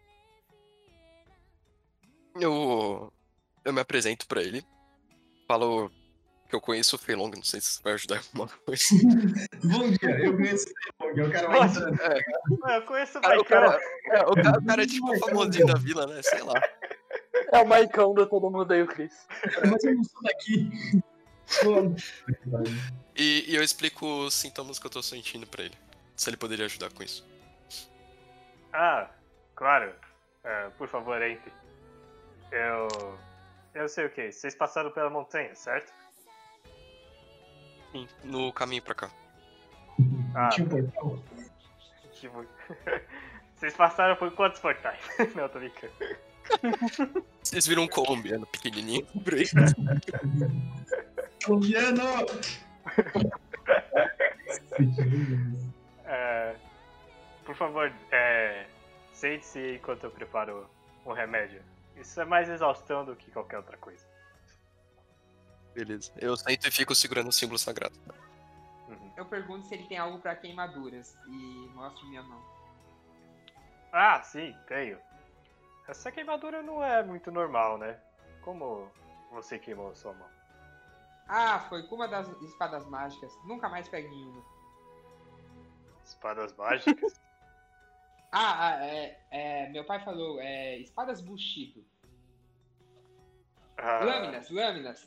Eu. Eu me apresento pra ele. Falo que eu conheço o Feilong, não sei se isso vai ajudar em alguma coisa. Bom dia, eu conheço o Feilong, o cara vai Nossa. entrando. Ah, eu conheço o Cara, o, Maicão. cara, é, o, cara, o cara é tipo o famosinho da vila, né? Sei lá. É o Maicão do Todo Mundo aí, o Chris. Mas eu não sou daqui. Mano. E, e eu explico os sintomas que eu tô sentindo pra ele. Se ele poderia ajudar com isso. Ah, claro. Ah, por favor, entre. Eu. Eu sei o que. Vocês passaram pela montanha, certo? Sim, no caminho pra cá. Ah, Tinha um portal. tipo. Vocês passaram por quantos portais? Não, tô brincando. Vocês viram um colombiano pequenininho por aí. Colombiano! É, por favor, é, sente-se enquanto eu preparo um remédio. Isso é mais exaustão do que qualquer outra coisa. Beleza. Eu sento e fico segurando o símbolo sagrado. Uhum. Eu pergunto se ele tem algo pra queimaduras e mostro minha mão. Ah, sim, tenho. Essa queimadura não é muito normal, né? Como você queimou sua mão? Ah, foi com uma das espadas mágicas. Nunca mais pegue nenhuma. Espadas mágicas? Ah, ah, é, é, meu pai falou, é, espadas Bushido. Ah, Lâminas, lâminas.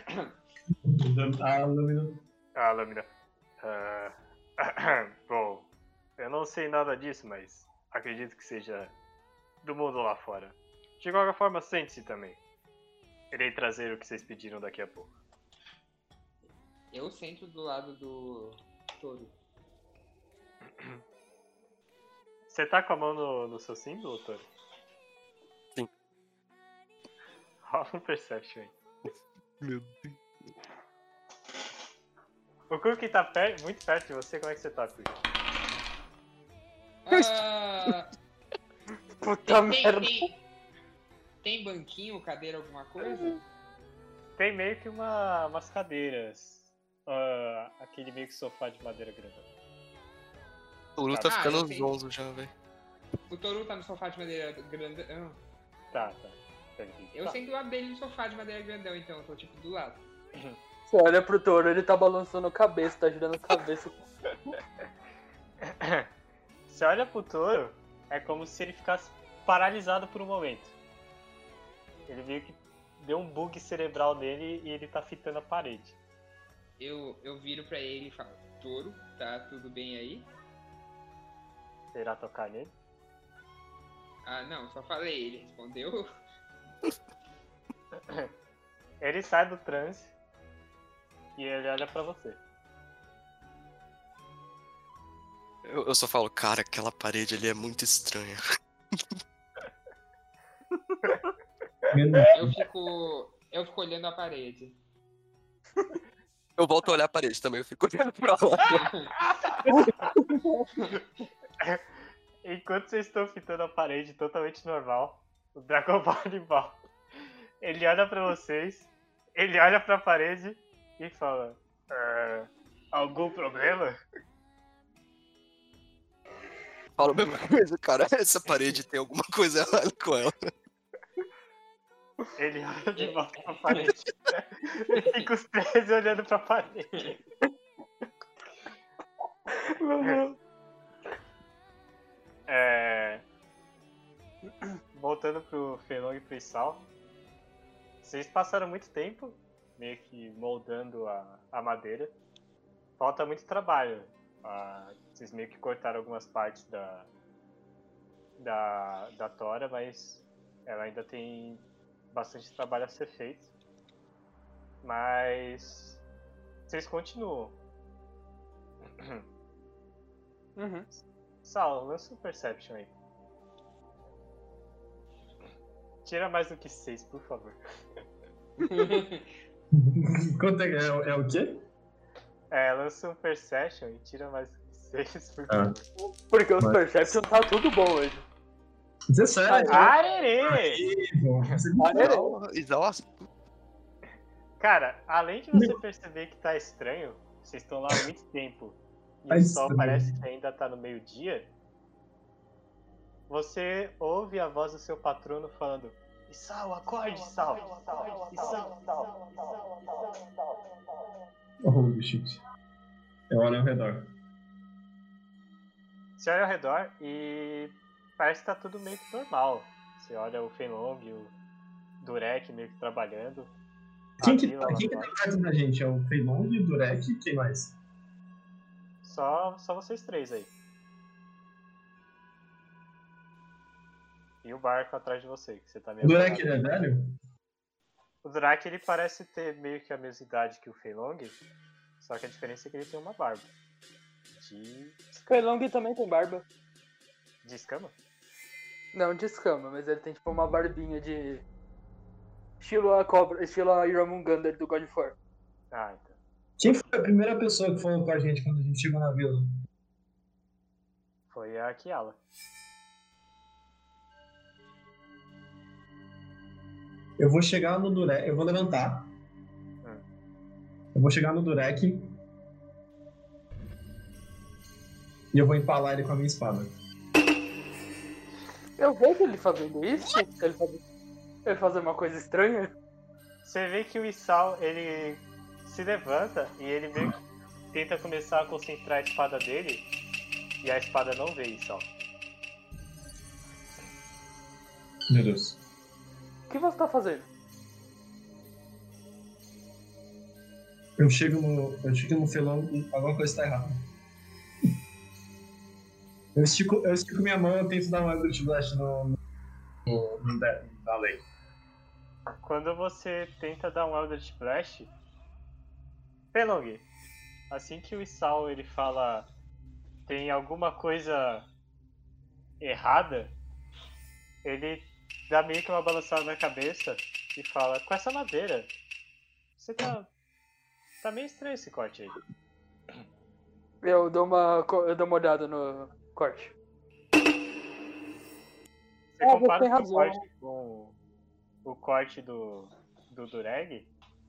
A lâmina. Ah, lâmina. Ah, bom, eu não sei nada disso, mas acredito que seja do mundo lá fora. De qualquer forma, sente-se também. Irei trazer o que vocês pediram daqui a pouco. Eu sento do lado do touro. Você tá com a mão no, no seu símbolo, Toro? Sim. Rola um Perception aí. Meu Deus. O Cookie tá per- muito perto de você, como é que você tá, Cookie? Ah, Puta tem, merda. tem, tem banquinho, cadeira, alguma coisa? Tem meio que uma, umas cadeiras. ah, aquele meio que sofá de madeira grande. O Lu tá Ah, ficando eu uns tenho. onze já, velho. O touro tá no sofá de madeira grandão. Tá, tá. Entendi. Eu Tá. sento do lado dele no sofá de madeira grandão, então eu tô tipo do lado. Você olha pro touro, ele tá balançando a cabeça, tá girando a cabeça. Você olha pro touro, é como se ele ficasse paralisado por um momento. Ele meio que deu um bug cerebral nele e ele tá fitando a parede. Eu, eu viro pra ele e falo, touro, tá tudo bem aí? Você irá tocar nele? Ah, não, só falei, ele respondeu. Ele sai do transe e ele olha pra você. Eu, eu só falo, cara, aquela parede ali é muito estranha. Eu fico. Eu fico olhando a parede. Eu volto a olhar a parede também, eu fico olhando pra lá. Enquanto vocês estão fitando a parede totalmente normal, o Dragon Ball Animal, ele olha pra vocês, ele olha pra parede e fala: "Ah, algum problema?" Falo a mesma coisa, cara. Essa parede tem alguma coisa errada com ela. Ele olha de volta pra parede. E fica os três olhando pra parede. Meu Deus. É... Voltando pro Fenong e pro Isao. Vocês passaram muito tempo meio que moldando a, a madeira. Falta muito trabalho. Ah, vocês meio que cortaram algumas partes da, da, da tora, mas ela ainda tem bastante trabalho a ser feito. Mas vocês continuam. Uhum. Sal, lança um Perception aí. Tira mais do que seis, por favor. Quanto é, é, é o quê? É, lança um Perception e tira mais do que seis, por Ah. favor. Porque os Mas- Perception tá tudo bom hoje. dezessete. Arerê! Bom, você- Isao, Cara, além de você perceber que tá estranho, vocês estão lá há muito tempo e Tá o sol estranho. parece que ainda tá no meio-dia, você ouve a voz do seu patrono falando: Isao, acorde, Isao! Isao! Oh, shit. Eu olho ao redor. Você olha ao redor e parece que tá tudo meio que normal. Você olha o Fenlong e o Durek meio que trabalhando. Quem A que, vila lá quem que fora. tá perto da gente? É o Feilong, o Durek e quem mais? Só, só vocês três aí. E o barco atrás de você, que você tá O meio Durek apagado. ele é velho? O Durek, ele parece ter meio que a mesma idade que o Fenlong, só que a diferença é que ele tem uma barba. De, Kailong também tem barba. de escama? Não de escama, mas ele tem tipo uma barbinha de. Estilo a cobra, estilo a Iramungander do God of War. Ah, então. Quem foi a primeira pessoa que falou com a gente quando a gente chegou na vila? Foi a Kiala. Eu vou chegar no Durek, eu vou levantar. Hum. Eu vou chegar no Durek. E eu vou empalar ele com a minha espada. Eu vejo ele fazendo isso, ele fazer, ele fazer uma coisa estranha. Você vê que o Isao, ele se levanta e ele meio que tenta começar a concentrar a espada dele, e a espada não vê Isao. Meu Deus. O que você tá fazendo? Eu chego no. Eu chego no felão e alguma coisa tá errada. Eu estico, eu estico minha mão e eu tento dar um Eldritch Blast no. no. no, no da, da lei. Quando você tenta dar um Eldritch Blast, Pelong, assim que o Isao ele fala tem alguma coisa errada, ele dá meio que uma balançada na cabeça e fala: com essa madeira, você tá. tá meio estranho esse corte aí. Eu dou uma, co- eu dou uma olhada no corte. Você Ah, compara você tem o seu razão. corte com o corte do, do Dureg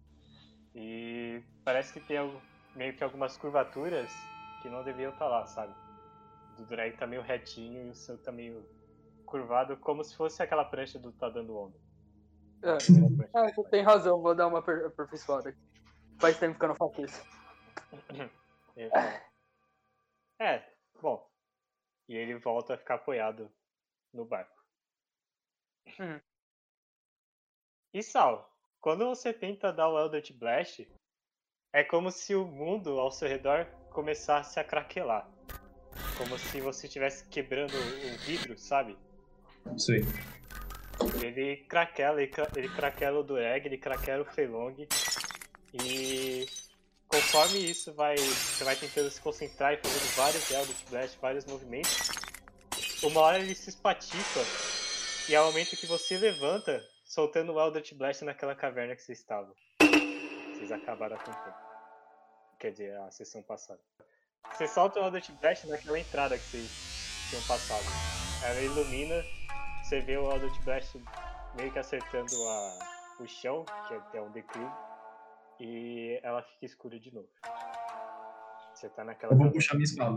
e parece que tem al- meio que algumas curvaturas que não deviam estar lá, sabe? O do Dureg tá meio retinho e o seu tá meio curvado, como se fosse aquela prancha do Tá Dando Onda. É. A primeira prancha. Ah, você tem razão, vou dar uma aper- aperfeiçoada aqui. Faz tempo que eu não faço isso. Ele fala, É, bom. E ele volta a ficar apoiado no barco. Hum. E Sal, quando você tenta dar o Eldritch Blast, é como se o mundo ao seu redor começasse a craquelar. Como se você estivesse quebrando o vidro, sabe? Sei. Ele craquela, ele, cra- ele craquela o Dureg, ele craquela o Feilong. E conforme isso vai, você vai tentando se concentrar e fazendo vários Eldritch Blast, vários movimentos, uma hora ele se espatifa e é o momento que você levanta, soltando o Eldritch Blast naquela caverna que vocês estavam. Vocês acabaram a campanha. Quer dizer, a sessão passada. Você solta o Eldritch Blast naquela entrada que vocês tinham passado. Ela ilumina, você vê o Eldritch Blast meio que acertando a, o chão, que é um declive, e ela fica escura de novo. Você tá naquela... Eu vou puxar minha espada.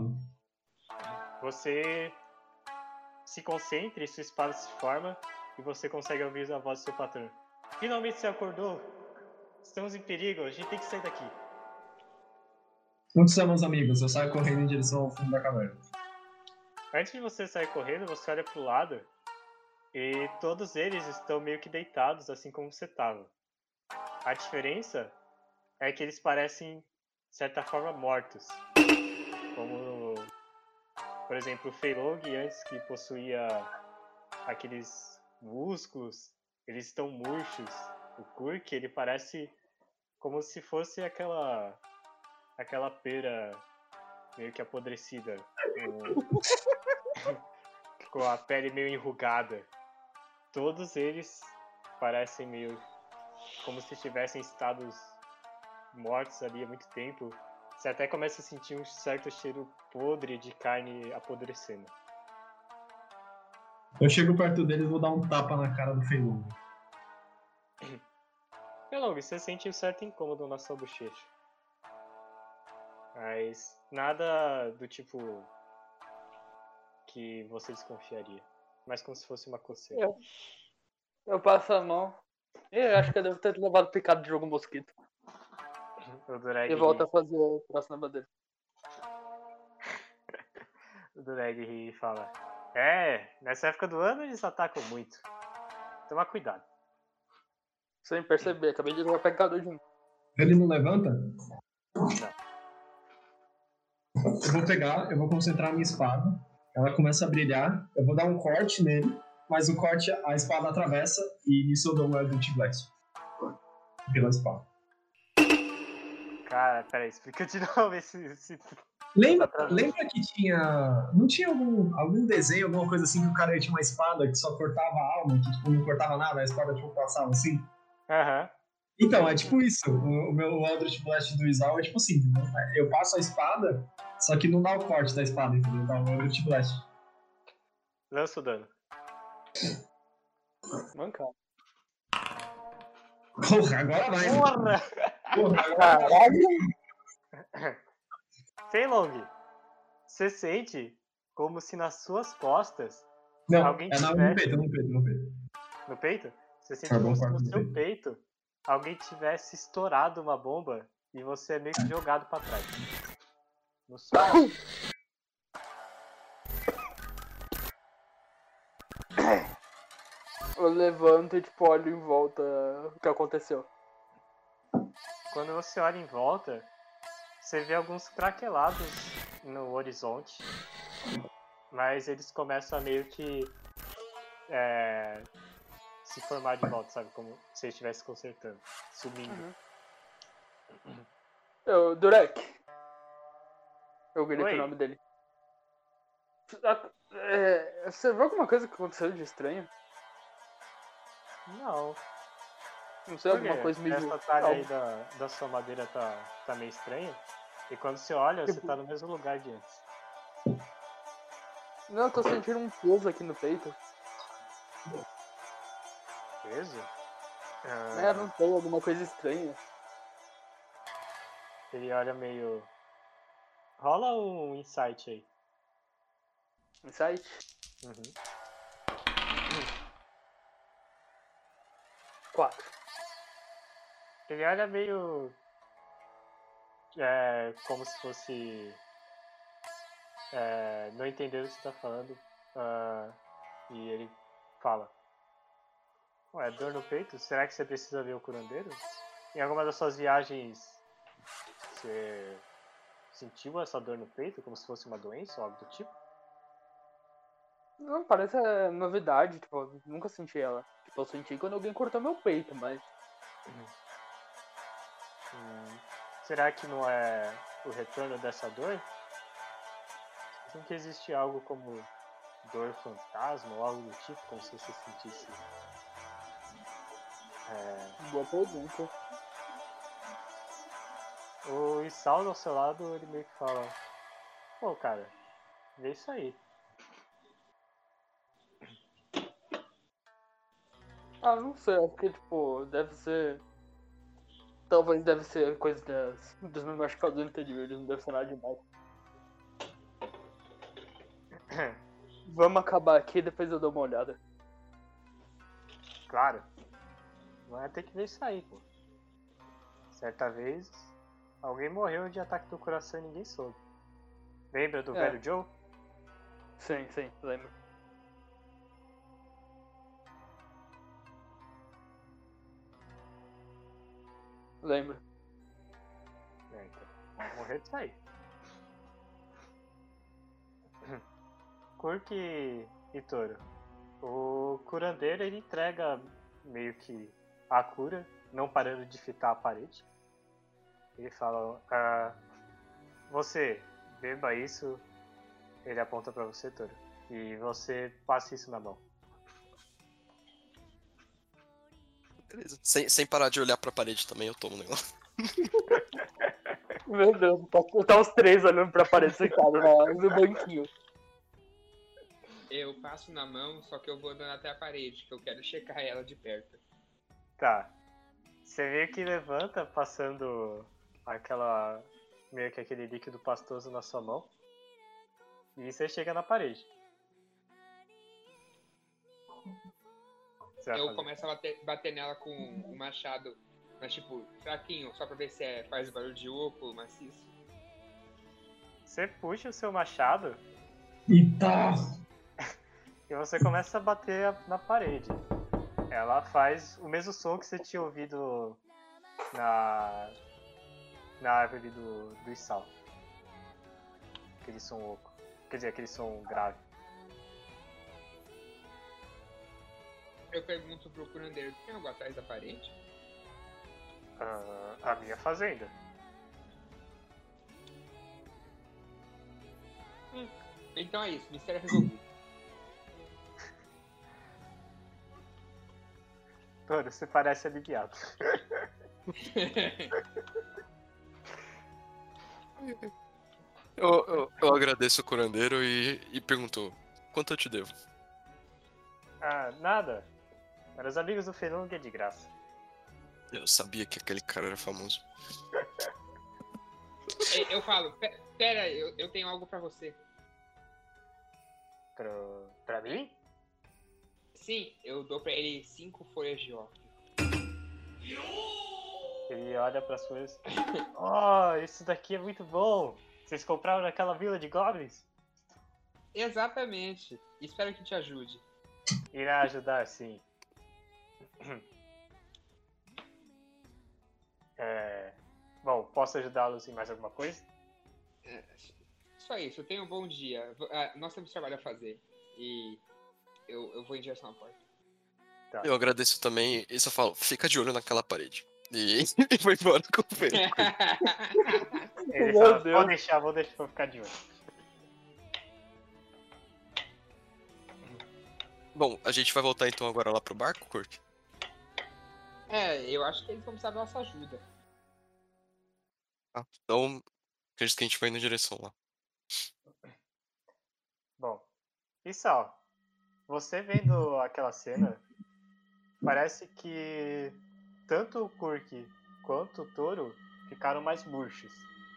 Você se concentra e sua espada se forma e você consegue ouvir a voz do seu patrão. Finalmente você acordou. Estamos em perigo, a gente tem que sair daqui. Onde são meus amigos? Eu saio correndo em direção ao fundo da caverna. Antes de você sair correndo, você olha pro lado e todos eles estão meio que deitados, assim como você estava. A diferença é que eles parecem, de certa forma, mortos. Como, por exemplo, o Feilong, antes que possuía aqueles músculos, eles estão murchos. O Kurk, ele parece como se fosse aquela aquela pera meio que apodrecida, com, com a pele meio enrugada. Todos eles parecem meio como se tivessem estados mortos ali há muito tempo. Você até começa a sentir um certo cheiro podre de carne apodrecendo. Eu chego perto deles e vou dar um tapa na cara do Feilong. Feilong, você sente um certo incômodo na sua bochecha. Mas nada do tipo que você desconfiaria. Mas como se fosse uma coceira. Eu, eu passo a mão. Eu acho que eu devo ter levado picado de algum mosquito. O Dureg E volta a fazer a próxima dele. O Dureg ri e fala: É, nessa época do ano eles atacam muito. Toma cuidado. Sem perceber, acabei de levar picado de um. Ele não levanta? Não. Eu vou pegar, eu vou concentrar a minha espada. Ela começa a brilhar. Eu vou dar um corte nele, mas o corte, a espada atravessa e nisso eu dou um Eldritch Blast. Pela espada. Cara, peraí, explica de novo esse... esse... Lembra, lembra que tinha... Não tinha algum, algum desenho, alguma coisa assim que o cara tinha uma espada que só cortava a alma, que tipo, não cortava nada, a espada tipo passava assim? Aham. Uhum. Então, é tipo isso. O, o meu Eldritch Blast do Isao é tipo assim, entendeu? Eu passo a espada, só que não dá o corte da espada, entendeu? Dá o Eldritch Blast. Lança o dano. Mancado. Porra, agora vai. Porra! Porra, agora vai. Feilong, você sente como se nas suas costas não, alguém é tivesse... no peito, no peito, no peito. No peito? Você sente Carbon como se no no seu peito. peito alguém tivesse estourado uma bomba e você é meio que jogado pra trás. No solo. Eu levanto e tipo, olho em volta o que aconteceu. Quando você olha em volta, você vê alguns craquelados no horizonte, mas eles começam a meio que é, se formar de volta, sabe? Como se eles estivessem consertando, sumindo. Uhum. Eu, Durek. Eu grito Oi. o nome dele. É, você viu alguma coisa que aconteceu de estranho? Não. Não sei, Por quê? alguma coisa meio... Essa talha aí da, da sua madeira tá, tá meio estranha. E quando você olha, você tá no mesmo lugar de antes. Não, eu tô sentindo um peso aqui no peito. Peso? Ah, É, não sei, alguma coisa estranha. Ele olha meio... Rola um insight aí. Insight? Uhum. Quatro. Ele olha meio... É, como se fosse... É, não entendendo o que você tá falando. Ah, e ele fala... Ué, dor no peito? Será que você precisa ver o curandeiro? Em alguma das suas viagens... Você... sentiu essa dor no peito? Como se fosse uma doença ou algo do tipo? Não, parece é, novidade, tipo, eu nunca senti ela. Tipo, eu senti quando alguém cortou meu peito, mas... Hum. Será que não é o retorno dessa dor? Tem que existe algo como dor fantasma ou algo do tipo, como se você sentisse. É... Boa pergunta. O Isal ao seu lado, ele meio que fala: pô, cara, vê isso aí. Ah, não sei, acho que tipo, deve ser. Talvez deve ser coisa das, dos meus machucados anteriores, não deve ser nada demais. Vamos acabar aqui e depois eu dou uma olhada. Claro. Vai ter que ver isso aí, pô. Certa vez, alguém morreu de ataque do coração e ninguém soube. Lembra do É. velho Joe? Sim, sim, lembro. Lembro. É, então. Vai morrer disso aí. Kurk e, e Toro. O curandeiro, ele entrega meio que a cura, não parando de fitar a parede. Ele fala: ah, você, beba isso. Ele aponta pra você, Toro. E você passa isso na mão. Beleza. Sem, sem parar de olhar pra parede também, eu tomo o negócio. Meu Deus, tá, tá os três olhando pra parede sentado na- no banquinho. Eu passo na mão, só que eu vou andando até a parede, que eu quero checar ela de perto. Tá. Você meio que levanta, passando aquela. meio que aquele líquido pastoso na sua mão. E você chega na parede. Você vai Eu fazer? começo a bater, bater nela com o machado, mas tipo, fraquinho, só pra ver se é, faz barulho de oco, maciço. Você puxa o seu machado Eita! e você começa a bater a- na parede. Ela faz o mesmo som que você tinha ouvido na. na árvore do, do Isal. Aquele som oco. Quer dizer, aquele som grave. Eu pergunto pro curandeiro, tem algo atrás da parede? Ah, a minha fazenda. Então é isso, mistério resolvido. Toro, você parece aliviado. Eu, eu, eu agradeço o curandeiro e, e perguntou: quanto eu te devo? Ah, nada. Para os amigos do Fenung é de graça. Eu sabia que aquele cara era famoso. Eu- Eu falo, "Pe- pera, eu, eu tenho algo pra você. Pro... Pra mim? Sim, eu dou pra ele cinco folhas de ópio. Ele olha pras folhas. Oh, isso daqui é muito bom. Vocês compraram naquela vila de goblins? Exatamente. Espero que te ajude. Irá ajudar, sim. É... Bom, posso ajudá-los em mais alguma coisa? É, só isso, tenha um bom dia. V- ah, nós temos trabalho a fazer. E eu, eu vou em direção à porta. Tá. Eu agradeço também e só falo: fica de olho naquela parede. E, e vou embora com o Fênix. Ele Meu fala, Deus. vou deixar, vou deixar pra ficar de olho. Bom, a gente vai voltar então agora lá pro barco, Kurt? É, eu acho que eles vão precisar da nossa ajuda. Ah, então, acredito que a gente vai indo em direção lá. Bom, e Sal, você vendo aquela cena, parece que tanto o Kurk quanto o Toro ficaram mais murchos.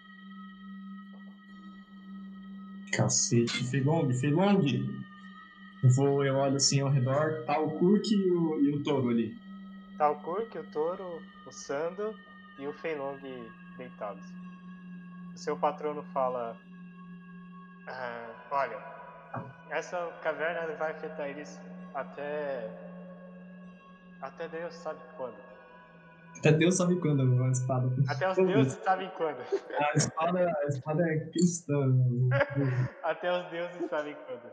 Cacete, Fegong, Fegong. Eu vou, eu olho assim ao redor, tá o Kurk e o, e o touro ali. Tá o Kurk, o Toro, o Sando e o Fenlong deitados. O seu patrono fala: ah, olha, essa caverna vai afetar eles até. até Deus sabe quando. Até Deus sabe quando a espada. Até os Meu deuses Deus. sabem quando. A espada, a espada é cristã. Até os deuses sabem quando.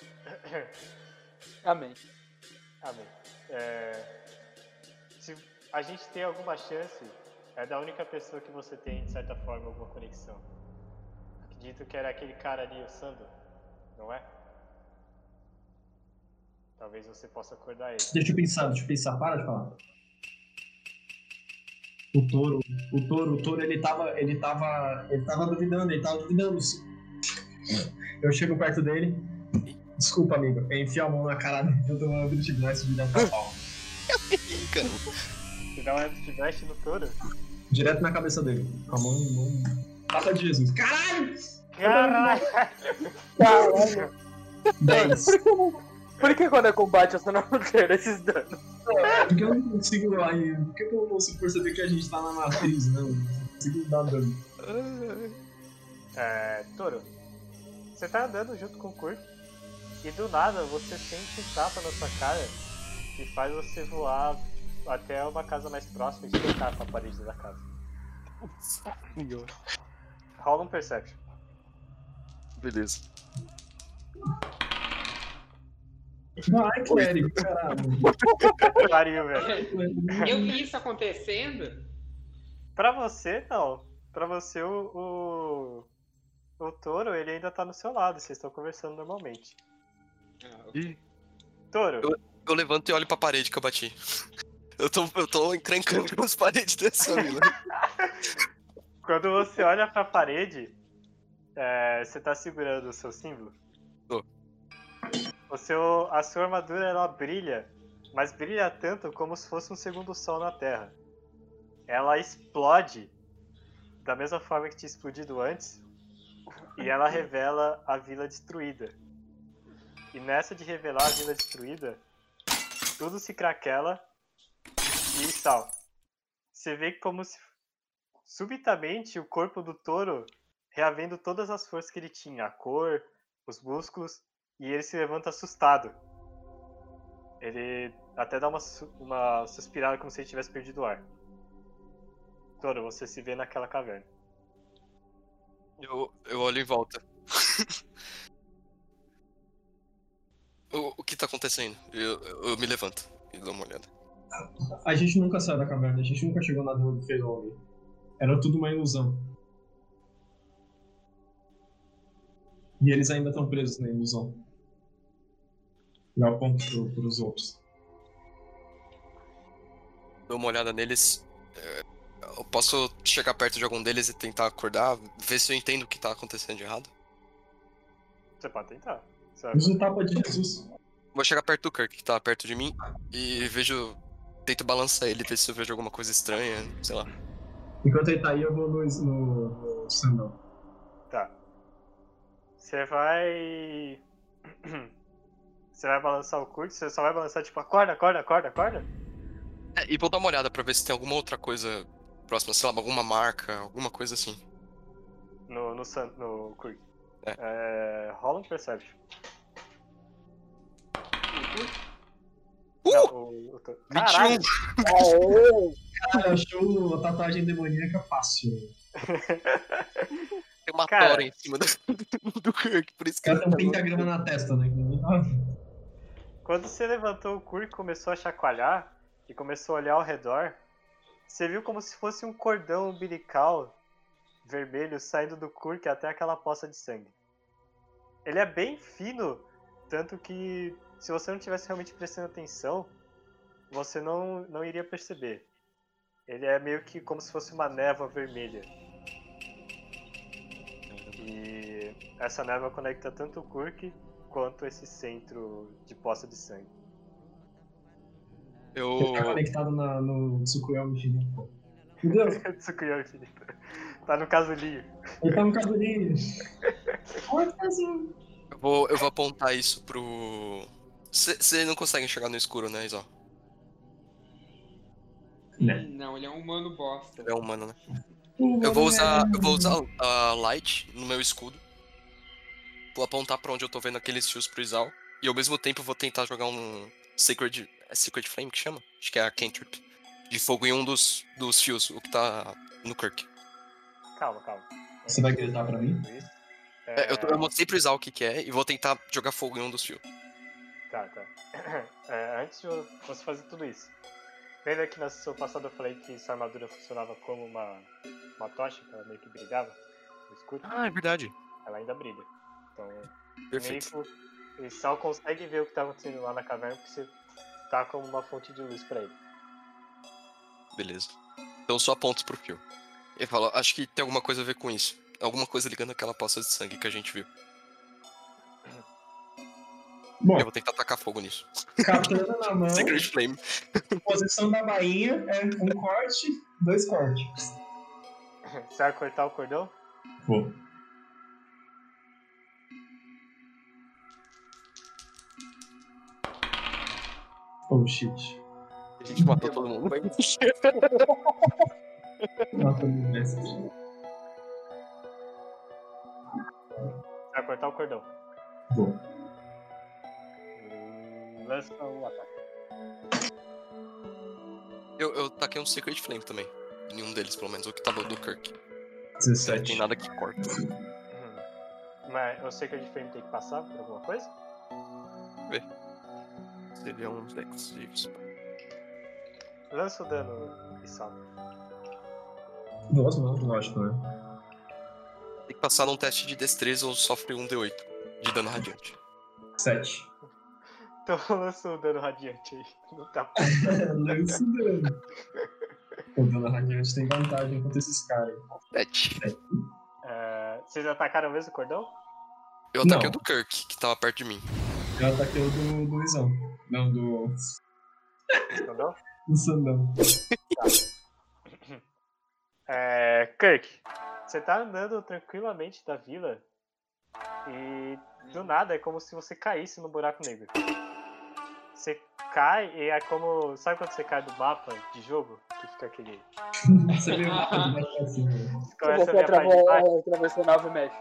Amém. Amém. É, se a gente tem alguma chance É da única pessoa que você tem, de certa forma, alguma conexão. Acredito que era aquele cara ali, o Sando, não é? Talvez você possa acordar ele. Deixa eu pensar, deixa eu pensar. Para de falar. O touro, o touro, o touro, ele tava, ele tava, ele tava duvidando, ele tava duvidando. Eu chego perto dele. Desculpa, amigo. Eu enfio a mão na cara dele, eu dou uma Eldritch Blast direto na palma. Você dá um Eldritch Blast no touro? Direto na cabeça dele. Com a mão, mão... Pata de Jesus. Caralho! Caralho! Caralho. dez. Por que, não- por que quando é combate você não tira esses danos? É, porque eu não consigo aí. Por que eu não consigo perceber que a gente tá na matriz, não? Eu não consigo dar dano. É, Toro, você tá andando junto com o Kurt e do nada você sente um tapa na sua cara que faz você voar até uma casa mais próxima e espetar com a parede da casa. Rola um Perception. Beleza. Vai, clérigo, caralho. Pariu, velho. Eu vi isso acontecendo. Pra você, não. Pra você, o, o, o touro, ele ainda tá no seu lado. Vocês estão conversando normalmente. Ah, Ih. Touro, Eu, eu levanto e olho pra parede que eu bati. Eu tô, eu tô encrencando as paredes dessa vila. quando você olha pra parede, é, você tá segurando o seu símbolo? Tô. O seu, a sua armadura, ela brilha, mas brilha tanto como se fosse um segundo sol na Terra. Ela explode da mesma forma que tinha explodido antes, e ela revela a vila destruída. E nessa de revelar a vila destruída, tudo se craquela e sal. Você vê como se subitamente o corpo do touro reavendo todas as forças que ele tinha, a cor, os músculos, e ele se levanta assustado. Ele até dá uma, su- uma suspirada como se ele tivesse perdido o ar. Toro, você se vê naquela caverna. Eu, eu olho em volta. o, o que tá acontecendo? Eu, eu, eu me levanto e dou uma olhada. A gente nunca saiu da caverna, a gente nunca chegou na rua do Feirong. Era tudo uma ilusão. E eles ainda estão presos na ilusão. Eu aponto pro, pros outros. Dou uma olhada neles. é, Eu posso chegar perto de algum deles e tentar acordar, ver se eu entendo o que tá acontecendo de errado. Você pode tentar. Você vai Usa o tapa de Jesus. Vou chegar perto do Kirk, que tá perto de mim, e vejo. Tento balançar ele, ver se eu vejo alguma coisa estranha, sei lá. Enquanto ele tá aí, eu vou no, no, no Sandal. Tá. Você vai. Você vai balançar o curto, você só vai balançar tipo, acorda, acorda, acorda, acorda? É, e vou dar uma olhada pra ver se tem alguma outra coisa próxima, sei lá, alguma marca, alguma coisa assim. No, no, Sun- no Curry. É. É, rola um Perception. Uh! Não, o, o, to- vinte e um! Caralho! Cara, achou a tatuagem demoníaca fácil. Tem uma Cara. tora em cima do, do Kirk, por isso Os que ele caras têm um tá pentagrama na testa, né? Quando você levantou o Curry e começou a chacoalhar e começou a olhar ao redor, você viu como se fosse um cordão umbilical vermelho saindo do Kurk até aquela poça de sangue. Ele é bem fino, tanto que se você não tivesse realmente prestando atenção, você não, não iria perceber. Ele é meio que como se fosse uma névoa vermelha. E essa névoa conecta tanto o Kurk quanto esse centro de poça de sangue. Eu. Ele tá conectado na, no Tsukuyomi infinito. Meu Deus, Tsukuyomi infinito. Tá no casulinho. ele tá no casulinho. Olha o casulinho. Eu vou, eu vou apontar isso pro. Você não consegue enxergar no escuro, né, Isó? Né. Hum, não, ele é um humano bosta. É humano, né? Eu vou usar. Eu vou usar a light no meu escudo. Vou apontar pra onde eu tô vendo aqueles fios pro Isal. E ao mesmo tempo vou tentar jogar um Sacred. É Sacred Flame que chama? Acho que é a cantrip. De fogo em um dos, dos fios, o que tá no Kirk. Calma, calma. Você vai gritar pra mim? É, eu, tô- eu mostrei pro Isal o que, que é e vou tentar jogar fogo em um dos fios. Tá, tá. É, antes de você fazer tudo isso, Lembra que na sessão passada eu falei que essa armadura funcionava como uma, uma tocha, que ela meio que brilhava no escuro? Ah, é verdade. Ela ainda brilha. Então, Perfeito. meio que ele só consegue ver o que tá acontecendo lá na caverna porque você tá como uma fonte de luz pra ele. Beleza. Então só pontos pro fio. Ele fala, acho que tem alguma coisa a ver com isso. Alguma coisa ligando aquela poça de sangue que a gente viu. Bom, Eu vou tentar tacar fogo nisso. katana na mão, Secret Flame. posição da bainha é um corte, dois cortes. Você vai cortar o cordão? Vou. Oh shit. A gente matou todo mundo. Mata o mestre. Você vai cortar o cordão. Vou. Hum, Lança o ataque. Eu, eu taquei um Secret Flame também. Em nenhum deles, pelo menos. O que tava do Kirk. Não dezessete. tem nada que corta. Uhum. Mas eu sei que a diferente tem que passar por alguma coisa? Vê. Seria um Dex de disparo. Lança o dano e salve. Nossa, não, lógico, né? Tem que passar num teste de destreza ou sofre um D oito de dano radiante. sete. Então lança o dano radiante aí. Não tá. Lança o dano. O dano radiante tem vantagem contra esses caras. sete. É, vocês atacaram mesmo o cordão? Eu ataquei Não. o do Kirk, que tava perto de mim. Eu ataquei o do, do Luizão. Não, do. Cordão? do Sandão. É, Kirk, você tá andando tranquilamente da vila e do nada é como se você caísse no buraco negro. Você cai e é como. Sabe quando você cai do mapa de jogo? Que fica aquele. Você viu assim, né? Você começa a Você ver a parte de baixo. atravessou a nave e mexe.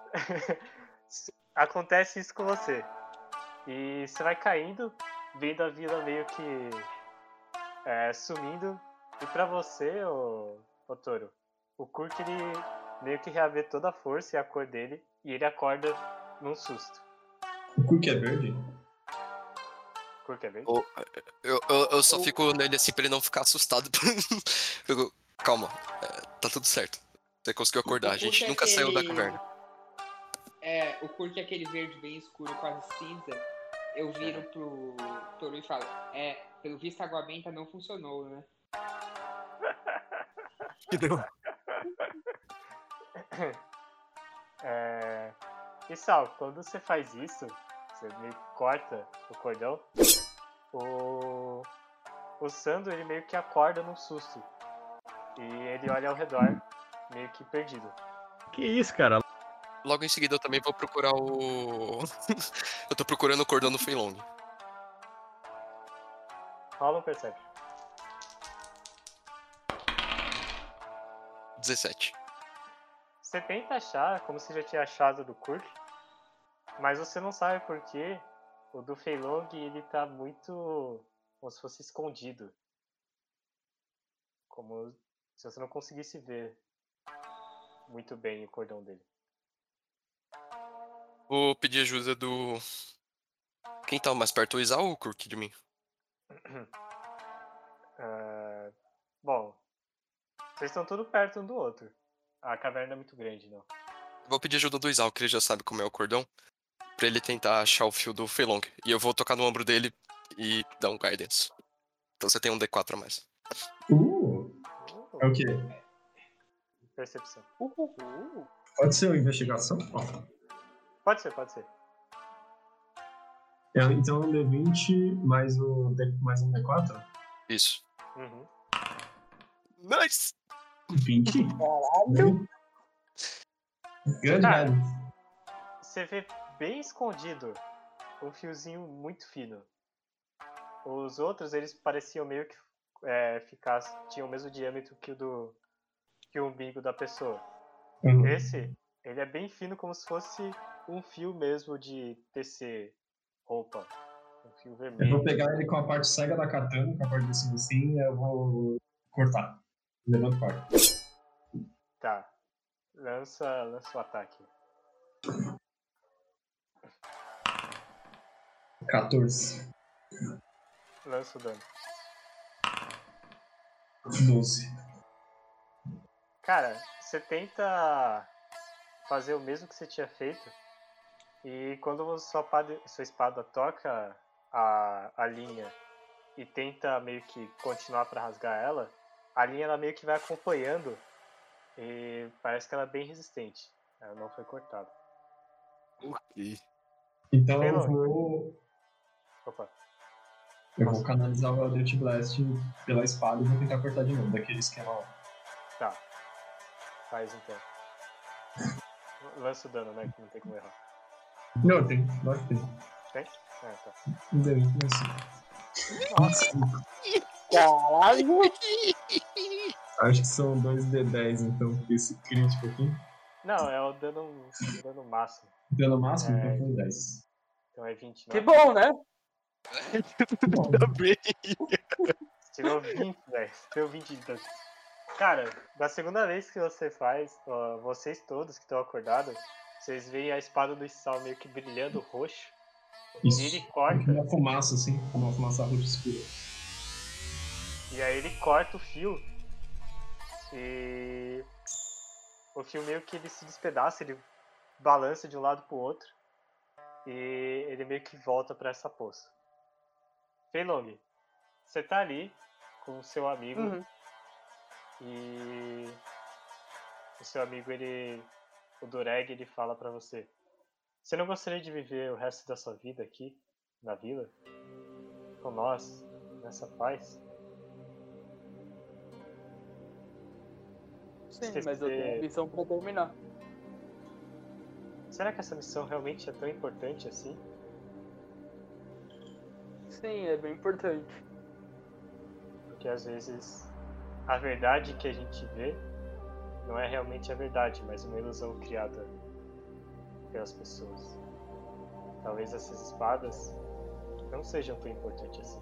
Acontece isso com você. E você vai caindo, vendo a vila meio que é, sumindo. E pra você, ô, ô Toro, o Kurk ele meio que reavê toda a força e a cor dele. E ele acorda num susto. O Cook é verde? O Kurk é verde? Eu, eu, eu, eu só fico nele assim pra ele não ficar assustado. Eu- Calma, é, tá tudo certo. Você conseguiu acordar, a gente Kurk é nunca saiu da aquele- caverna. É, o Kurk é aquele verde bem escuro, quase cinza. Eu viro pro Toru e falo, é, pelo visto a água benta não funcionou, né? Que deu? É... E Sal, quando você faz isso, você meio que corta o cordão, o, o Sando ele meio que acorda num susto. E ele olha ao redor, meio que perdido. Que isso, cara? Logo em seguida eu também vou procurar o. Eu tô procurando o cordão do Feilong. Rola um Perception. dezessete. Você tenta achar, como você já tinha achado do Kurk, mas você não sabe por que o do Feilong ele tá muito como se fosse escondido. Como se você não conseguisse ver muito bem o cordão dele. Vou pedir ajuda do. Quem tá mais perto, o Isa ou o Kurk de mim? Ah, bom, vocês estão tudo perto um do outro. A caverna é muito grande, não. Vou pedir ajuda do Isao, que ele já sabe como é o cordão, pra ele tentar achar o fio do Feilong. E eu vou tocar no ombro dele e dar um guidance. Então você tem um D quatro a mais. Uh! É o quê? Percepção. Pode ser uma investigação? Ó. Pode ser, pode ser. É, então um D vinte mais, o D, mais um D quatro? Isso. Uhum. Nice! vinte? Caralho! Grande Cara, velho. Você vê bem escondido um fiozinho muito fino. Os outros, eles pareciam meio que é, ficar, tinham o mesmo diâmetro que o do que o umbigo da pessoa. Uhum. Esse, ele é bem fino, como se fosse um fio mesmo de tecer roupa. Um fio Eu vermelho. vou pegar ele com a parte cega da katana, com a parte de cima assim, e eu vou cortar. Levanta o corte. Tá. Lança, lança o ataque. quatorze. Lança o dano. doze. Cara, você tenta fazer o mesmo que você tinha feito. E quando sua espada, sua espada toca a, a linha e tenta meio que continuar pra rasgar ela, a linha ela meio que vai acompanhando e parece que ela é bem resistente. Ela não foi cortada. Ok. Então eu Pelo- vou. Opa. Eu vou canalizar o Eldritch Blast pela espada e vou tentar cortar de novo, daquele esquema lá. Tá. Faz então. Lança o dano, né? Que não tem como errar. Não, tem. Lógico que tem. Tem? Ah, tá. Não deu, não sei. Nossa. Caralho! Acho que são dois D dez, então, porque esse crítico aqui. Não, é o dano, o dano máximo. Dano máximo, É. então foi dez. Então é vinte, não Que é? bom, né? Bom, Tá bem. Tirou vinte, velho. Deu vinte de dano. Cara, da segunda vez que você faz, ó, vocês todos que estão acordados, vocês veem a espada do Sal meio que brilhando roxo. isso. E ele corta. Uma fumaça, assim, uma fumaça roxa escura. E aí ele corta o fio. E o fio meio que ele se despedaça, ele balança de um lado pro outro. E ele meio que volta pra essa poça. Feilong, você tá ali com o seu amigo. Uhum. E o seu amigo, ele, o Dureg, ele fala pra você: você não gostaria de viver o resto da sua vida aqui, na vila? Com nós, nessa paz? Sim, Esqueci mas eu tenho de- a missão pra terminar. Será que essa missão realmente é tão importante assim? Sim, é bem importante. Porque às vezes a verdade que a gente vê não é realmente a verdade, mas uma ilusão criada pelas pessoas. Talvez essas espadas não sejam tão importantes assim.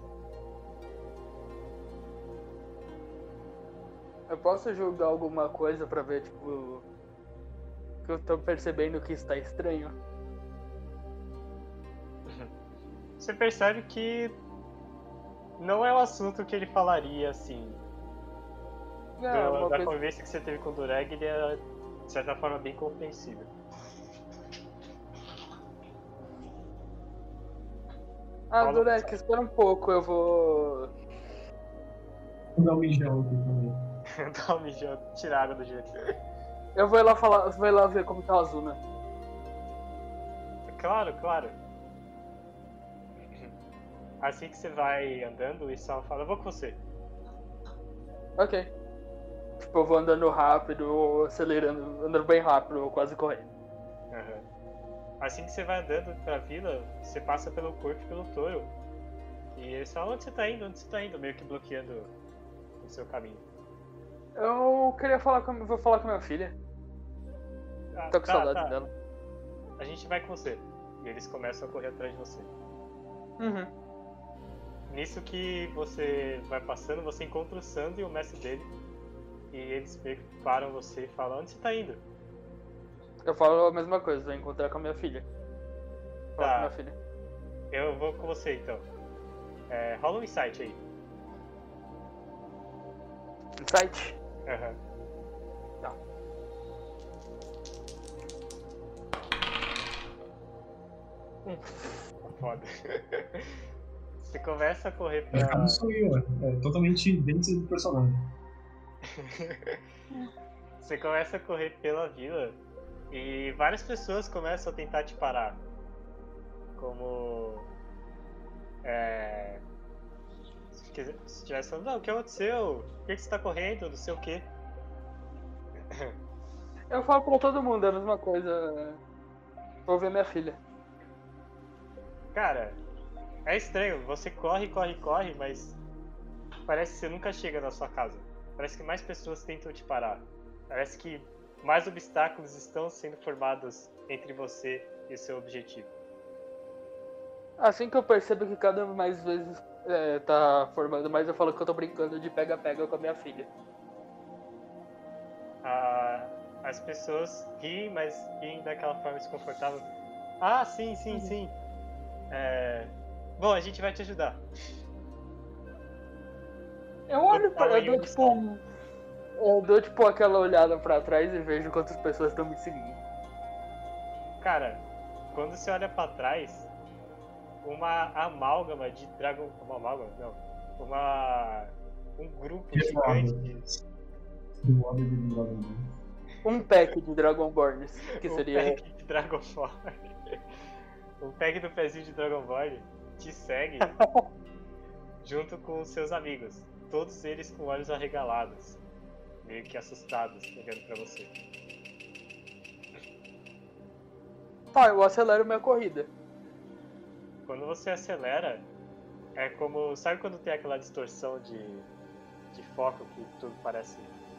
Eu posso julgar alguma coisa pra ver, tipo, que eu tô percebendo que está estranho? Você percebe que não é o assunto que ele falaria assim. É, Do- uma da coisa... conversa que você teve com o Dureg, ele era de certa forma bem compreensível. Ah, Fala- Durek, espera um pouco, eu vou... Vou dar um mijão aqui também. Dá um mijão, tirar a água do jeito. Eu vou ir lá falar, vou ir lá ver como tá a Azuna. Claro, claro. Assim que você vai andando, o Isao fala: eu vou com você. Ok. Tipo, eu vou andando rápido, ou acelerando, andando bem rápido, ou quase correndo. Aham. Assim que você vai andando pra vila, você passa pelo corpo e pelo touro. E eles falam: onde você tá indo? Onde você tá indo? Meio que bloqueando o seu caminho. Eu queria falar com, vou falar com a minha filha. Ah, Tô com tá, saudade tá. dela. A gente vai com você. E eles começam a correr atrás de você. Uhum. Nisso que você vai passando, você encontra o Sando e o mestre dele. E eles meio que param você e falam: onde você tá indo? Eu falo a mesma coisa, vou encontrar com a minha filha. Falar Tá. com a minha filha. Eu vou com você então. É, rola um insight aí. Insight? Aham. Tá. Hum. Foda. Você começa a correr É, pra. cada sou eu, é, é totalmente dentro do personagem. Você começa a correr pela vila e várias pessoas começam a tentar te parar. Como. É. Se quiser- se estivesse falando: não, o que aconteceu? Por que que você tá correndo? Não sei o quê. Eu falo pra todo mundo a mesma coisa. Vou ver minha filha. Cara, é estranho. Você corre, corre, corre, mas parece que você nunca chega na sua casa. Parece que mais pessoas tentam te parar. Parece que mais obstáculos estão sendo formados entre você e o seu objetivo. Assim que eu percebo que cada vez mais vezes é, tá formando mais, eu falo que eu tô brincando de pega-pega com a minha filha. Ah, as pessoas riem, mas riem daquela forma desconfortável. Ah, sim, sim, sim. É... Bom, a gente vai te ajudar. Eu olho pra. Fala Eu dou aí, tipo um. Eu dou tipo aquela olhada pra trás e vejo quantas pessoas estão me seguindo. Cara, quando você olha pra trás, uma amálgama de Dragon. Uma amálgama? Não. Uma. Um grupo gigante. Do homem de Dragon Ball. Um pack de Dragonborns, que um seria. pack de Dragonborn. um pack do pezinho de Dragonborn te segue junto com os seus amigos. Todos eles com olhos arregalados, meio que assustados, olhando pra você. Tá, eu acelero minha corrida. Quando você acelera, é como. Sabe quando tem aquela distorção de, de foco que tudo parece.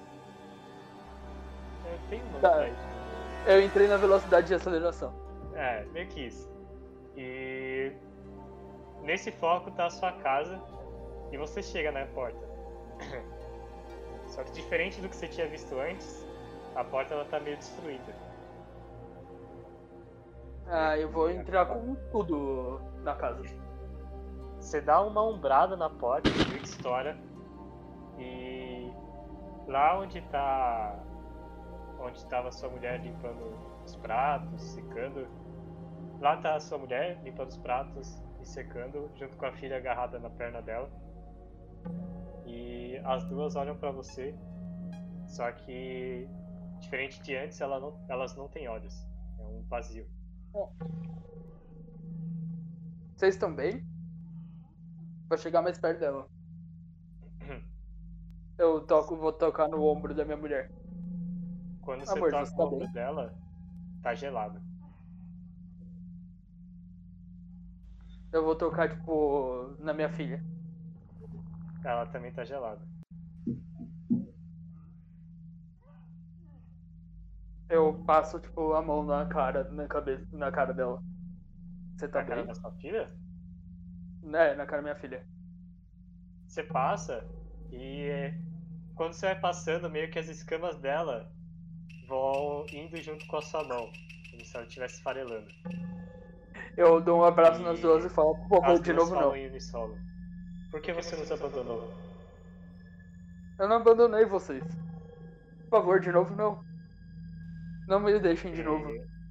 É, tem um nome Tá. pra isso. Eu entrei na velocidade de aceleração. É, meio que isso. E nesse foco tá a sua casa e você chega na porta. Só que diferente do que você tinha visto antes, a porta ela tá meio destruída. Ah, eu vou entrar com tudo na casa. Você dá uma umbrada na porta, meio que estoura. E lá onde tá. Onde estava sua mulher limpando os pratos, secando. Lá tá a sua mulher limpando os pratos e secando, junto com a filha agarrada na perna dela. E as duas olham pra você, só que diferente de antes, ela não, elas não têm olhos. É um vazio. Vocês estão bem? Vou chegar mais perto dela. Eu toco, vou tocar no ombro da minha mulher. Quando você Amor, toca você o tá ombro bem? dela, tá gelado. Eu vou tocar, tipo, na minha filha. Ela também tá gelada. Eu passo, tipo, a mão na cara, na cabeça, na cara dela. Você tá Na cara bem? da sua filha, É, na cara da minha filha. você passa e quando você vai passando, meio que as escamas dela vão indo junto com a sua mão, como se ela estivesse farelando. Eu dou um abraço E nas duas e falo, por favor, As de duas novo falam não. em unissono. Por que você nos abandonou? Eu não abandonei vocês. Por favor, de novo não. Não me deixem de E novo.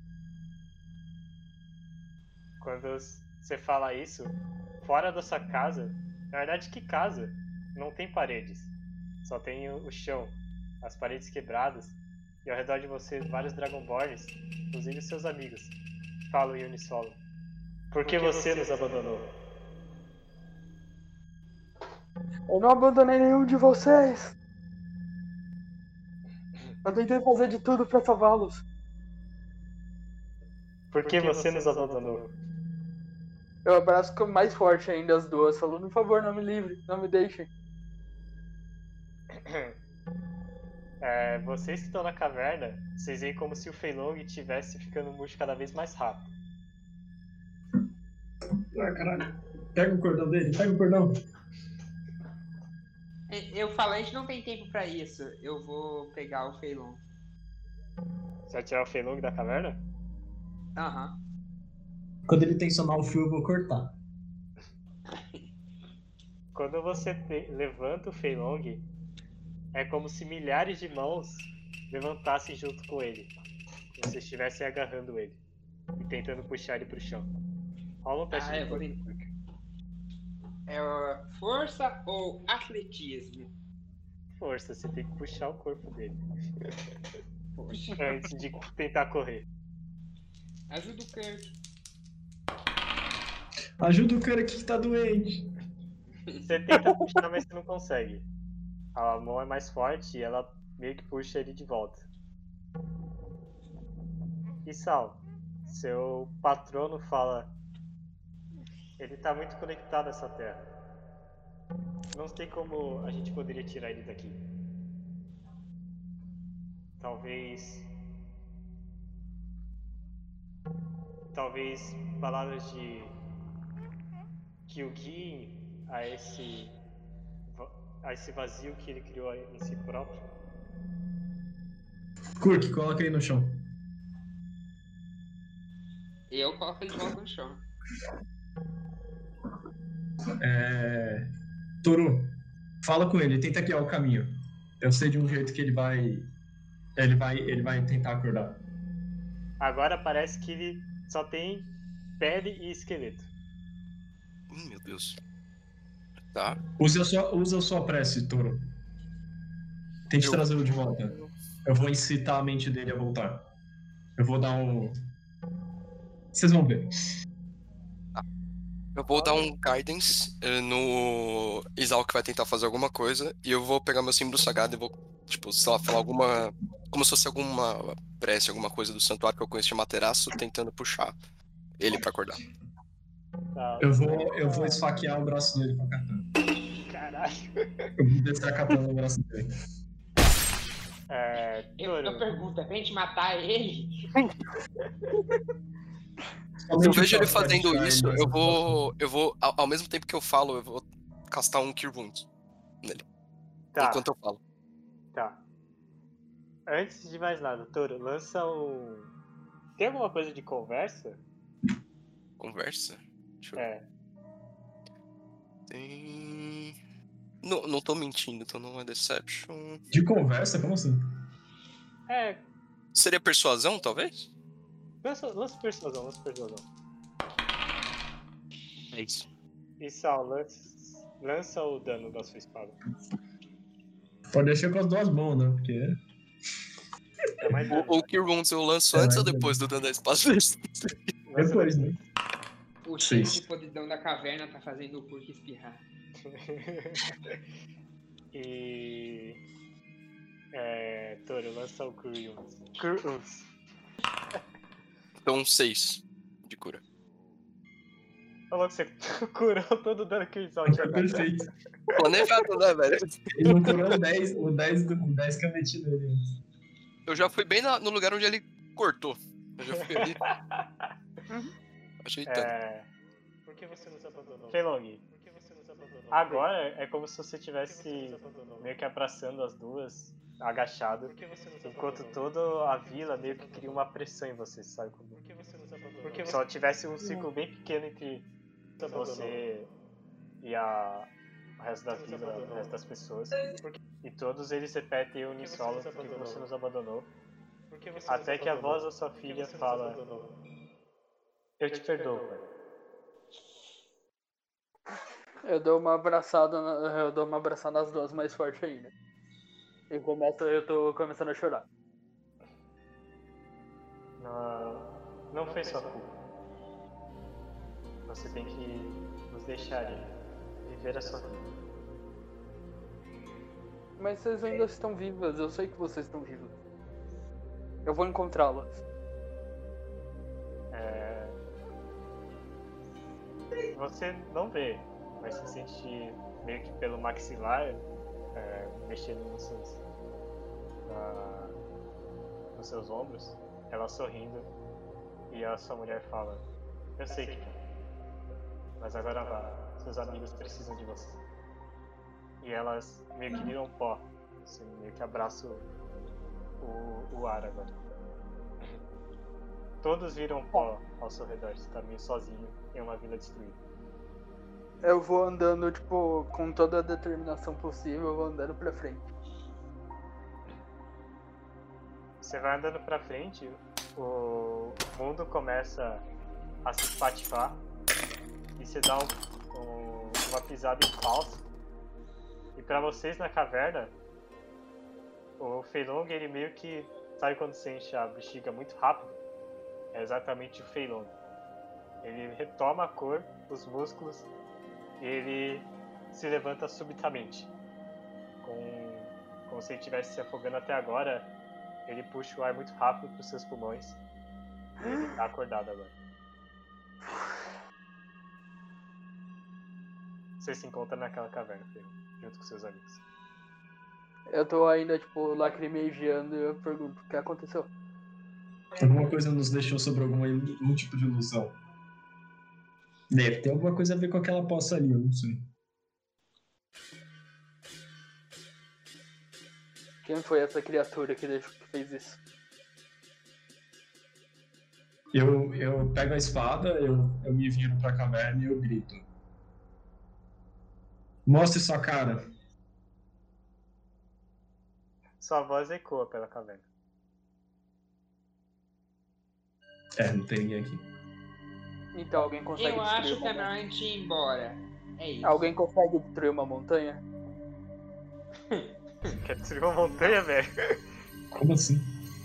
Quando você fala isso, fora da sua casa, na verdade que casa? Não tem paredes. Só tem o o chão, as paredes quebradas, e ao redor de você vários Dragonborns, inclusive seus amigos, falam em unissono. Por que você nos abandonou? Eu não abandonei nenhum de vocês. Eu tentei fazer de tudo pra salvá-los. Por que você nos abandonou? Eu abraço com mais forte ainda as duas, falando, por favor, não me livre, não me deixem. É, vocês que estão na caverna, vocês veem como se o Feilong estivesse ficando murcho cada vez mais rápido. Ah, caralho. Pega o cordão dele, pega o cordão. Eu falo, a gente não tem tempo pra isso. Eu vou pegar o Feilong. Você vai tirar o Feilong da caverna? Aham. Quando ele tensionar o fio, eu vou cortar. Quando você te- levanta o Feilong, é como se milhares de mãos levantassem junto com ele. Como se estivessem agarrando ele e tentando puxar ele pro chão. Rola um teste Ah, de eu vou força. tentar. É ó, força ou atletismo? Força, você tem que puxar o corpo dele Poxa. antes de tentar correr. Ajuda o Kurt. Ajuda o cara aqui que tá doente. Você tenta puxar, mas você não consegue. A mão é mais forte e ela meio que puxa ele de volta. E Sal, seu patrono fala: ele tá muito conectado a essa terra. Não sei como a gente poderia tirar ele daqui. Talvez. Talvez palavras de que o guiem a esse va- a esse vazio que ele criou em si próprio. Kurk, coloca ele no chão. Eu coloco ele de volta no chão. É... Toru, Fala com ele, tenta guiar o caminho. Eu sei de um jeito que ele vai. Ele vai, ele vai tentar acordar. Agora parece que ele só tem pele e esqueleto. Hum, meu Deus. Tá. Use a sua, use a sua prece, Toro. Tente Eu- trazê-lo de volta. Eu vou incitar a mente dele a voltar. Eu vou dar um. Vocês vão ver. Eu vou dar um guidance eh, no Isao que vai tentar fazer alguma coisa e eu vou pegar meu símbolo sagrado e vou, tipo, sei lá, falar alguma. Como se fosse alguma prece, alguma coisa do santuário que eu conheço de Materaço, tentando puxar ele pra acordar. Tá. Eu vou, eu vou esfaquear o braço dele com a katana. Caralho. Eu vou descer a katana no braço dele. É, Eu, Toro, eu pergunto, é pra gente matar ele? Se eu Somente o vejo ele Shot pode fazendo tirar isso, ele eu dessa vou. Eu vou. Ao, ao mesmo tempo que eu falo, eu vou castar um Cure Wounds nele. tá, Enquanto eu falo. tá. Antes de mais nada, Toro, lança um... Tem alguma coisa de conversa? Conversa? Deixa eu ver. É. Tem. Não, não tô mentindo, então não é Deception. De conversa? Como assim? É, Seria persuasão, talvez? lança, lança persuasão, lança persuasão. É isso. E Sal, lança, lança o dano da sua espada. Pode deixar com as duas mãos, né? Porque. É mais dano. O, o Cure Wounds eu lanço É, antes ou mas- depois do dano da espada? Lança Depois, né? O cheiro Seis. de podridão da caverna tá fazendo o Kurk espirrar. E... É... Toro, lança o Curiums. Curiums. Então, seis de cura. Falou que você curou todo o dano que o Isal tinha Foi dado. perfeito. Planejado, né, velho? Ele não curou o dez, o dez, do, o dez que eu meti nele antes. Eu já fui bem na- no lugar onde ele cortou. Eu já fui ali. Ajeitando. É... Por que você nos abandonou? Feilong. Por que você nos abandonou? Agora é como se você estivesse meio que abraçando as duas, agachado. Enquanto toda a vila meio que cria uma pressão em você, sabe? Como... Por que você nos abandonou? Porque só tivesse um círculo bem pequeno entre você e a... o resto da vila, o resto das pessoas. E todos eles repetem uníssono porque você nos abandonou. Até que a voz da sua filha fala: Eu te perdoo, pai. Eu dou uma abraçada, na- eu dou uma abraçada nas duas mais forte ainda. E começo, eu tô começando a chorar. Não, não foi sua culpa. Você tem que nos deixar ir, viver a sua vida. Mas vocês ainda estão vivas, eu sei que vocês estão vivas. Eu vou encontrá-las. É... Você não vê, mas se sente meio que pelo maxilar, é, mexendo nos seus, na- nos seus ombros, ela sorrindo, e a sua mulher fala: Eu sei que quer, mas agora vá, seus amigos precisam de você. E elas meio que viram pó, você meio que abraça o, o, o ar agora. Todos viram pó ao seu redor, você tá meio sozinho em uma vila destruída. Eu vou andando, tipo, com toda a determinação possível, eu vou andando pra frente. Você vai andando pra frente, o mundo começa a se espatifar e você dá um, um, uma pisada em falso. E pra vocês na caverna, o Feilong, ele meio que, sabe quando você enche a bexiga muito rápido? É exatamente o Feilong. Ele retoma a cor, os músculos, e ele se levanta subitamente. Com, como se ele estivesse se afogando até agora, ele puxa o ar muito rápido para os seus pulmões. E ele tá acordado agora. Você se encontra naquela caverna, Feilong, junto com seus amigos. Eu tô ainda, tipo, lacrimejando e eu pergunto: o que aconteceu? Alguma coisa nos deixou sobre algum, algum tipo de ilusão. Deve ter alguma coisa a ver com aquela poça ali, eu não sei. Quem foi essa criatura que deixou- que fez isso? Eu, eu pego a espada, eu, eu me viro pra caverna e eu grito: Mostre sua cara. Sua voz ecoa pela caverna. É, não tem ninguém aqui. Então alguém consegue Eu destruir acho uma que é melhor montanha? a gente ir embora. É isso. Alguém consegue destruir uma montanha? Quer destruir uma montanha, velho? Como assim?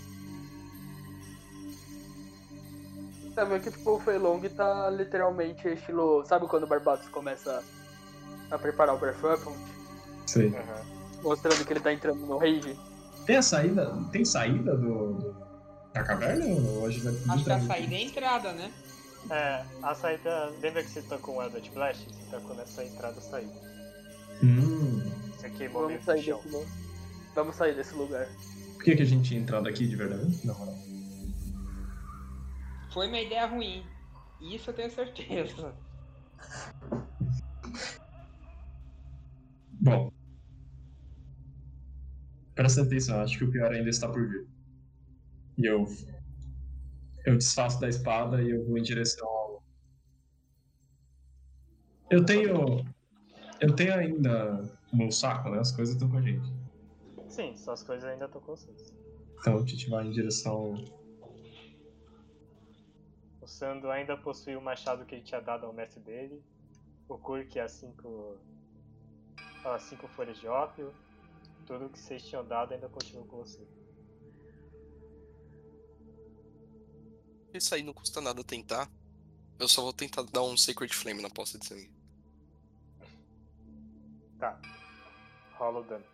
Tá vendo que tipo, o Feilong tá literalmente estilo. Sabe quando o Barbatos começa a preparar o Breath Weapon? Sei. Uhum. Mostrando que ele tá entrando no rage? Tem a saída. Tem saída do. do- da caverna? Ou hoje vai Acho que a saída é a entrada, né? É, a saída. Lembra que você tacou o Eldritch Blast? Você tacou nessa entrada e saída. Hum. Você queimou meio Vamos que o sair chão. desse lugar. Vamos sair desse lugar. Por que, que a gente tinha entrado aqui de verdade? Não, não. Foi uma ideia ruim. Isso eu tenho certeza. Bom. Presta atenção, acho que o pior ainda está por vir. E eu. Eu desfaço da espada e eu vou em direção ao. Eu tenho. Eu tenho ainda o meu saco, né? As coisas estão com a gente. Sim, suas coisas ainda estão com vocês. Então a gente vai em direção. O Sando ainda possui o machado que ele tinha dado ao mestre dele. O Kurk e as cinco. As cinco folhas de ópio. Tudo que vocês tinham dado ainda continua com você. Isso aí não custa nada tentar. Eu só vou tentar dar um Sacred Flame na poça de sangue. Tá. Rola o dano.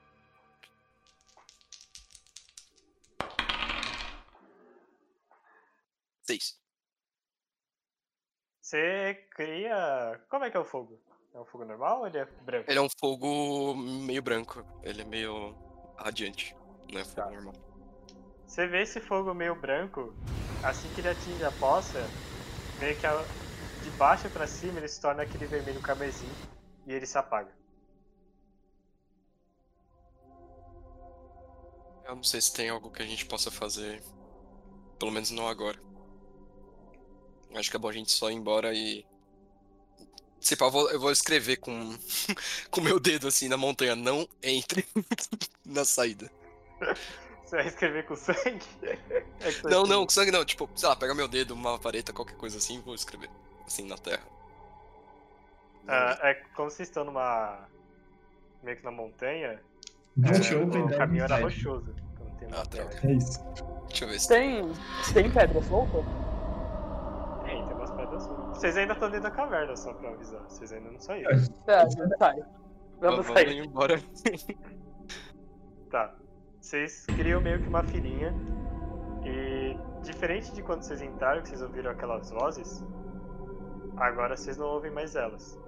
Seis. Você cria. Como é que é o fogo? É um fogo normal ou ele é branco? Ele é um fogo meio branco. Ele é meio radiante. Não é fogo Tá. normal. Você vê esse fogo meio branco, assim que ele atinge a poça, meio que a- de baixo pra cima ele se torna aquele vermelho carmesim e ele se apaga. Eu não sei se tem algo que a gente possa fazer. Pelo menos não agora. Acho que é bom a gente só ir embora e. Se pá, eu vou, eu vou escrever com com o meu dedo assim na montanha. Não entre na saída. Você vai escrever com sangue? É que você Não, vai não, com sangue não. Tipo, sei lá, pega meu dedo, uma vareta, qualquer coisa assim e vou escrever. Assim, na terra. Ah, é como vocês estão numa. meio que na montanha, Don't é, open o that caminho era inside. rochoso. Então não tem uma Ah, terra. droga. É isso. Deixa eu ver se Tem. Tem pedra solta? Tem, tem umas pedras soltas. Vocês ainda estão dentro da caverna, só pra avisar. Vocês ainda não saíram. É, a gente sai. Vamos Vamos sair. embora. Tá. Vocês criam meio que uma filinha. E diferente de quando vocês entraram, que vocês ouviram aquelas vozes, agora vocês não ouvem mais elas.